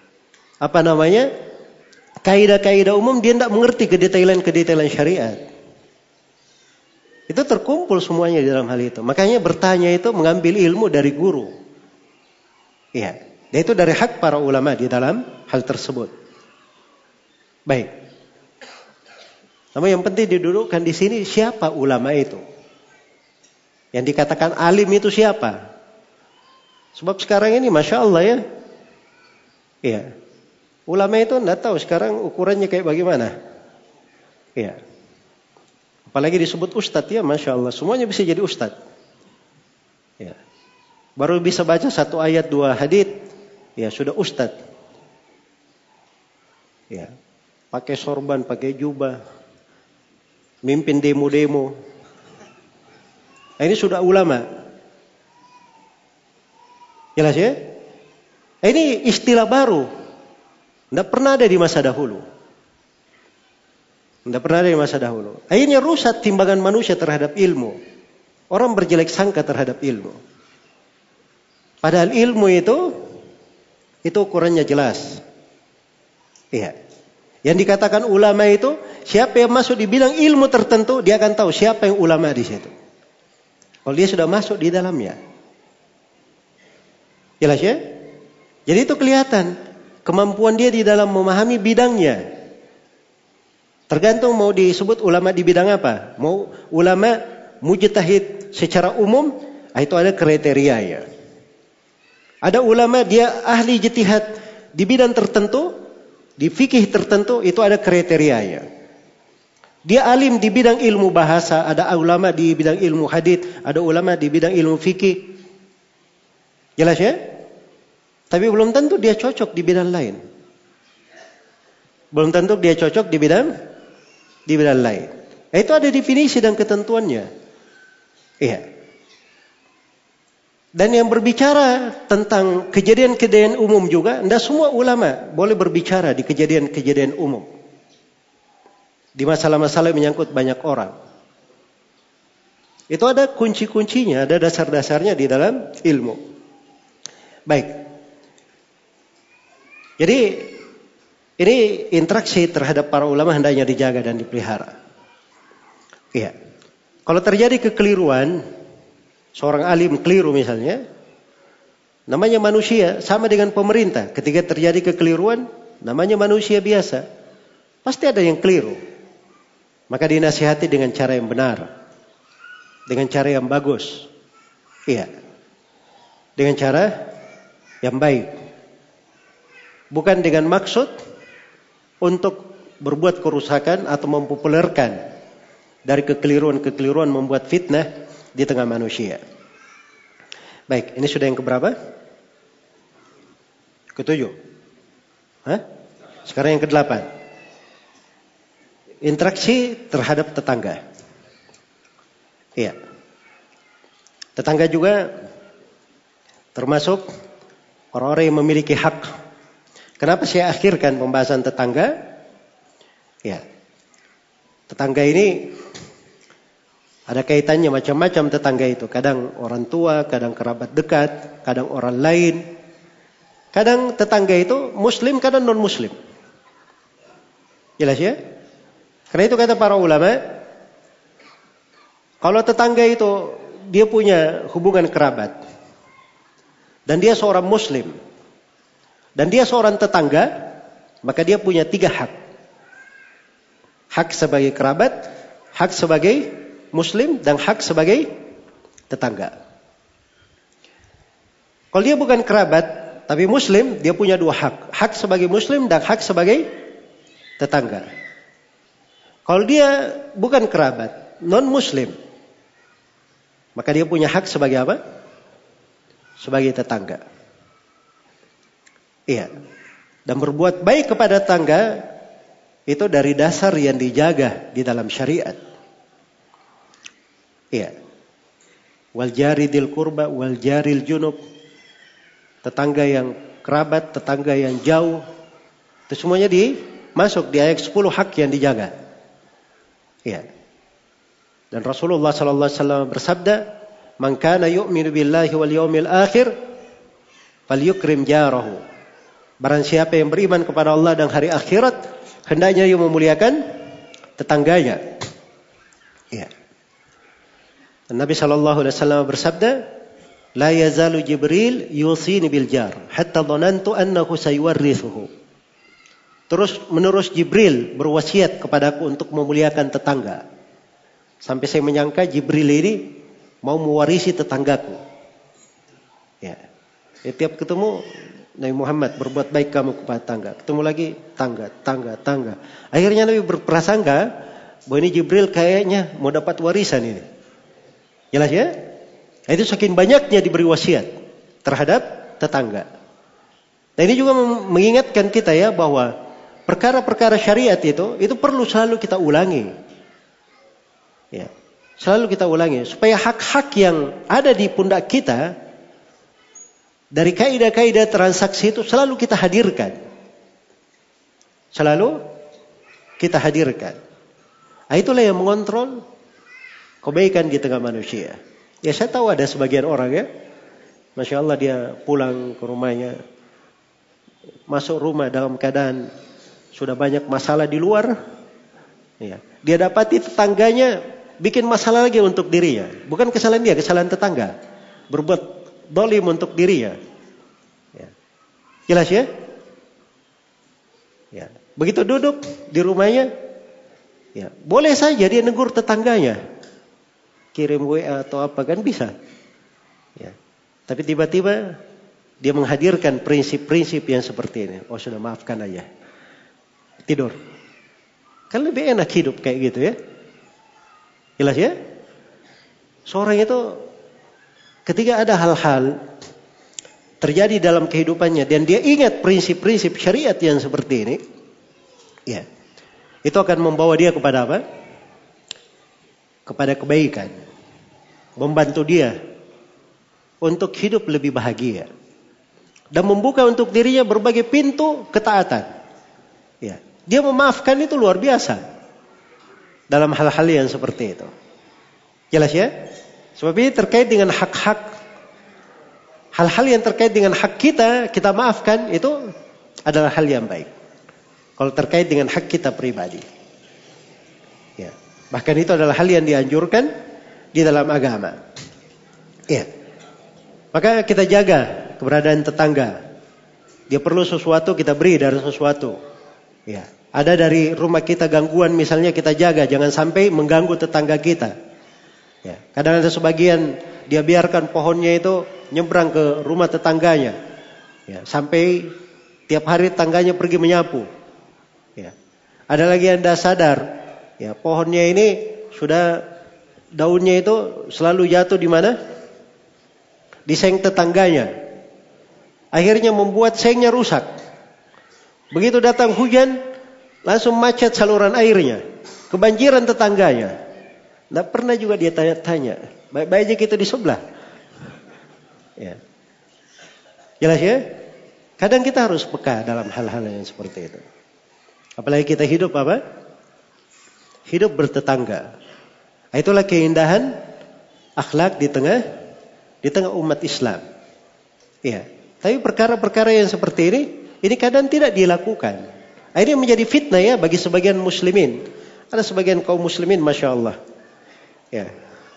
kaidah-kaidah umum, dia tidak mengerti kedetailan syariat. Itu terkumpul semuanya di dalam hal itu. Makanya bertanya itu mengambil ilmu dari guru. Iya. Dan itu dari hak para ulama di dalam hal tersebut. Baik. Namun yang penting didudukkan di sini siapa ulama itu. Yang dikatakan alim itu siapa? Sebab sekarang ini Masya Allah ya. Iya. Ulama itu tidak tahu sekarang ukurannya kayak bagaimana. Iya. Apalagi disebut ustadz ya, Masya Allah. Semuanya bisa jadi ustadz. Ya. Baru bisa baca 1 ayat 2 hadits, ya sudah ustadz. Ya. Pakai sorban, pakai jubah. Mimpin demo-demo. Nah, ini sudah ulama. Jelas ya? Ini istilah baru. Tidak pernah ada di masa dahulu. Tidak pernah ada di masa dahulu. Akhirnya rusak timbangan manusia terhadap ilmu. Orang berjelek sangka terhadap ilmu. Padahal ilmu itu ukurannya jelas. Iya. Yang dikatakan ulama itu, siapa yang masuk di bidang ilmu tertentu, dia akan tahu siapa yang ulama di situ. Kalau dia sudah masuk di dalamnya. Jelas ya? Jadi itu kelihatan kemampuan dia di dalam memahami bidangnya. Tergantung mau disebut ulama di bidang apa. Mau ulama mujtahid secara umum, itu ada kriterianya. Ada ulama dia ahli ijtihad di bidang tertentu, di fikih tertentu, itu ada kriterianya. Dia alim di bidang ilmu bahasa, ada ulama di bidang ilmu hadits, ada ulama di bidang ilmu fikih. Jelas ya? Tapi belum tentu dia cocok di bidang lain. Belum tentu dia cocok di bidang lain. Itu ada definisi dan ketentuannya. Iya. Dan yang berbicara tentang kejadian-kejadian umum juga, tidak semua ulama boleh berbicara di kejadian-kejadian umum. Di masalah-masalah yang menyangkut banyak orang. Itu ada kunci-kuncinya, ada dasar-dasarnya di dalam ilmu. Baik. Jadi ini interaksi terhadap para ulama hendaknya dijaga dan dipelihara. Iya. Kalau terjadi kekeliruan, seorang alim keliru misalnya, namanya manusia, sama dengan pemerintah. Ketika terjadi kekeliruan, namanya manusia biasa. Pasti ada yang keliru. Maka dinasihati dengan cara yang benar. Dengan cara yang bagus. Iya. dengan cara yang baik. Bukan dengan maksud untuk berbuat kerusakan atau mempopulerkan dari kekeliruan-kekeliruan membuat fitnah di tengah manusia. Baik, ini sudah yang keberapa? Ketujuh. Sekarang yang kedelapan. Interaksi terhadap tetangga. Iya. Tetangga juga termasuk orang-orang yang memiliki hak. Kenapa saya akhirkan pembahasan tetangga? Ya. Tetangga ini ada kaitannya macam-macam tetangga itu. Kadang orang tua, kadang kerabat dekat, kadang orang lain. Kadang tetangga itu muslim, kadang non-muslim. Jelas ya? Karena itu kata para ulama, kalau tetangga itu dia punya hubungan kerabat, dan dia seorang muslim, dan dia seorang tetangga, maka dia punya 3 hak. Hak sebagai kerabat, hak sebagai muslim, dan hak sebagai tetangga. Kalau dia bukan kerabat tapi muslim, dia punya 2 hak. Hak sebagai muslim dan hak sebagai tetangga. Kalau dia bukan kerabat, non muslim, maka dia punya hak sebagai apa? Sebagai tetangga. Iya. Dan berbuat baik kepada tetangga itu dari dasar yang dijaga di dalam syariat. Iya. Wal jari dil qurba wal jaril junub. Tetangga yang kerabat, tetangga yang jauh, itu semuanya masuk di ayat 10 hak yang dijaga. Iya. Dan Rasulullah sallallahu alaihi wasallam bersabda, "Man kana yu'minu billahi wal yawmil akhir falyukrim jarahu." Barang siapa yang beriman kepada Allah dan hari akhirat, hendaknya ia memuliakan tetangganya. Iya. Dan Nabi sallallahu alaihi wasallam bersabda, "La yazalu Jibril yusini bil jar hatta dhanantu annahu sayuwarrithuhu." Terus menerus Jibril berwasiat kepadaku untuk memuliakan tetangga. Sampai saya menyangka Jibril ini mau mewarisi tetanggaku. Ya. Tiap ketemu Nabi Muhammad berbuat baik kamu kepada tetangga. Ketemu lagi tangga. Akhirnya Nabi berprasangka bahwa ini Jibril kayaknya mau dapat warisan ini. Jelas ya? Itu saking banyaknya diberi wasiat terhadap tetangga. Nah ini juga mengingatkan kita ya bahwa perkara-perkara syariat itu perlu selalu kita ulangi. Ya, selalu kita ulangi supaya hak-hak yang ada di pundak kita dari kaidah-kaidah transaksi itu selalu kita hadirkan. Selalu kita hadirkan. Nah, itulah yang mengontrol kebaikan di tengah manusia. Ya saya tahu ada sebagian orang ya, Masya Allah dia pulang ke rumahnya, masuk rumah dalam keadaan sudah banyak masalah di luar. Ya. Dia dapati tetangganya bikin masalah lagi untuk dirinya. Bukan kesalahan dia, kesalahan tetangga. Berbuat dolim untuk dirinya. Ya. Jelas ya? Ya. Begitu duduk di rumahnya, ya, boleh saja dia negur tetangganya. Kirim WA atau apa kan bisa. Ya. Tapi tiba-tiba dia menghadirkan prinsip-prinsip yang seperti ini. Oh sudah maafkan aja. Tidur. Kan lebih enak hidup kayak gitu ya. Jelas ya? Seorang itu ketika ada hal-hal terjadi dalam kehidupannya dan dia ingat prinsip-prinsip syariat yang seperti ini, ya, itu akan membawa dia kepada apa? Kepada kebaikan, membantu dia untuk hidup lebih bahagia dan membuka untuk dirinya berbagai pintu ketaatan. Ya, dia memaafkan itu luar biasa dalam hal-hal yang seperti itu. Jelas ya? Sebab ini terkait dengan hak-hak, hal-hal yang terkait dengan hak kita maafkan itu adalah hal yang baik. Kalau terkait dengan hak kita pribadi, ya. Bahkan itu adalah hal yang dianjurkan di dalam agama. Ya. Maka kita jaga keberadaan tetangga. Dia perlu sesuatu, kita beri dari sesuatu. Ya. Ada dari rumah kita gangguan misalnya kita jaga. Jangan sampai mengganggu tetangga kita. Ya. Kadang ada sebagian dia biarkan pohonnya itu nyebrang ke rumah tetangganya. Ya, sampai tiap hari tetangganya pergi menyapu. Ya. Ada lagi yang tidak sadar, ya, pohonnya ini sudah daunnya itu selalu jatuh di mana? Di seng tetangganya. Akhirnya membuat sengnya rusak. Begitu datang hujan, langsung macet saluran airnya. Kebanjiran tetangganya. Tidak pernah juga dia tanya-tanya. Baik-baik aja kita di sebelah. Ya. Jelas ya? Kadang kita harus peka dalam hal-hal yang seperti itu. Apalagi kita hidup apa? Hidup bertetangga. Itulah keindahan akhlak di tengah umat Islam. Ya. Tapi perkara-perkara yang seperti ini kadang tidak dilakukan. Ini menjadi fitnah ya bagi sebagian muslimin. Ada sebagian kaum muslimin, Masya Allah. Ya.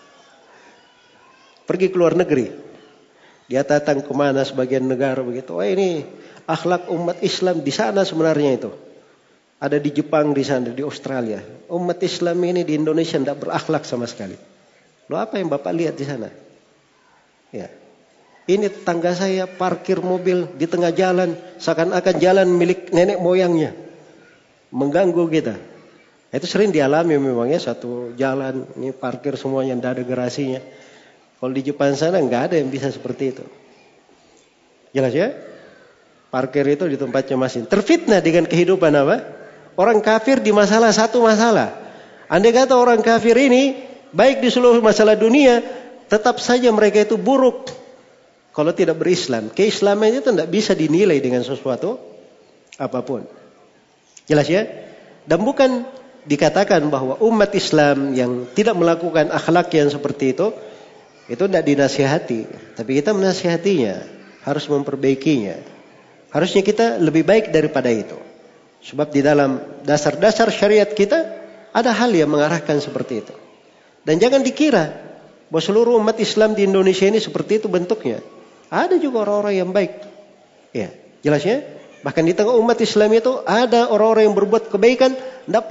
Pergi ke luar negeri. Dia datang kemana sebagian negara begitu. Oh ini akhlak umat Islam di sana sebenarnya itu. Ada di Jepang di sana, di Australia. Umat Islam ini di Indonesia tidak berakhlak sama sekali. Loh apa yang Bapak lihat di sana? Ya. Ini tetangga saya parkir mobil di tengah jalan. Seakan-akan jalan milik nenek moyangnya. Mengganggu kita. Itu sering dialami memang ya. Satu jalan ini parkir semuanya tidak ada garasinya. Kalau di Jepang sana nggak ada yang bisa seperti itu. Jelas ya? Parkir itu di tempatnya masing. Terfitnah dengan kehidupan apa? Orang kafir di satu masalah. Andai kata orang kafir ini baik di seluruh masalah dunia, tetap saja mereka itu buruk kalau tidak berislam. Keislaman itu tidak bisa dinilai dengan sesuatu apapun. Jelas ya? Dan bukan dikatakan bahwa umat Islam yang tidak melakukan akhlak yang seperti itu tidak dinasihati. Tapi kita menasihatinya, harus memperbaikinya. Harusnya kita lebih baik daripada itu. Sebab di dalam dasar-dasar syariat kita ada hal yang mengarahkan seperti itu. Dan jangan dikira bahwa seluruh umat Islam di Indonesia ini seperti itu bentuknya. Ada juga orang-orang yang baik. Ya, jelasnya. Bahkan di tengah umat Islam itu ada orang-orang yang berbuat kebaikan. Tidak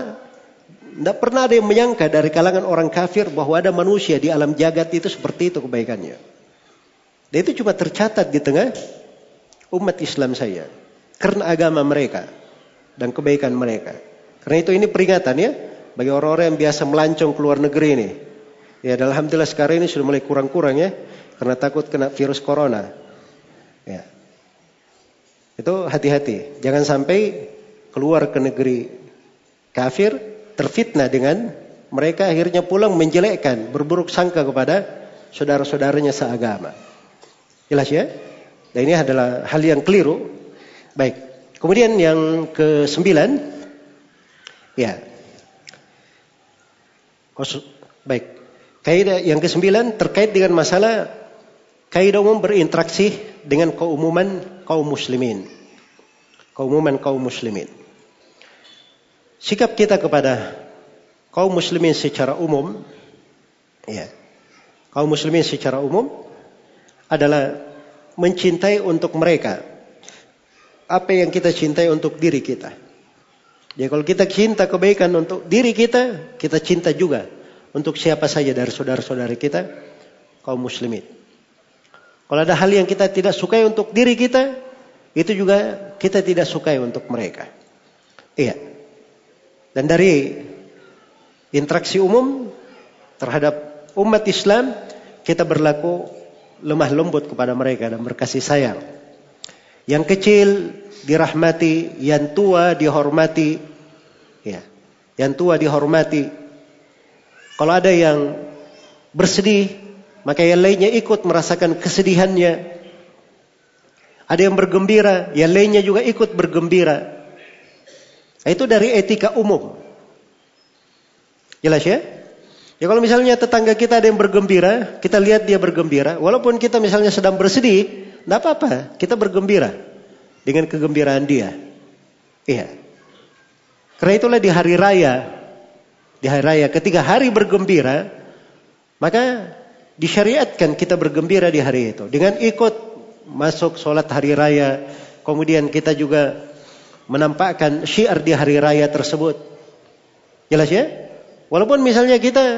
pernah ada yang menyangka dari kalangan orang kafir bahwa ada manusia di alam jagat itu seperti itu kebaikannya. Dan itu cuma tercatat di tengah umat Islam saya. Karena agama mereka dan kebaikan mereka. Karena itu ini peringatan ya bagi orang-orang yang biasa melancong ke luar negeri ini. Ya, alhamdulillah sekarang ini sudah mulai kurang-kurang ya. Karena takut kena virus corona. Ya. Itu hati-hati. Jangan sampai keluar ke negeri kafir, terfitnah dengan mereka akhirnya pulang menjelekkan, berburuk sangka kepada saudara-saudaranya seagama. Jelas ya? Dan ini adalah hal yang keliru. Baik. Kemudian yang ke-9. Ya. Baik. Kaidah yang ke-9 terkait dengan masalah kaidah umum berinteraksi dengan keumuman kaum muslimin. Keumuman kaum muslimin. Sikap kita kepada kaum muslimin secara umum, ya, kaum muslimin secara umum adalah mencintai untuk mereka apa yang kita cintai untuk diri kita. Ya, kalau kita cinta kebaikan untuk diri kita, kita cinta juga untuk siapa saja dari saudara-saudara kita, kaum muslimin. Kalau ada hal yang kita tidak sukai untuk diri kita, itu juga kita tidak sukai untuk mereka. Iya. Dan dari interaksi umum terhadap umat Islam, kita berlaku lemah lembut kepada mereka dan berkasih sayang. Yang kecil dirahmati, yang tua dihormati. Ya. Yang tua dihormati. Kalau ada yang bersedih, maka yang lainnya ikut merasakan kesedihannya. Ada yang bergembira, yang lainnya juga ikut bergembira. Itu dari etika umum. Jelas ya? Ya kalau misalnya tetangga kita ada yang bergembira, kita lihat dia bergembira, walaupun kita misalnya sedang bersedih, tidak apa-apa, kita bergembira dengan kegembiraan dia. Iya. Karena itulah di hari raya, ketika hari bergembira, maka disyariatkan kita bergembira di hari itu. Dengan ikut masuk sholat hari raya, kemudian kita juga menampakkan syiar di hari raya tersebut. Jelas ya? Walaupun misalnya kita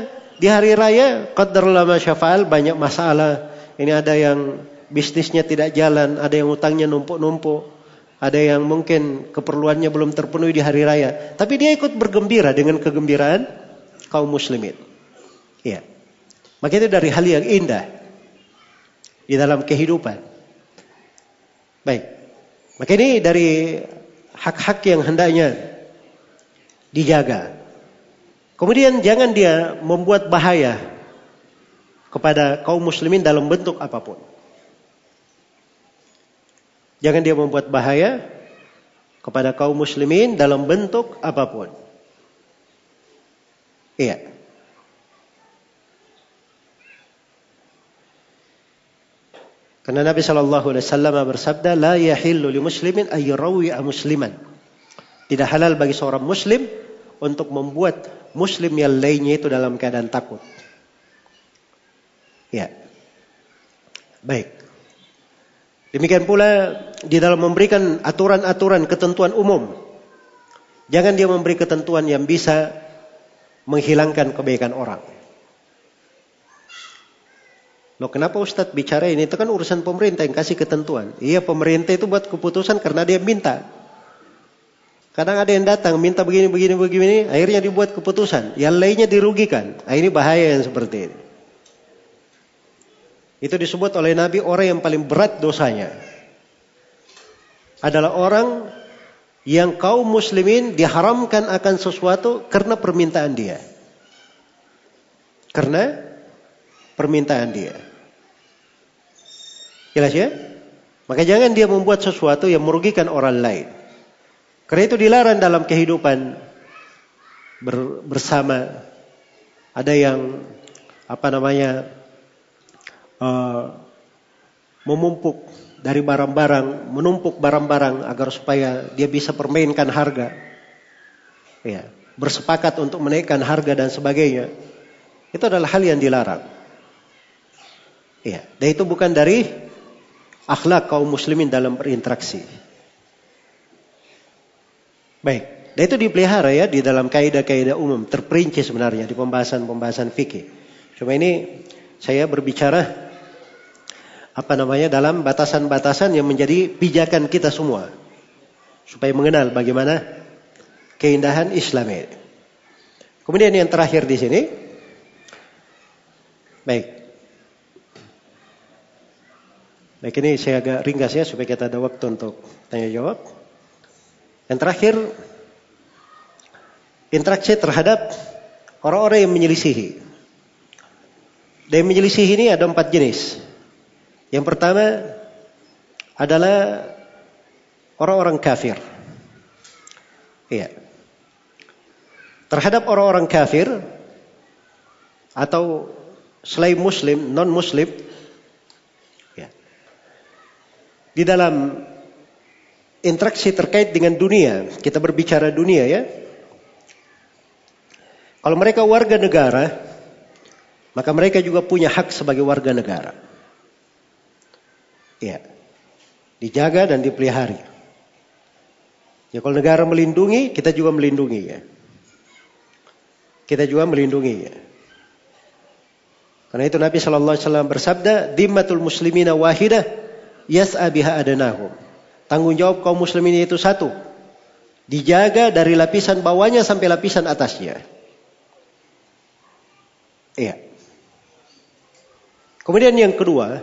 di hari raya qadarullah ma syafa'al, banyak masalah. Ini ada yang bisnisnya tidak jalan, ada yang utangnya numpuk-numpuk, ada yang mungkin keperluannya belum terpenuhi di hari raya. Tapi dia ikut bergembira dengan kegembiraan kaum muslimin. Iya. Maka itu dari hal yang indah di dalam kehidupan. Baik. Maka ini dari hak-hak yang hendaknya dijaga. Kemudian jangan dia membuat bahaya kepada kaum muslimin dalam bentuk apapun. Jangan dia membuat bahaya kepada kaum muslimin dalam bentuk apapun. Iya. Karena Nabi SAW bersabda, la yahillu li muslimin ay yurawi'a musliman. Tidak halal bagi seorang muslim untuk membuat muslim yang lainnya itu dalam keadaan takut. Ya. Baik. Demikian pula di dalam memberikan aturan-aturan ketentuan umum. Jangan dia memberi ketentuan yang bisa menghilangkan kebaikan orang. Loh, kenapa Ustadz bicara ini? Itu kan urusan pemerintah yang kasih ketentuan. Iya, pemerintah itu buat keputusan karena dia minta. Kadang ada yang datang minta begini, akhirnya dibuat keputusan. Yang lainnya dirugikan. Nah, ini bahaya yang seperti ini. Itu disebut oleh Nabi orang yang paling berat dosanya adalah orang yang kaum muslimin diharamkan akan sesuatu karena permintaan dia. Karena permintaan dia. Jelas ya? Maka jangan dia membuat sesuatu yang merugikan orang lain. Karena itu dilarang dalam kehidupan bersama. Ada yang memumpuk dari barang-barang, menumpuk barang-barang agar supaya dia bisa permainkan harga. Ya, bersepakat untuk menaikkan harga dan sebagainya. Itu adalah hal yang dilarang. Ya, dan itu bukan dari akhlak kaum muslimin dalam berinteraksi. Baik, dan itu dipelihara ya di dalam kaidah-kaidah umum, terperinci sebenarnya di pembahasan-pembahasan fikih. Cuma ini saya berbicara dalam batasan-batasan yang menjadi pijakan kita semua supaya mengenal bagaimana keindahan Islam ini. Kemudian yang terakhir di sini, baik ini saya agak ringkas ya supaya kita ada waktu untuk tanya jawab. Yang terakhir, interaksi terhadap orang-orang yang menyelisihi. Dan menyelisihi ini ada 4 jenis. Yang pertama adalah orang-orang kafir. Iya. Terhadap orang-orang kafir atau selain muslim, non-muslim, ya. Di dalam interaksi terkait dengan dunia, kita berbicara dunia ya. Kalau mereka warga negara, maka mereka juga punya hak sebagai warga negara. Ya. Dijaga dan dipelihara. Ya, kalau negara melindungi, kita juga melindungi ya. Kita juga melindungi ya. Karena itu Nabi SAW bersabda, "Dimmatul muslimina wahidah yas'a biha adanahum." Tanggung jawab kaum muslimin itu satu. Dijaga dari lapisan bawahnya sampai lapisan atasnya. Iya. Kemudian yang kedua,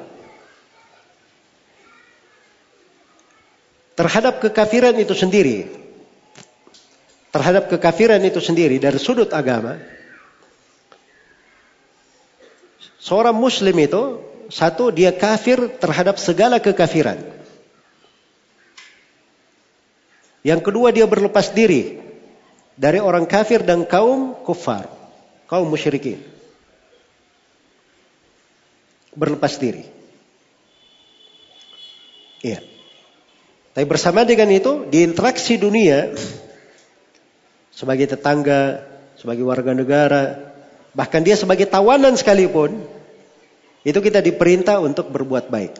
terhadap kekafiran itu sendiri. Terhadap kekafiran itu sendiri dari sudut agama. Seorang muslim itu, satu, dia kafir terhadap segala kekafiran. Yang kedua, dia berlepas diri dari orang kafir dan kaum kufar, kaum musyrikin. Berlepas diri. Iya. Tapi bersama dengan itu, di interaksi dunia, sebagai tetangga, sebagai warga negara, bahkan dia sebagai tawanan sekalipun, itu kita diperintah untuk berbuat baik.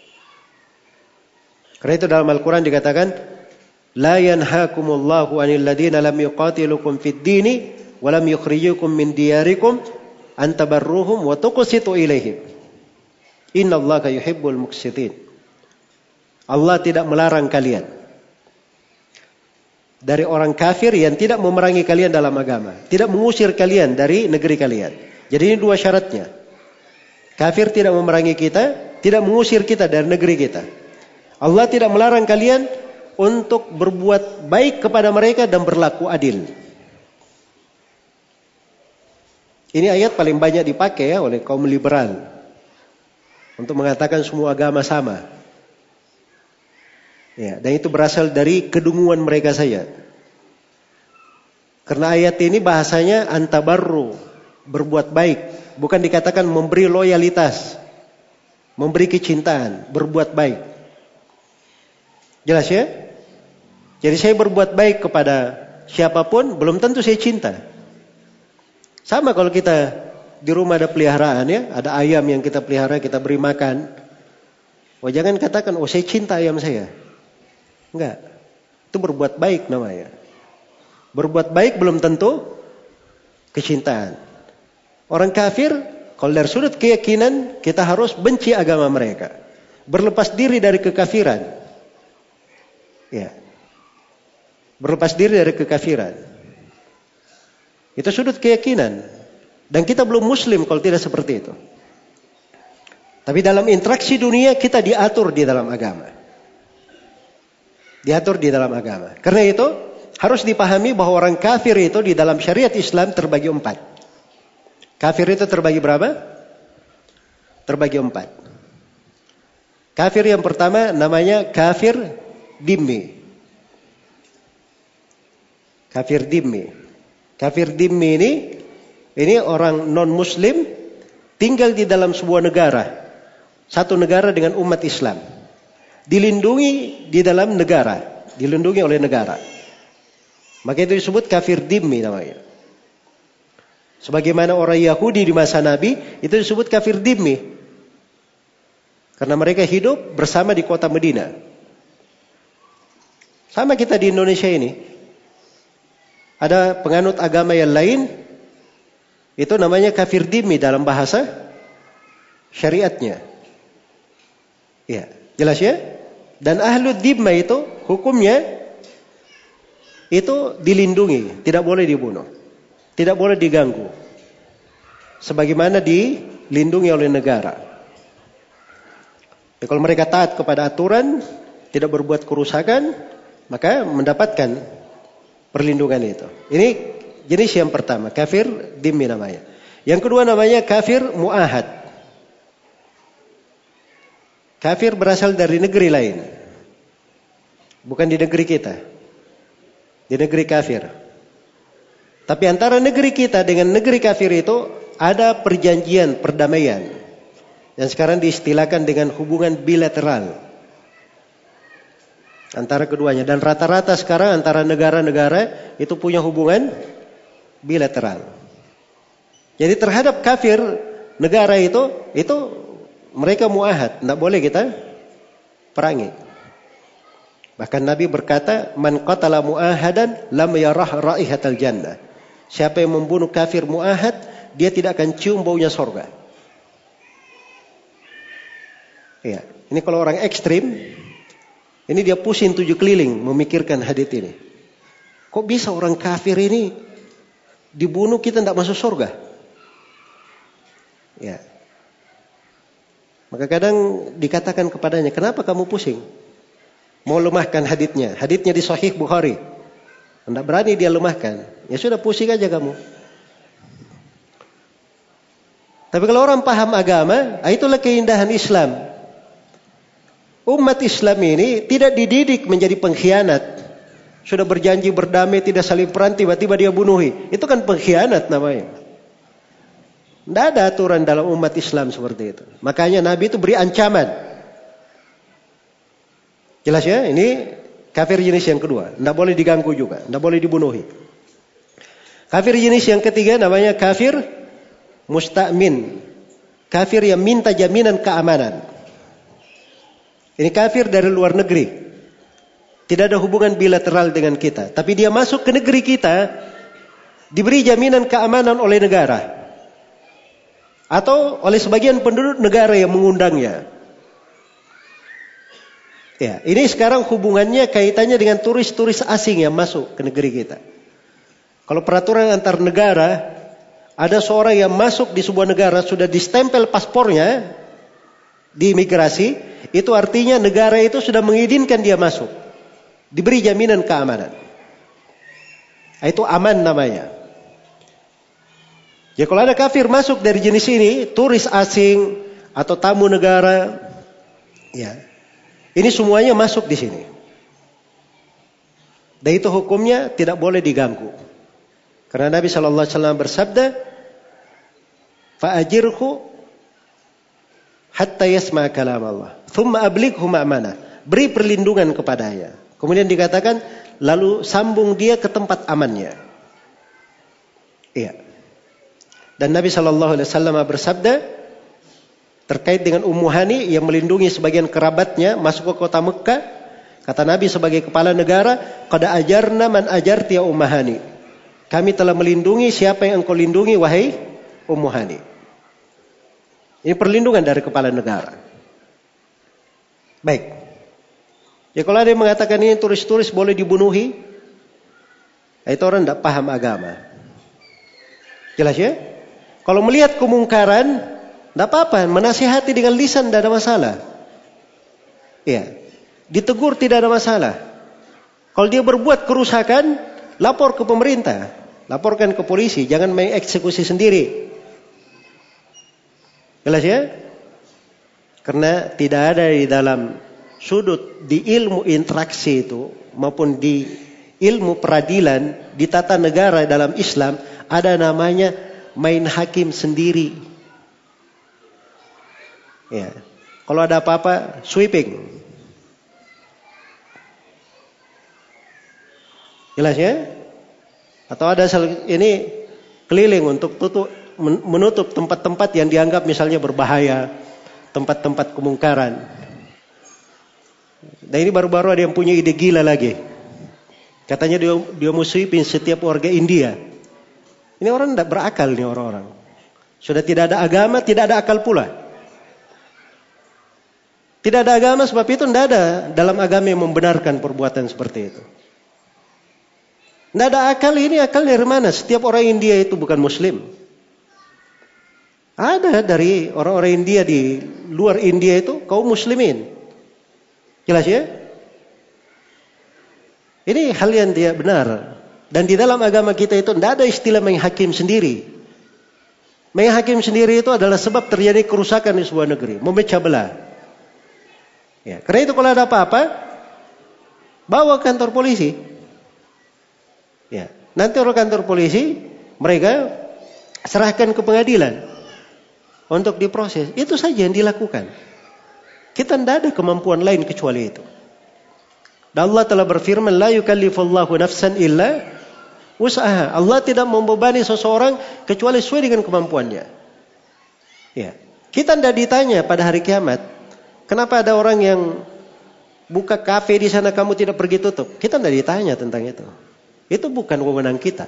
Karena itu dalam Al-Quran dikatakan, La yanhakumullahu anil ladina lam yuqatilukum fid dini wa lam yukhrijukum min diyarikum an tabarruhum wa tuqsitu ilaihim. Innallaha yuhibbul muqsitin. Allah tidak melarang kalian dari orang kafir yang tidak memerangi kalian dalam agama, tidak mengusir kalian dari negeri kalian. Jadi ini dua syaratnya. Kafir tidak memerangi kita, tidak mengusir kita dari negeri kita. Allah tidak melarang kalian untuk berbuat baik kepada mereka dan berlaku adil. Ini ayat paling banyak dipakai ya oleh kaum liberal untuk mengatakan semua agama sama. Ya, dan itu berasal dari kedunguan mereka saja. Karena ayat ini bahasanya antabarru, berbuat baik, bukan dikatakan memberi loyalitas, memberi kecintaan, berbuat baik. Jelas ya? Jadi saya berbuat baik kepada siapapun belum tentu saya cinta. Sama kalau kita di rumah ada peliharaan ya, ada ayam yang kita pelihara, kita beri makan. Oh jangan katakan, oh saya cinta ayam saya. Enggak. Itu berbuat baik namanya. Berbuat baik belum tentu kecintaan. Orang kafir, kalau dari sudut keyakinan, kita harus benci agama mereka. Berlepas diri dari kekafiran. Ya. Berlepas diri dari kekafiran. Itu sudut keyakinan. Dan kita belum muslim kalau tidak seperti itu. Tapi dalam interaksi dunia kita diatur di dalam agama. Diatur di dalam agama. Karena itu harus dipahami bahwa orang kafir itu di dalam syariat Islam terbagi 4. Kafir itu terbagi berapa? Terbagi 4. Kafir yang pertama namanya kafir dhimmi. Kafir dhimmi. Kafir dhimmi ini orang non muslim tinggal di dalam sebuah negara. Satu negara dengan umat Islam. Dilindungi di dalam negara, dilindungi oleh negara. Maka itu disebut kafir dhimmi namanya. Sebagaimana orang Yahudi di masa Nabi itu disebut kafir dhimmi. Karena mereka hidup bersama di kota Medina. Sama kita di Indonesia ini. Ada penganut agama yang lain, itu namanya kafir dhimmi dalam bahasa syariatnya. Ya, jelas ya? Dan ahlu dhimma itu hukumnya itu dilindungi, tidak boleh dibunuh, tidak boleh diganggu. Sebagaimana dilindungi oleh negara. Kalau mereka taat kepada aturan, tidak berbuat kerusakan, maka mendapatkan perlindungan itu. Ini jenis yang pertama, kafir dhimmi namanya. Yang kedua namanya kafir mu'ahad. Kafir berasal dari negeri lain. Bukan di negeri kita. Di negeri kafir. Tapi antara negeri kita dengan negeri kafir itu ada perjanjian perdamaian. Yang sekarang diistilahkan dengan hubungan bilateral. Antara keduanya. Dan rata-rata sekarang antara negara-negara itu punya hubungan bilateral. Jadi terhadap kafir negara itu mereka mu'ahad, tidak boleh kita perangi. Bahkan Nabi berkata, man qatala mu'ahadan lam yarah raihatal jannah. Siapa yang membunuh kafir mu'ahad, dia tidak akan cium baunya surga. Ya, ini kalau orang ekstrim, ini dia pusing 7 keliling memikirkan hadits ini. Kok bisa orang kafir ini dibunuh kita tidak masuk surga? Ya. Maka kadang dikatakan kepadanya, kenapa kamu pusing? Mau lemahkan haditsnya. Haditsnya di Sahih Bukhari. Tidak berani dia lemahkan. Ya sudah, pusing aja kamu. Tapi kalau orang paham agama, itulah keindahan Islam. Umat Islam ini tidak dididik menjadi pengkhianat. Sudah berjanji berdamai, tidak saling perang, tiba-tiba dia bunuhi. Itu kan pengkhianat namanya. Tidak ada aturan dalam umat Islam seperti itu. Makanya Nabi itu beri ancaman. Jelas ya? Ini kafir jenis yang kedua. Tidak boleh diganggu juga. Tidak boleh dibunuhi. Kafir jenis yang ketiga namanya kafir musta'min. Kafir yang minta jaminan keamanan. Ini kafir dari luar negeri. Tidak ada hubungan bilateral dengan kita. Tapi dia masuk ke negeri kita, diberi jaminan keamanan oleh negara. atau oleh sebagian penduduk negara yang mengundangnya. Ya, ini sekarang hubungannya kaitannya dengan turis-turis asing yang masuk ke negeri kita. Kalau peraturan antar negara, ada seorang yang masuk di sebuah negara sudah distempel paspornya di imigrasi, itu artinya negara itu sudah mengizinkan dia masuk. Diberi jaminan keamanan. Itu aman namanya. Ya kalau ada kafir masuk dari jenis ini, turis asing atau tamu negara, ya. Ini semuanya masuk di sini. Dan itu hukumnya tidak boleh diganggu. Karena Nabi SAW bersabda, "Fa'ajirhu hatta yasma' kalam Allah, thumma ablighu ma'manah." Beri perlindungan kepadanya. Kemudian dikatakan, lalu sambung dia ke tempat amannya. Iya. Dan Nabi SAW bersabda, terkait dengan Ummu Hani yang melindungi sebagian kerabatnya masuk ke kota Mekah, kata Nabi sebagai kepala negara, "Qad ajarna man ajarti ya Ummu Hani." Kami telah melindungi siapa yang engkau lindungi wahai Ummu Hani. Ini perlindungan dari kepala negara. Baik. Ya kalau ada yang mengatakan ini turis-turis boleh dibunuhi, itu orang tidak paham agama. Jelas ya? Kalau melihat kemungkaran, tidak apa-apa, menasihati dengan lisan tidak ada masalah. Ya, ditegur tidak ada masalah. Kalau dia berbuat kerusakan, lapor ke pemerintah, laporkan ke polisi, jangan mengeksekusi sendiri. Jelas ya? Karena tidak ada di dalam sudut di ilmu interaksi itu maupun di ilmu peradilan di tata negara dalam Islam ada namanya main hakim sendiri. Ya. Kalau ada apa-apa, sweeping. Jelas ya? Atau ada ini keliling untuk menutup tempat-tempat yang dianggap misalnya berbahaya, tempat-tempat kemungkaran. Dan ini baru-baru ada yang punya ide gila lagi. Katanya dia mau sweeping setiap warga India. Ini orang tidak berakal nih orang-orang. Sudah tidak ada agama, tidak ada akal pula. Tidak ada agama, sebab itu tidak ada dalam agama yang membenarkan perbuatan seperti itu. Tidak ada akal, ini akal dari mana? Setiap orang India itu bukan Muslim. Ada dari orang-orang India di luar India itu kaum Muslimin. Jelas ya? Ini hal yang tidak benar. Dan di dalam agama kita itu tidak ada istilah main hakim sendiri. Main hakim sendiri itu adalah sebab terjadi kerusakan di sebuah negeri, memecah belah. Ya, karena itu kalau ada apa-apa, bawa kantor polisi. Ya, nanti orang kantor polisi mereka serahkan ke pengadilan untuk diproses. Itu saja yang dilakukan. Kita tidak ada kemampuan lain kecuali itu. Dan Allah telah berfirman, "La yukallifullahu nafsan illa wus'aha." Allah tidak membebani seseorang kecuali sesuai dengan kemampuannya. Ya, kita tidak ditanya pada hari kiamat, kenapa ada orang yang buka kafe di sana kamu tidak pergi tutup? Kita tidak ditanya tentang itu. Itu bukan wewenang kita.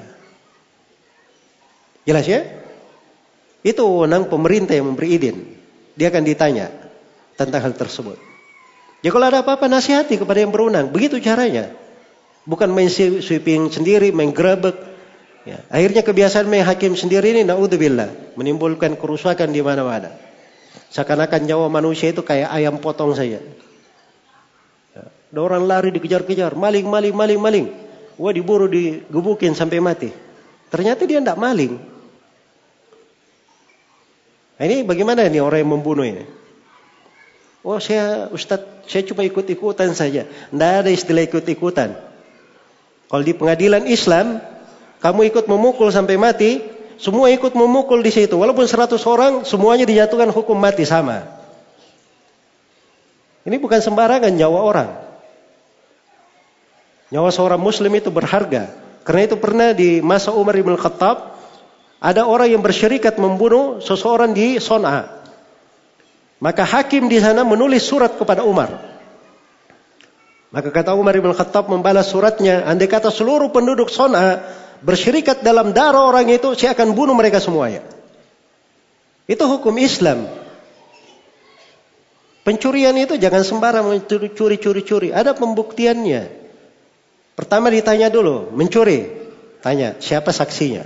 Jelas ya? Itu wewenang pemerintah yang memberi izin. Dia akan ditanya tentang hal tersebut. Ya kalau ada apa-apa nasihati kepada yang berwenang. Begitu caranya. Bukan main sweeping sendiri, main gerebek. Ya. Akhirnya kebiasaan main hakim sendiri ini naudzubillah, menimbulkan kerusakan di mana-mana. Seakan-akan nyawa manusia itu kayak ayam potong saja. Ya. Ada orang lari dikejar-kejar, maling. Wah, diburu, digebukin sampai mati. Ternyata dia tidak maling. Nah, ini bagaimana nih orang yang membunuh ini? Oh, Ustadz, saya cuma ikut-ikutan saja. Tidak ada istilah ikut-ikutan. Kalau di pengadilan Islam, kamu ikut memukul sampai mati, semua ikut memukul di situ. Walaupun 100 orang, semuanya dijatuhkan hukum mati sama. Ini bukan sembarangan nyawa orang. Nyawa seorang muslim itu berharga. Karena itu pernah di masa Umar ibn Khattab, ada orang yang bersyirikat membunuh seseorang di Son'a. Maka hakim di sana menulis surat kepada Umar. Maka kata Umar ibn Khattab membalas suratnya, andai kata seluruh penduduk Son'a bersyirikat dalam darah orang itu, saya akan bunuh mereka semuanya. Itu hukum Islam. Pencurian itu jangan sembarang curi. Ada pembuktiannya. Pertama ditanya dulu, mencuri. Tanya, siapa saksinya?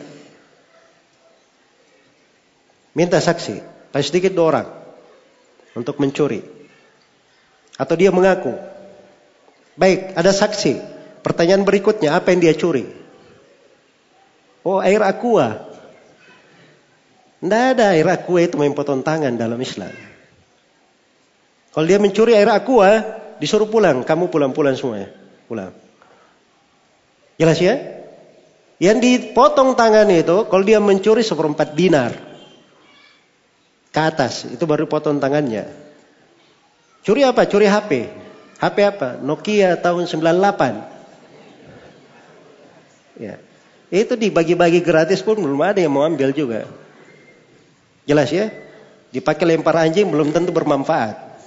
Minta saksi. Paling sedikit 2 orang. Untuk mencuri. Atau dia mengaku. Baik, ada saksi. Pertanyaan berikutnya, apa yang dia curi? Oh, air aqua. Tidak ada air aqua itu main potong tangan dalam Islam. Kalau dia mencuri air aqua, disuruh pulang. Kamu pulang semua ya. Pulang. Jelas ya? Yang dipotong tangan itu, kalau dia mencuri 1/4 dinar. Ke atas, itu baru potong tangannya. Curi apa? Curi HP. HP apa? Nokia tahun 98. Ya. Itu dibagi-bagi gratis pun belum ada yang mau ambil juga. Jelas ya? Dipakai lempar anjing belum tentu bermanfaat.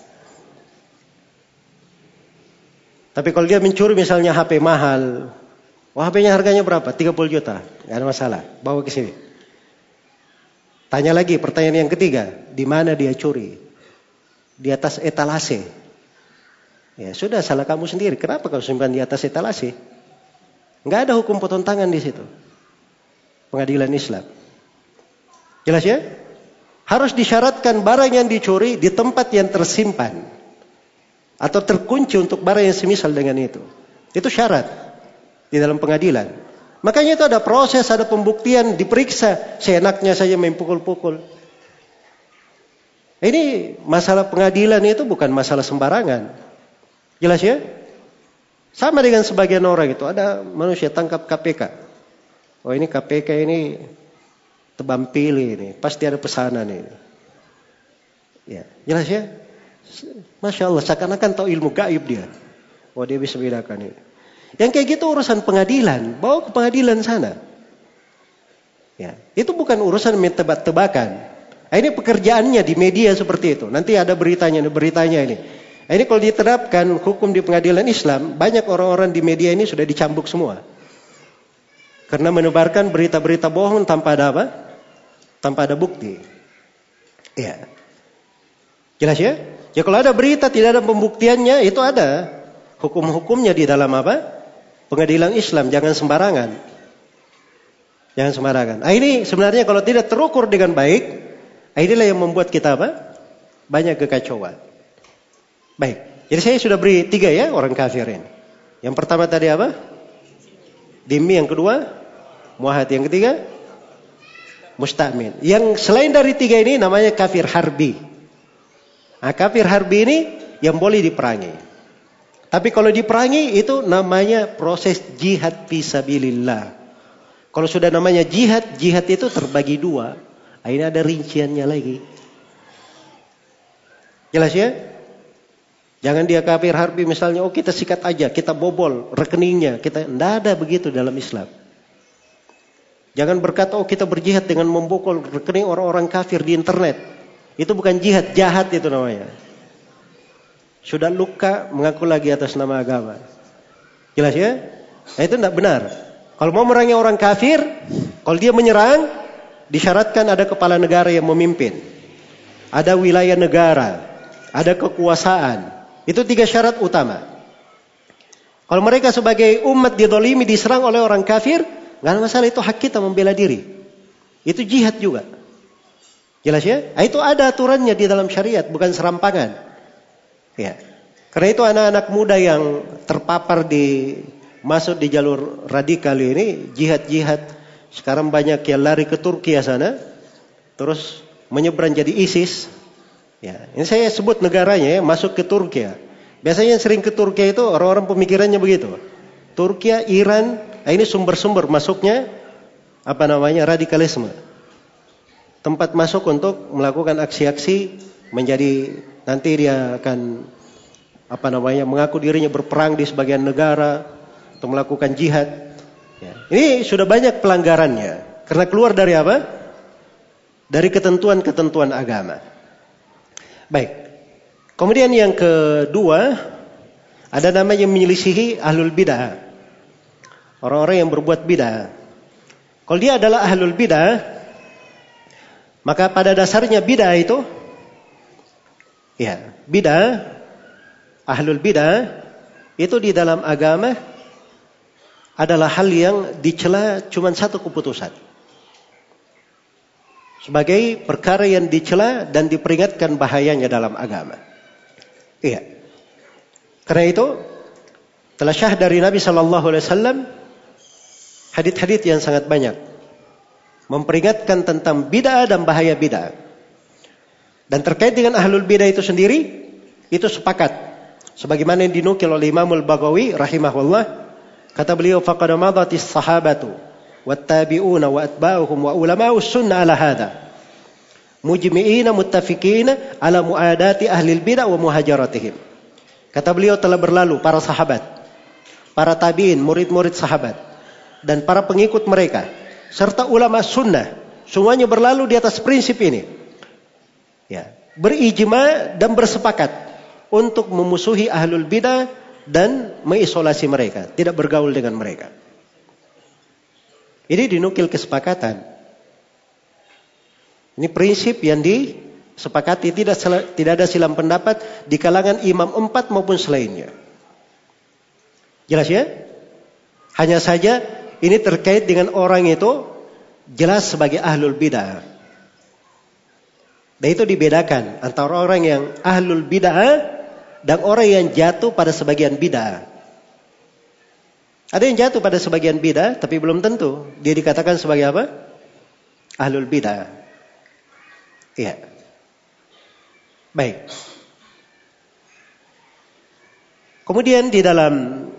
Tapi kalau dia mencuri misalnya HP mahal. Wah, HP-nya harganya berapa? 30 juta. Gak ada masalah. Bawa ke sini. Tanya lagi pertanyaan yang ketiga. Di mana dia curi? Di atas etalase. Ya sudah, salah kamu sendiri. Kenapa kau simpan di atas etalase? Gak ada hukum potong tangan di situ. Pengadilan Islam. Jelas ya? Harus disyaratkan barang yang dicuri di tempat yang tersimpan. Atau terkunci untuk barang yang semisal dengan itu. Itu syarat di dalam pengadilan. Makanya itu ada proses, ada pembuktian, diperiksa. Seenaknya saja main pukul-pukul. Ini masalah pengadilan itu bukan masalah sembarangan. Jelas ya? Sama dengan sebagian orang itu. Ada manusia tangkap KPK. Oh ini KPK ini tebang pilih ini. Pasti ada pesanan ini. Ya, jelas ya? Masya Allah, seakan-akan tahu ilmu gaib dia. Oh dia bisa bedakan ini. Yang kayak gitu urusan pengadilan. Bawa ke pengadilan sana. Ya, itu bukan urusan tebak-tebakan. Ini pekerjaannya di media seperti itu. Nanti ada beritanya ini. Ini kalau diterapkan hukum di pengadilan Islam, banyak orang-orang di media ini sudah dicambuk semua. Karena menebarkan berita-berita bohong tanpa ada apa? Tanpa ada bukti. Ya. Jelas ya? Ya kalau ada berita tidak ada pembuktiannya, itu ada hukum-hukumnya di dalam apa? Pengadilan Islam. Jangan sembarangan. Jangan sembarangan. Nah, ini sebenarnya kalau tidak terukur dengan baik, inilah yang membuat kita apa? Banyak kekacauan. Baik. Jadi saya sudah beri 3 ya orang kafirin. Yang pertama tadi apa? Dhimmi. Yang kedua muahad. Yang ketiga musta'min. Yang selain dari 3 ini namanya kafir harbi. Nah, kafir harbi ini yang boleh diperangi. Tapi kalau diperangi itu namanya proses jihad fisabilillah. Kalau sudah namanya jihad itu terbagi 2. Ini ada rinciannya lagi. Jelas ya? Jangan dia kafir harbi misalnya, oh kita sikat aja, kita bobol rekeningnya. Tidak ada begitu dalam Islam. Jangan berkata, oh kita berjihad dengan membokol rekening orang-orang kafir di internet. Itu bukan jihad, jahat itu namanya. Sudah luka mengaku lagi atas nama agama. Jelas ya? Nah, itu tidak benar. Kalau mau merangi orang kafir, kalau dia menyerang, disyaratkan ada kepala negara yang memimpin. Ada wilayah negara, ada kekuasaan. Itu 3 syarat utama. Kalau mereka sebagai umat didolimi, diserang oleh orang kafir, nggak ada masalah, itu hak kita membela diri. Itu jihad juga. Jelas ya? Nah, itu ada aturannya di dalam syariat, bukan serampangan. Ya. Karena itu anak-anak muda yang terpapar masuk di jalur radikal ini, jihad-jihad. Sekarang banyak yang lari ke Turki sana, terus menyeberang jadi ISIS. Ya, ini saya sebut negaranya ya, masuk ke Turki. Biasanya yang sering ke Turki itu orang-orang pemikirannya begitu. Turki, Iran, ini sumber-sumber masuknya radikalisme. Tempat masuk untuk melakukan aksi-aksi, menjadi nanti dia akan mengaku dirinya berperang di sebagian negara atau melakukan jihad. Ya. Ini sudah banyak pelanggarannya karena keluar dari apa? Dari ketentuan-ketentuan agama. Baik. Kemudian yang kedua, ada namanya menyelisihi ahlul bidah. Orang-orang yang berbuat bidah. Kalau dia adalah ahlul bidah, Maka pada dasarnya bid'ah itu, ya, bid'ah, ahlul bid'ah itu di dalam agama adalah hal yang dicela cuma satu keputusan. Sebagai perkara yang dicela dan diperingatkan bahayanya dalam agama. Iya. Karena itu telah syah dari Nabi SAW hadits-hadits yang sangat banyak memperingatkan tentang bid'ah dan bahaya bid'ah. Dan terkait dengan ahlul bid'ah itu sendiri, itu sepakat. Sebagaimana yang dinukil oleh Imam Al-Baghawi rahimahullah, kata beliau, faqad madatis sahabatu wattabi'una wa atba'uhum wa ulama'us sunnah ala hadha mujmi'ina muttafiqina ala mu'adati ahlil bid'ah wa muhajaratihim. Kata beliau, telah berlalu para sahabat, para tabi'in, murid-murid sahabat, dan para pengikut mereka, serta ulama sunnah, semuanya berlalu di atas prinsip ini. Ya, berijma dan bersepakat untuk memusuhi ahlul bidah dan mengisolasi mereka, tidak bergaul dengan mereka. Ini dinukil kesepakatan. Ini prinsip yang disepakati, tidak ada silang pendapat di kalangan imam 4 maupun selainnya. Jelas ya? Hanya saja ini terkait dengan orang itu jelas sebagai ahlul bidah. Dan itu dibedakan antara orang yang ahlul bidah dan orang yang jatuh pada sebagian bidah. Ada yang jatuh pada sebagian bidah, tapi belum tentu dia dikatakan sebagai apa? Ahlul bidah. Iya. Baik. Kemudian di dalam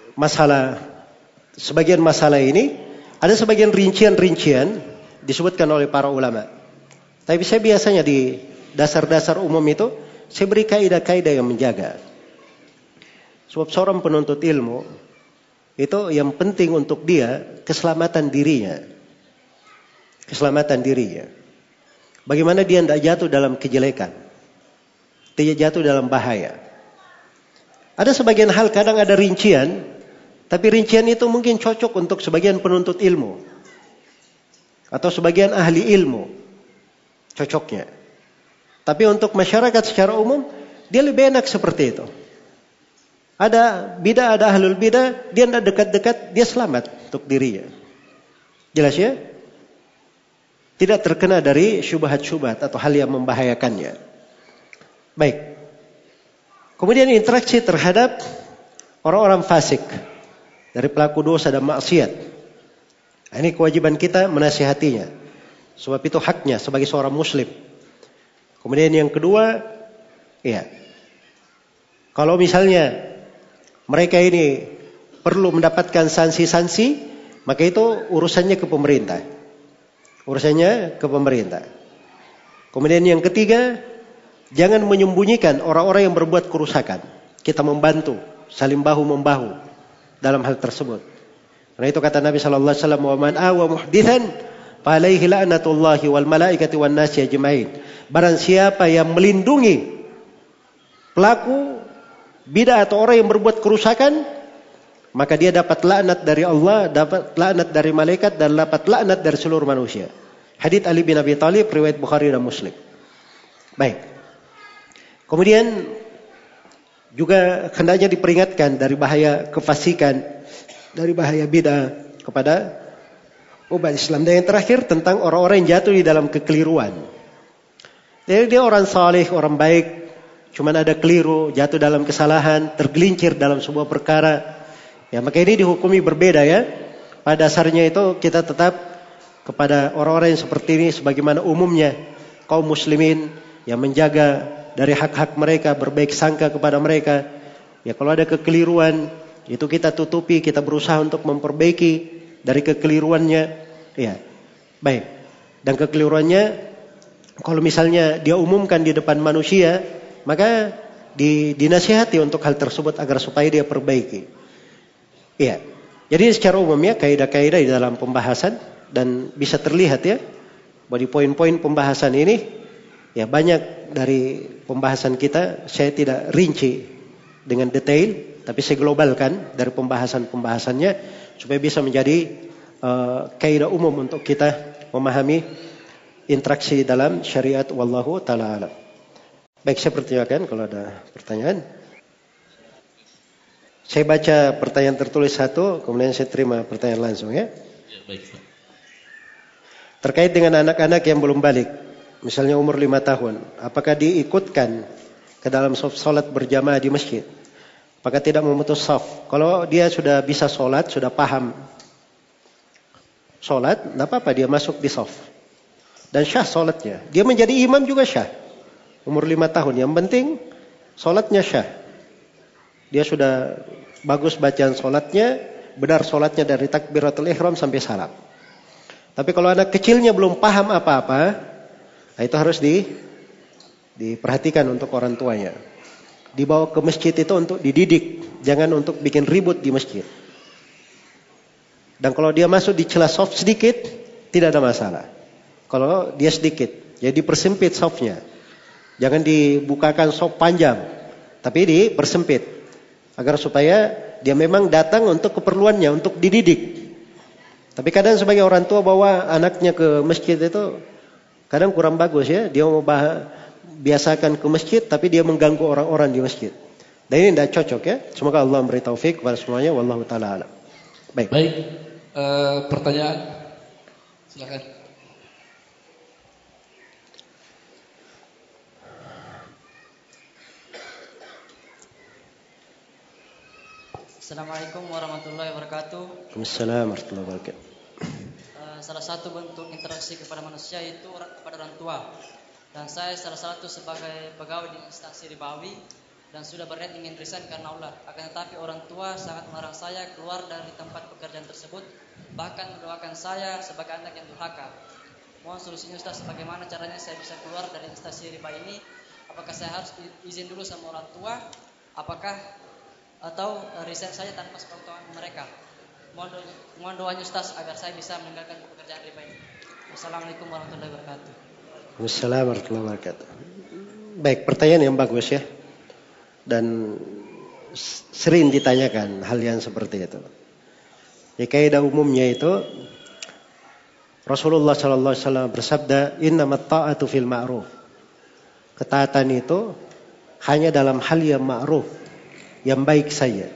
sebagian masalah ini, ada sebagian rincian-rincian disebutkan oleh para ulama. Tapi saya biasanya di dasar-dasar umum itu, saya beri kaidah-kaidah yang menjaga. Sebab seorang penuntut ilmu, itu yang penting untuk dia keselamatan dirinya. Keselamatan dirinya. Bagaimana dia tidak jatuh dalam kejelekan. Tidak jatuh dalam bahaya. Ada sebagian hal kadang ada rincian, tapi rincian itu mungkin cocok untuk sebagian penuntut ilmu. Atau sebagian ahli ilmu. Cocoknya. Tapi untuk masyarakat secara umum, dia lebih enak seperti itu. Ada bidah, ada ahlul bidah, dia tidak dekat-dekat, dia selamat untuk dirinya. Jelas ya? Tidak terkena dari syubhat-syubhat atau hal yang membahayakannya. Baik. Kemudian interaksi terhadap orang-orang fasik dari pelaku dosa dan maksiat. Ini kewajiban kita menasihatinya. Sebab itu haknya sebagai seorang muslim. Kemudian yang kedua, ya, kalau misalnya mereka ini perlu mendapatkan sanksi-sanksi, maka itu urusannya ke pemerintah. Urusannya ke pemerintah. Kemudian yang ketiga, jangan menyembunyikan orang-orang yang berbuat kerusakan. Kita membantu, saling bahu-membahu dalam hal tersebut. Karena itu kata Nabi SAW, "Wa man awa muhdithan fa alaihi la'natullahi wal malaikati wan nasi ajmain." Barang siapa yang melindungi pelaku bidah atau orang yang berbuat kerusakan, maka dia dapat laknat dari Allah, dapat laknat dari malaikat, dan dapat laknat dari seluruh manusia. Hadits Ali bin Abi Thalib, riwayat Bukhari dan Muslim. Baik. Kemudian juga hendaknya diperingatkan dari bahaya kefasikan, dari bahaya bidah kepada umat Islam. Dan yang terakhir tentang orang-orang yang jatuh di dalam kekeliruan. Jadi dia orang saleh, orang baik, cuman ada keliru, jatuh dalam kesalahan, tergelincir dalam sebuah perkara. Ya, maka ini dihukumi berbeda ya. Pada dasarnya itu kita tetap kepada orang-orang yang seperti ini sebagaimana umumnya kaum muslimin yang menjaga dari hak-hak mereka, berbaik sangka kepada mereka. Ya, kalau ada kekeliruan, itu kita tutupi, kita berusaha untuk memperbaiki dari kekeliruannya. Ya, baik. Dan kekeliruannya, kalau misalnya dia umumkan di depan manusia, maka dinasihati untuk hal tersebut agar supaya dia perbaiki. Iya. Jadi secara umumnya kaidah-kaidah di dalam pembahasan, dan bisa terlihat ya bahwa di poin-poin pembahasan ini ya banyak dari pembahasan kita saya tidak rinci dengan detail, tapi saya globalkan dari pembahasan-pembahasannya supaya bisa menjadi kaidah umum untuk kita memahami interaksi dalam syariat, wallahu taala alam. Baik, saya pertanyakan kalau ada pertanyaan. Saya baca pertanyaan tertulis satu, kemudian saya terima pertanyaan langsung ya. Ya, baik. Terkait dengan anak-anak yang belum balik, misalnya umur 5 tahun, apakah diikutkan ke dalam sholat berjamaah di masjid? Apakah tidak memutus shaf? Kalau dia sudah bisa sholat, sudah paham sholat, tidak apa-apa dia masuk di shaf. Dan syah sholatnya. Dia menjadi imam juga syah. Umur 5 tahun, yang penting sholatnya syah. Dia sudah bagus bacaan sholatnya, benar sholatnya dari takbiratul ihram sampai salam. Tapi kalau anak kecilnya belum paham apa-apa, nah itu harus diperhatikan untuk orang tuanya. Dibawa ke masjid itu untuk dididik, jangan untuk bikin ribut di masjid. Dan kalau dia masuk di celah shaf sedikit, tidak ada masalah. Kalau dia sedikit, jadi dipersempit shafnya. Jangan dibukakan shaf panjang, tapi dipersempit. Agar supaya dia memang datang untuk keperluannya, untuk dididik. Tapi kadang sebagai orang tua bawa anaknya ke masjid itu kadang kurang bagus ya. Dia mau biasakan ke masjid tapi dia mengganggu orang-orang di masjid. Dan ini tidak cocok ya. Semoga Allah memberi taufik kepada semuanya. Wallahu ta'ala alam. Baik. Pertanyaan. Silakan. Assalamualaikum warahmatullahi wabarakatuh. Waalaikumsalam warahmatullahi wabarakatuh. Salah satu bentuk interaksi kepada manusia itu kepada orang tua. Dan saya salah satu sebagai pegawai di instansi ribawi dan sudah berniat ingin resign karena Allah. Akan tetapi orang tua sangat melarang saya keluar dari tempat pekerjaan tersebut, bahkan mendoakan saya sebagai anak yang durhaka. Mohon solusinya Ustaz, bagaimana caranya saya bisa keluar dari instansi riba ini? Apakah saya harus izin dulu sama orang tua? Atau resign saja tanpa sepengetahuan mereka? Mohon doanya Ustaz agar saya bisa meninggalkan pekerjaan riba ini. Wassalamualaikum warahmatullahi wabarakatuh. Wassalamualaikum warahmatullahi wabarakatuh. Baik, pertanyaan yang bagus ya. Dan sering ditanyakan hal yang seperti itu. Ya, kaidah umumnya itu Rasulullah sallallahu alaihi wasallam bersabda, "Innamat ta'atu fil ma'ruf." Ketaatan itu hanya dalam hal yang ma'ruf, yang baik saja,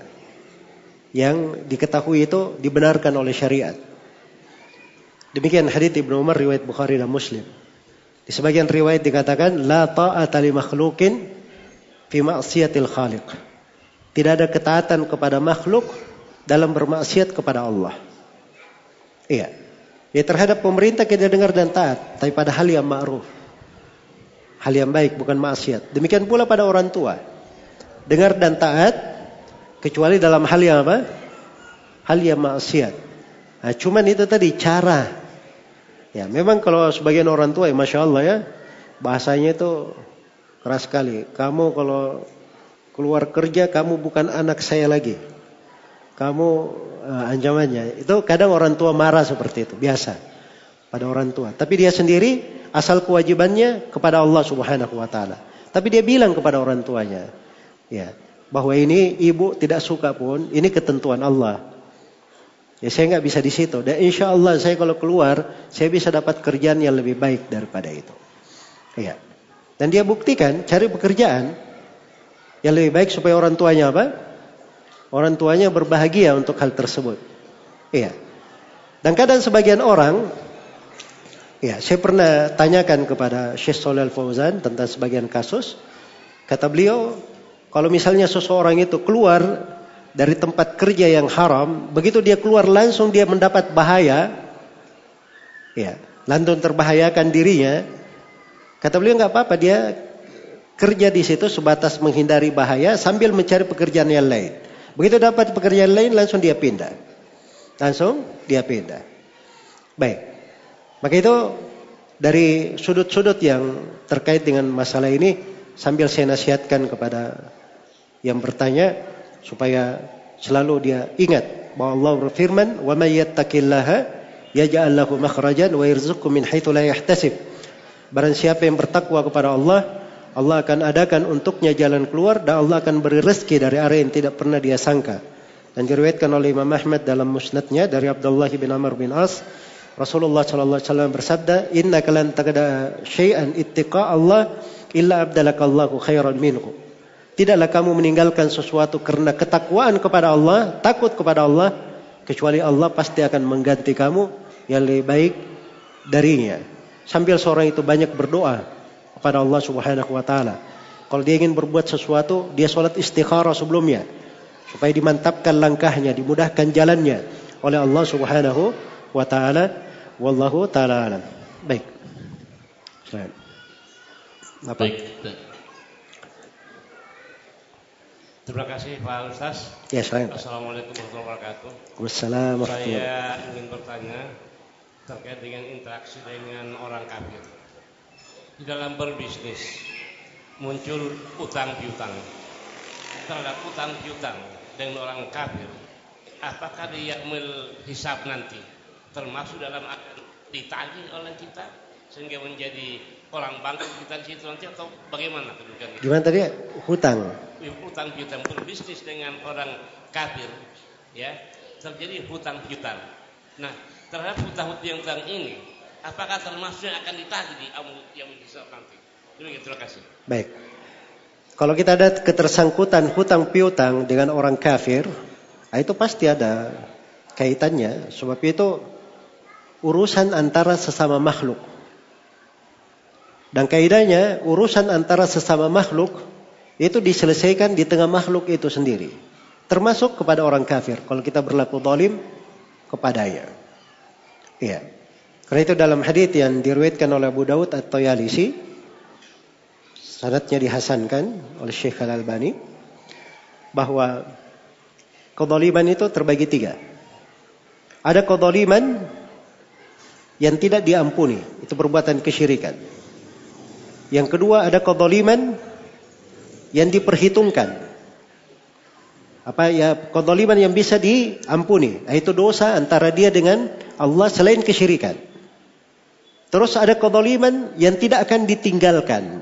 yang diketahui itu dibenarkan oleh syariat. Demikian hadits Ibnu Umar riwayat Bukhari dan Muslim. Di sebagian riwayat dikatakan la ta'ata li makhluqin fi ma'siyatil khaliq. Tidak ada ketaatan kepada makhluk dalam bermaksiat kepada Allah. Iya. Ya, terhadap pemerintah kita dengar dan taat, tapi pada hal yang ma'ruf. Hal yang baik, bukan maksiat. Demikian pula pada orang tua. Dengar dan taat, kecuali dalam hal yang apa? Hal yang maksiat. Nah, cuman itu tadi cara. Ya, memang kalau sebagian orang tua, ya Masya Allah ya, bahasanya itu keras sekali. Kamu kalau keluar kerja, kamu bukan anak saya lagi. Kamu ancamannya. Itu kadang orang tua marah seperti itu, biasa. Pada orang tua. Tapi dia sendiri, asal kewajibannya kepada Allah Subhanahu wa ta'ala. Tapi dia bilang kepada orang tuanya, ya, bahwa ini ibu tidak suka pun, ini ketentuan Allah. Ya, saya nggak bisa di situ. Dan insya Allah saya kalau keluar, saya bisa dapat kerjaan yang lebih baik daripada itu. Ya. Dan dia buktikan cari pekerjaan yang lebih baik supaya orang tuanya apa? Orang tuanya berbahagia untuk hal tersebut. Iya. Dan kadang sebagian orang, ya, saya pernah tanyakan kepada Syekh Shalih Al-Fauzan tentang sebagian kasus. Kata beliau, kalau misalnya seseorang itu keluar dari tempat kerja yang haram, begitu dia keluar langsung dia mendapat bahaya, ya, langsung terbahayakan dirinya. Kata beliau nggak apa-apa, dia kerja di situ sebatas menghindari bahaya sambil mencari pekerjaan yang lain. Begitu dapat pekerjaan lain langsung dia pindah. Baik. Maka itu dari sudut-sudut yang terkait dengan masalah ini sambil saya nasihatkan kepada yang bertanya supaya selalu dia ingat bahwa Allah berfirman, "Wa may yattaqillaha yaj'al lahu makhrajan wa yarzuqhu min haitsu la yahtasib." Barang siapa yang bertakwa kepada Allah, Allah akan adakan untuknya jalan keluar dan Allah akan beri rezeki dari arah yang tidak pernah dia sangka. Dan diriwayatkan oleh Imam Ahmad dalam musnadnya dari Abdullah bin Amr bin As Rasulullah sallallahu alaihi wasallam bersabda, "Innaka lan taqda syai'an ittiqa Allah illa abdalakallahu khairan minhu." Tidaklah kamu meninggalkan sesuatu karena ketakwaan kepada Allah, takut kepada Allah, kecuali Allah pasti akan mengganti kamu yang lebih baik darinya. Sambil seorang itu banyak berdoa kepada Allah Subhanahu wa taala. Kalau dia ingin berbuat sesuatu, dia sholat istikharah sebelumnya supaya dimantapkan langkahnya, dimudahkan jalannya oleh Allah Subhanahu wa taala. Wallahu taala alam. Baik. Baik. Terima kasih Pak Ustaz. Ya, saya. Assalamualaikum warahmatullahi wabarakatuh. Waalaikumsalam. Saya ingin bertanya terkait dengan interaksi dengan orang kafir. Di dalam berbisnis muncul utang piutang. Terhadap utang piutang dengan orang kafir, apakah dia hisab nanti termasuk dalam akan ditagih oleh kita sehingga menjadi orang bangkrut kita di situ nanti, atau bagaimana kedudukannya? Gimana tadi? Hutang. Hutang piutang, berbisnis dengan orang kafir, ya, terjadi hutang piutang. Nah, terhadap hutang piutang ini, apakah termasuk yang akan ditagih di yang hisab nanti? Terima kasih. Baik. Kalau kita ada ketersangkutan hutang piutang dengan orang kafir, itu pasti ada kaitannya. Sebab itu urusan antara sesama makhluk. Dan kaidahnya urusan antara sesama makhluk itu diselesaikan di tengah makhluk itu sendiri. Termasuk kepada orang kafir. Kalau kita berlaku zalim kepadanya. Iya. Karena itu dalam hadits yang diriwayatkan oleh Abu Daud At-Tayalisi, sanadnya dihasankan oleh Syekh Al-Albani, bahwa kezaliman itu terbagi 3. Ada kezaliman yang tidak diampuni, itu perbuatan kesyirikan. Yang kedua, ada kezaliman yang diperhitungkan. Kezaliman yang bisa diampuni, yaitu dosa antara dia dengan Allah selain kesyirikan. Terus ada kezaliman yang tidak akan ditinggalkan.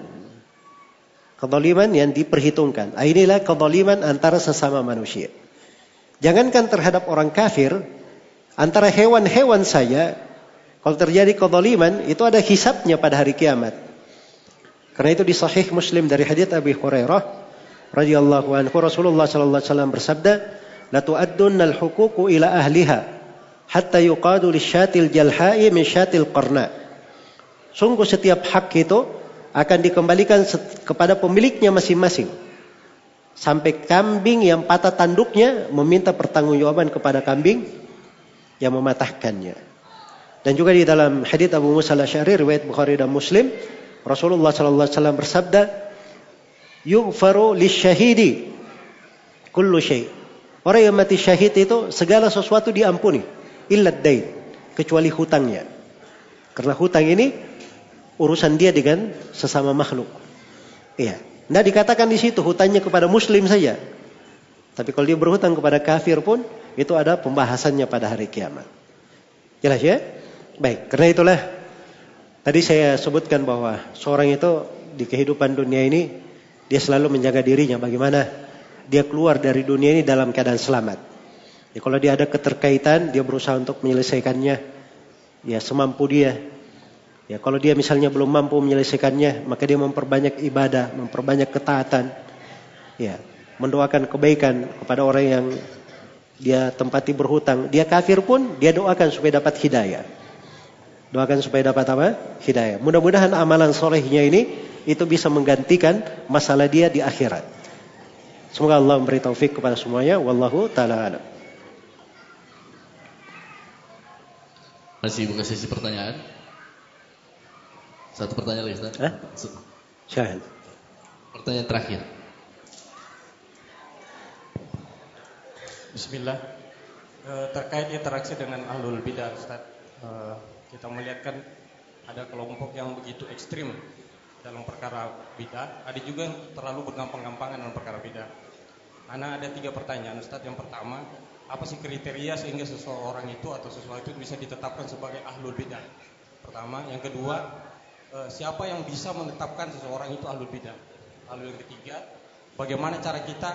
Kezaliman yang diperhitungkan. Inilah kezaliman antara sesama manusia. Jangankan terhadap orang kafir, antara hewan-hewan saja, kalau terjadi kezaliman, itu ada hisabnya pada hari kiamat. Karena itu di Sahih Muslim dari hadits Abi Hurairah radhiyallahu anhu, Rasulullah sallallahu alaihi wasallam bersabda, "La tu'addunna al-huququ ila ahliha hatta yuqadu lisyatil jalha'i min syatil qarna." Sungguh setiap hak itu akan dikembalikan kepada pemiliknya masing-masing. Sampai kambing yang patah tanduknya meminta pertanggungjawaban kepada kambing yang mematahkannya. Dan juga di dalam hadits Abu Musa Al-Asy'ari riwayat Bukhari dan Muslim, Rasulullah sallallahu alaihi wasallam bersabda, "Yughfaru lisyahidi kullu syai." Orang yang mati syahid itu segala sesuatu diampuni, illa ad-dain, kecuali hutangnya. Karena hutang ini urusan dia dengan sesama makhluk. Iya. Nah, dikatakan di situ hutangnya kepada muslim saja. Tapi kalau dia berhutang kepada kafir pun, itu ada pembahasannya pada hari kiamat. Jelas ya? Baik, karena itulah tadi saya sebutkan bahwa seorang itu di kehidupan dunia ini dia selalu menjaga dirinya bagaimana dia keluar dari dunia ini dalam keadaan selamat. Ya, kalau dia ada keterkaitan, dia berusaha untuk menyelesaikannya ya semampu dia. Ya, kalau dia misalnya belum mampu menyelesaikannya, maka dia memperbanyak ibadah, memperbanyak ketaatan. Ya, mendoakan kebaikan kepada orang yang dia tempati berhutang. Dia kafir pun dia doakan supaya dapat hidayah. Doakan supaya dapat apa? Hidayah. Mudah-mudahan amalan solehnya ini itu bisa menggantikan masalah dia di akhirat. Semoga Allah memberi taufik kepada semuanya. Wallahu ta'ala alam. Masih buka sesi pertanyaan. Satu pertanyaan lagi, Ustaz. Syahid. Pertanyaan terakhir. Bismillah. Terkait interaksi dengan ahlul bidah, Ustaz. Kita melihatkan ada kelompok yang begitu ekstrim dalam perkara bidah, ada juga yang terlalu bergampang-gampangan dalam perkara bidah. Ana ada 3 pertanyaan, Ustaz. Yang pertama, apa sih kriteria sehingga seseorang itu atau sesuatu itu bisa ditetapkan sebagai ahlul bidah? Pertama, yang kedua, siapa yang bisa menetapkan seseorang itu ahlul bidah? Lalu yang ketiga, bagaimana cara kita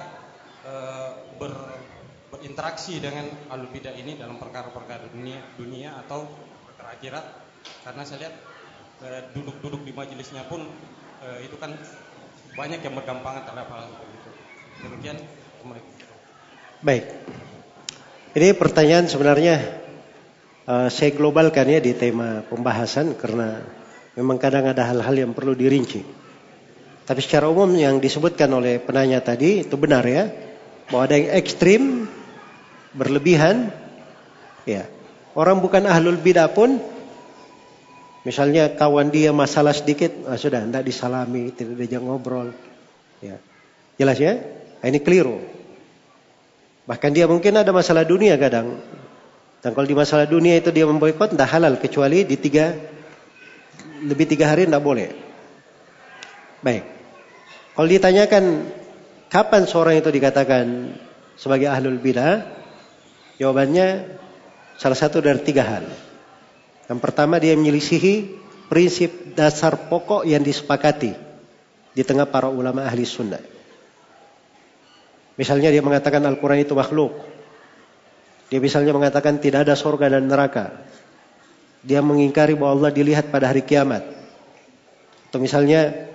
berinteraksi dengan ahlul bidah ini dalam perkara-perkara dunia atau perkara akhirat, karena saya lihat duduk-duduk di majelisnya pun itu kan banyak yang bergampangan terhadap hal itu. Demikian. Baik. Ini pertanyaan sebenarnya saya globalkan ya di tema pembahasan karena memang kadang ada hal-hal yang perlu dirinci. Tapi secara umum yang disebutkan oleh penanya tadi itu benar ya, bahwa ada yang ekstrim, berlebihan. Ya, orang bukan ahlul bidah pun, misalnya kawan dia masalah sedikit, sudah tidak disalami, tidak diajak ngobrol. Ya, jelas ya? Ini keliru. Bahkan dia mungkin ada masalah dunia kadang. Dan kalau di masalah dunia itu dia memboikot, tidak halal kecuali di 3 hari tidak boleh. Baik. Kalau ditanyakan kapan seorang itu dikatakan sebagai ahlul bidah, jawabannya salah satu dari 3 hal. Yang pertama, dia menyelisihi prinsip dasar pokok yang disepakati di tengah para ulama ahli sunnah. Misalnya dia mengatakan Al-Quran itu makhluk. Dia misalnya mengatakan tidak ada surga dan neraka. Dia mengingkari bahwa Allah dilihat pada hari kiamat. Atau misalnya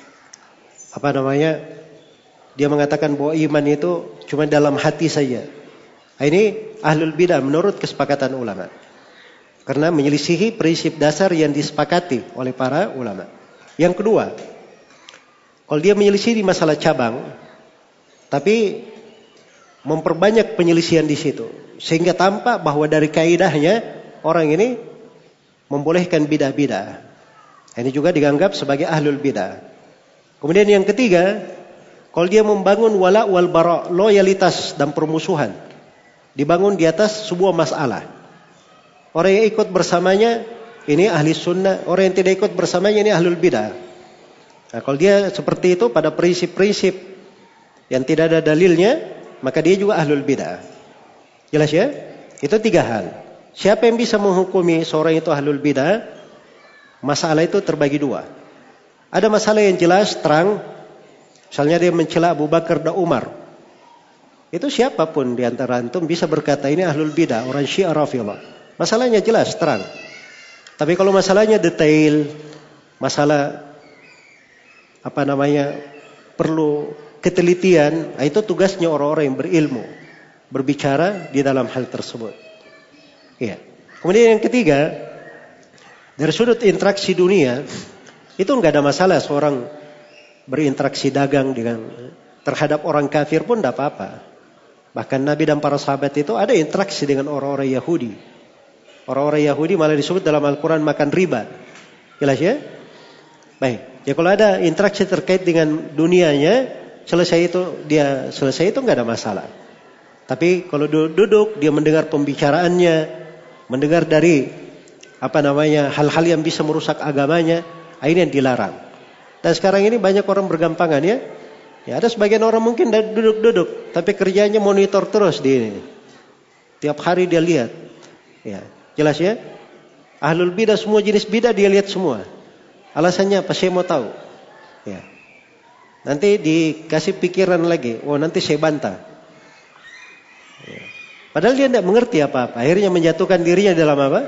dia mengatakan bahwa iman itu cuma dalam hati saja. Ini ahlul bidah menurut kesepakatan ulama. Karena menyelisihi prinsip dasar yang disepakati oleh para ulama. Yang kedua, kalau dia menyelisih di masalah cabang, tapi memperbanyak penyelisihan di situ, sehingga tampak bahwa dari kaidahnya orang ini membolehkan bidah-bidah. Ini juga dianggap sebagai ahlul bidah. Kemudian yang ketiga, kalau dia membangun wala wal bara, loyalitas dan permusuhan, dibangun di atas sebuah masalah. Orang yang ikut bersamanya ini ahli sunnah, orang yang tidak ikut bersamanya ini ahlul bidah. Nah, kalau dia seperti itu pada prinsip-prinsip yang tidak ada dalilnya, maka dia juga ahlul bidah. Jelas ya? Itu 3 hal. Siapa yang bisa menghukumi seorang itu ahlul bidah? Masalah itu terbagi 2. Ada masalah yang jelas, terang. Misalnya dia mencela Abu Bakar dan Umar. Itu siapapun di antara antum bisa berkata ini ahlul bidah, orang Syiah Rafidhah. Masalahnya jelas, terang. Tapi kalau masalahnya detail, masalah perlu ketelitian, itu tugasnya orang-orang yang berilmu berbicara di dalam hal tersebut. Iya. Kemudian yang ketiga, dari sudut interaksi dunia, itu enggak ada masalah seorang berinteraksi dagang terhadap orang kafir pun tidak apa-apa. Bahkan Nabi dan para sahabat itu ada interaksi dengan orang-orang Yahudi. Orang-orang Yahudi malah disebut dalam Al-Quran makan riba. Jelas ya? Baik. Ya kalau ada interaksi terkait dengan dunianya, selesai itu enggak ada masalah. Tapi kalau duduk dia mendengar pembicaraannya, mendengar dari hal-hal yang bisa merusak agamanya, ini yang dilarang. Dan sekarang ini banyak orang bergampangan ya. Ya ada sebagian orang mungkin duduk-duduk, tapi kerjanya monitor terus di ini. Tiap hari dia lihat. Ya, jelas ya? Ahlul bidah semua jenis bidah dia lihat semua. Alasannya apa? Saya mau tahu. Ya. Nanti dikasih pikiran lagi, nanti saya bantah. Ya. Padahal dia tidak mengerti apa-apa. Akhirnya menjatuhkan dirinya dalam apa?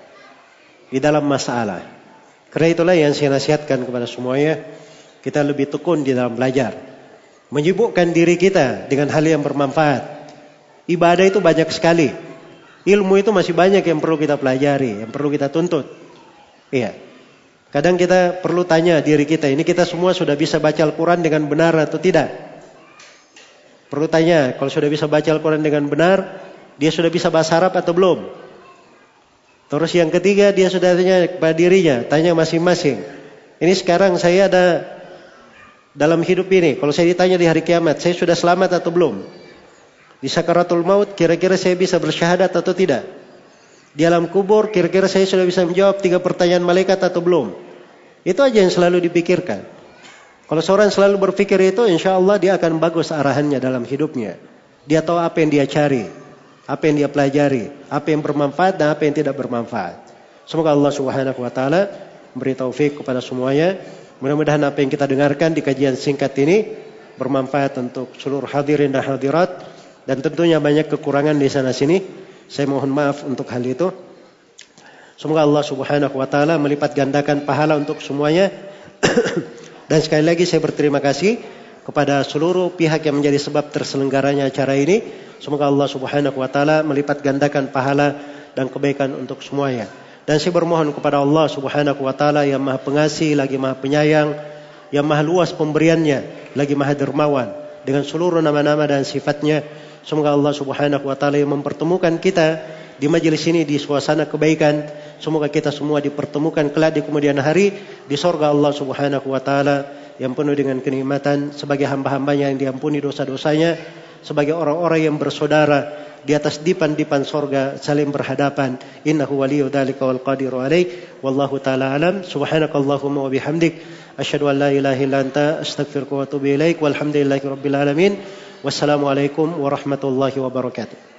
Di dalam masalah. Karena itulah yang saya nasihatkan kepada semuanya, kita lebih tekun di dalam belajar. Menyibukkan diri kita dengan hal yang bermanfaat. Ibadah itu banyak sekali. Ilmu itu masih banyak yang perlu kita pelajari, yang perlu kita tuntut. Iya. Kadang kita perlu tanya diri kita, ini kita semua sudah bisa baca Al-Quran dengan benar atau tidak? Perlu tanya, kalau sudah bisa baca Al-Quran dengan benar, dia sudah bisa bahasa Arab atau belum? Terus yang ketiga, dia sudah tanya kepada dirinya, tanya masing-masing. Ini sekarang saya ada dalam hidup ini, kalau saya ditanya di hari kiamat, saya sudah selamat atau belum? Di sakaratul maut, kira-kira saya bisa bersyahadat atau tidak? Di alam kubur, kira-kira saya sudah bisa menjawab 3 pertanyaan malaikat atau belum? Itu aja yang selalu dipikirkan. Kalau seorang selalu berpikir itu, insya Allah dia akan bagus arahannya dalam hidupnya. Dia tahu apa yang dia cari, apa yang dia pelajari, apa yang bermanfaat dan apa yang tidak bermanfaat. Semoga Allah Subhanahu wa taala memberi taufik kepada semuanya. Mudah-mudahan apa yang kita dengarkan di kajian singkat ini bermanfaat untuk seluruh hadirin dan hadirat, dan tentunya banyak kekurangan di sana sini. Saya mohon maaf untuk hal itu. Semoga Allah Subhanahu wa taala melipat gandakan pahala untuk semuanya. Dan sekali lagi saya berterima kasih kepada seluruh pihak yang menjadi sebab terselenggaranya acara ini. Semoga Allah Subhanahu wa taala melipat gandakan pahala dan kebaikan untuk semuanya. Dan saya bermohon kepada Allah Subhanahu wa taala yang Maha Pengasih lagi Maha Penyayang, yang Maha luas pemberiannya, lagi Maha Dermawan, dengan seluruh nama-nama dan sifatnya. Semoga Allah Subhanahu wa taala yang mempertemukan kita di majelis ini di suasana kebaikan. Semoga kita semua dipertemukan kelak di kemudian hari di surga Allah Subhanahu wa taala yang penuh dengan kenikmatan, sebagai hamba-hambanya yang diampuni dosa-dosanya, sebagai orang-orang yang bersaudara di atas dipan-dipan surga saling berhadapan. Innahu waliyyu dzalika wal qadiru alaih. Wallahu taala alam. Subhanakallahumma wa bihamdik asyhadu an la ilaha illa anta astaghfiruka wa atubu ilaik. Walhamdulillahirabbil alamin. Wassalamualaikum warahmatullahi wabarakatuh.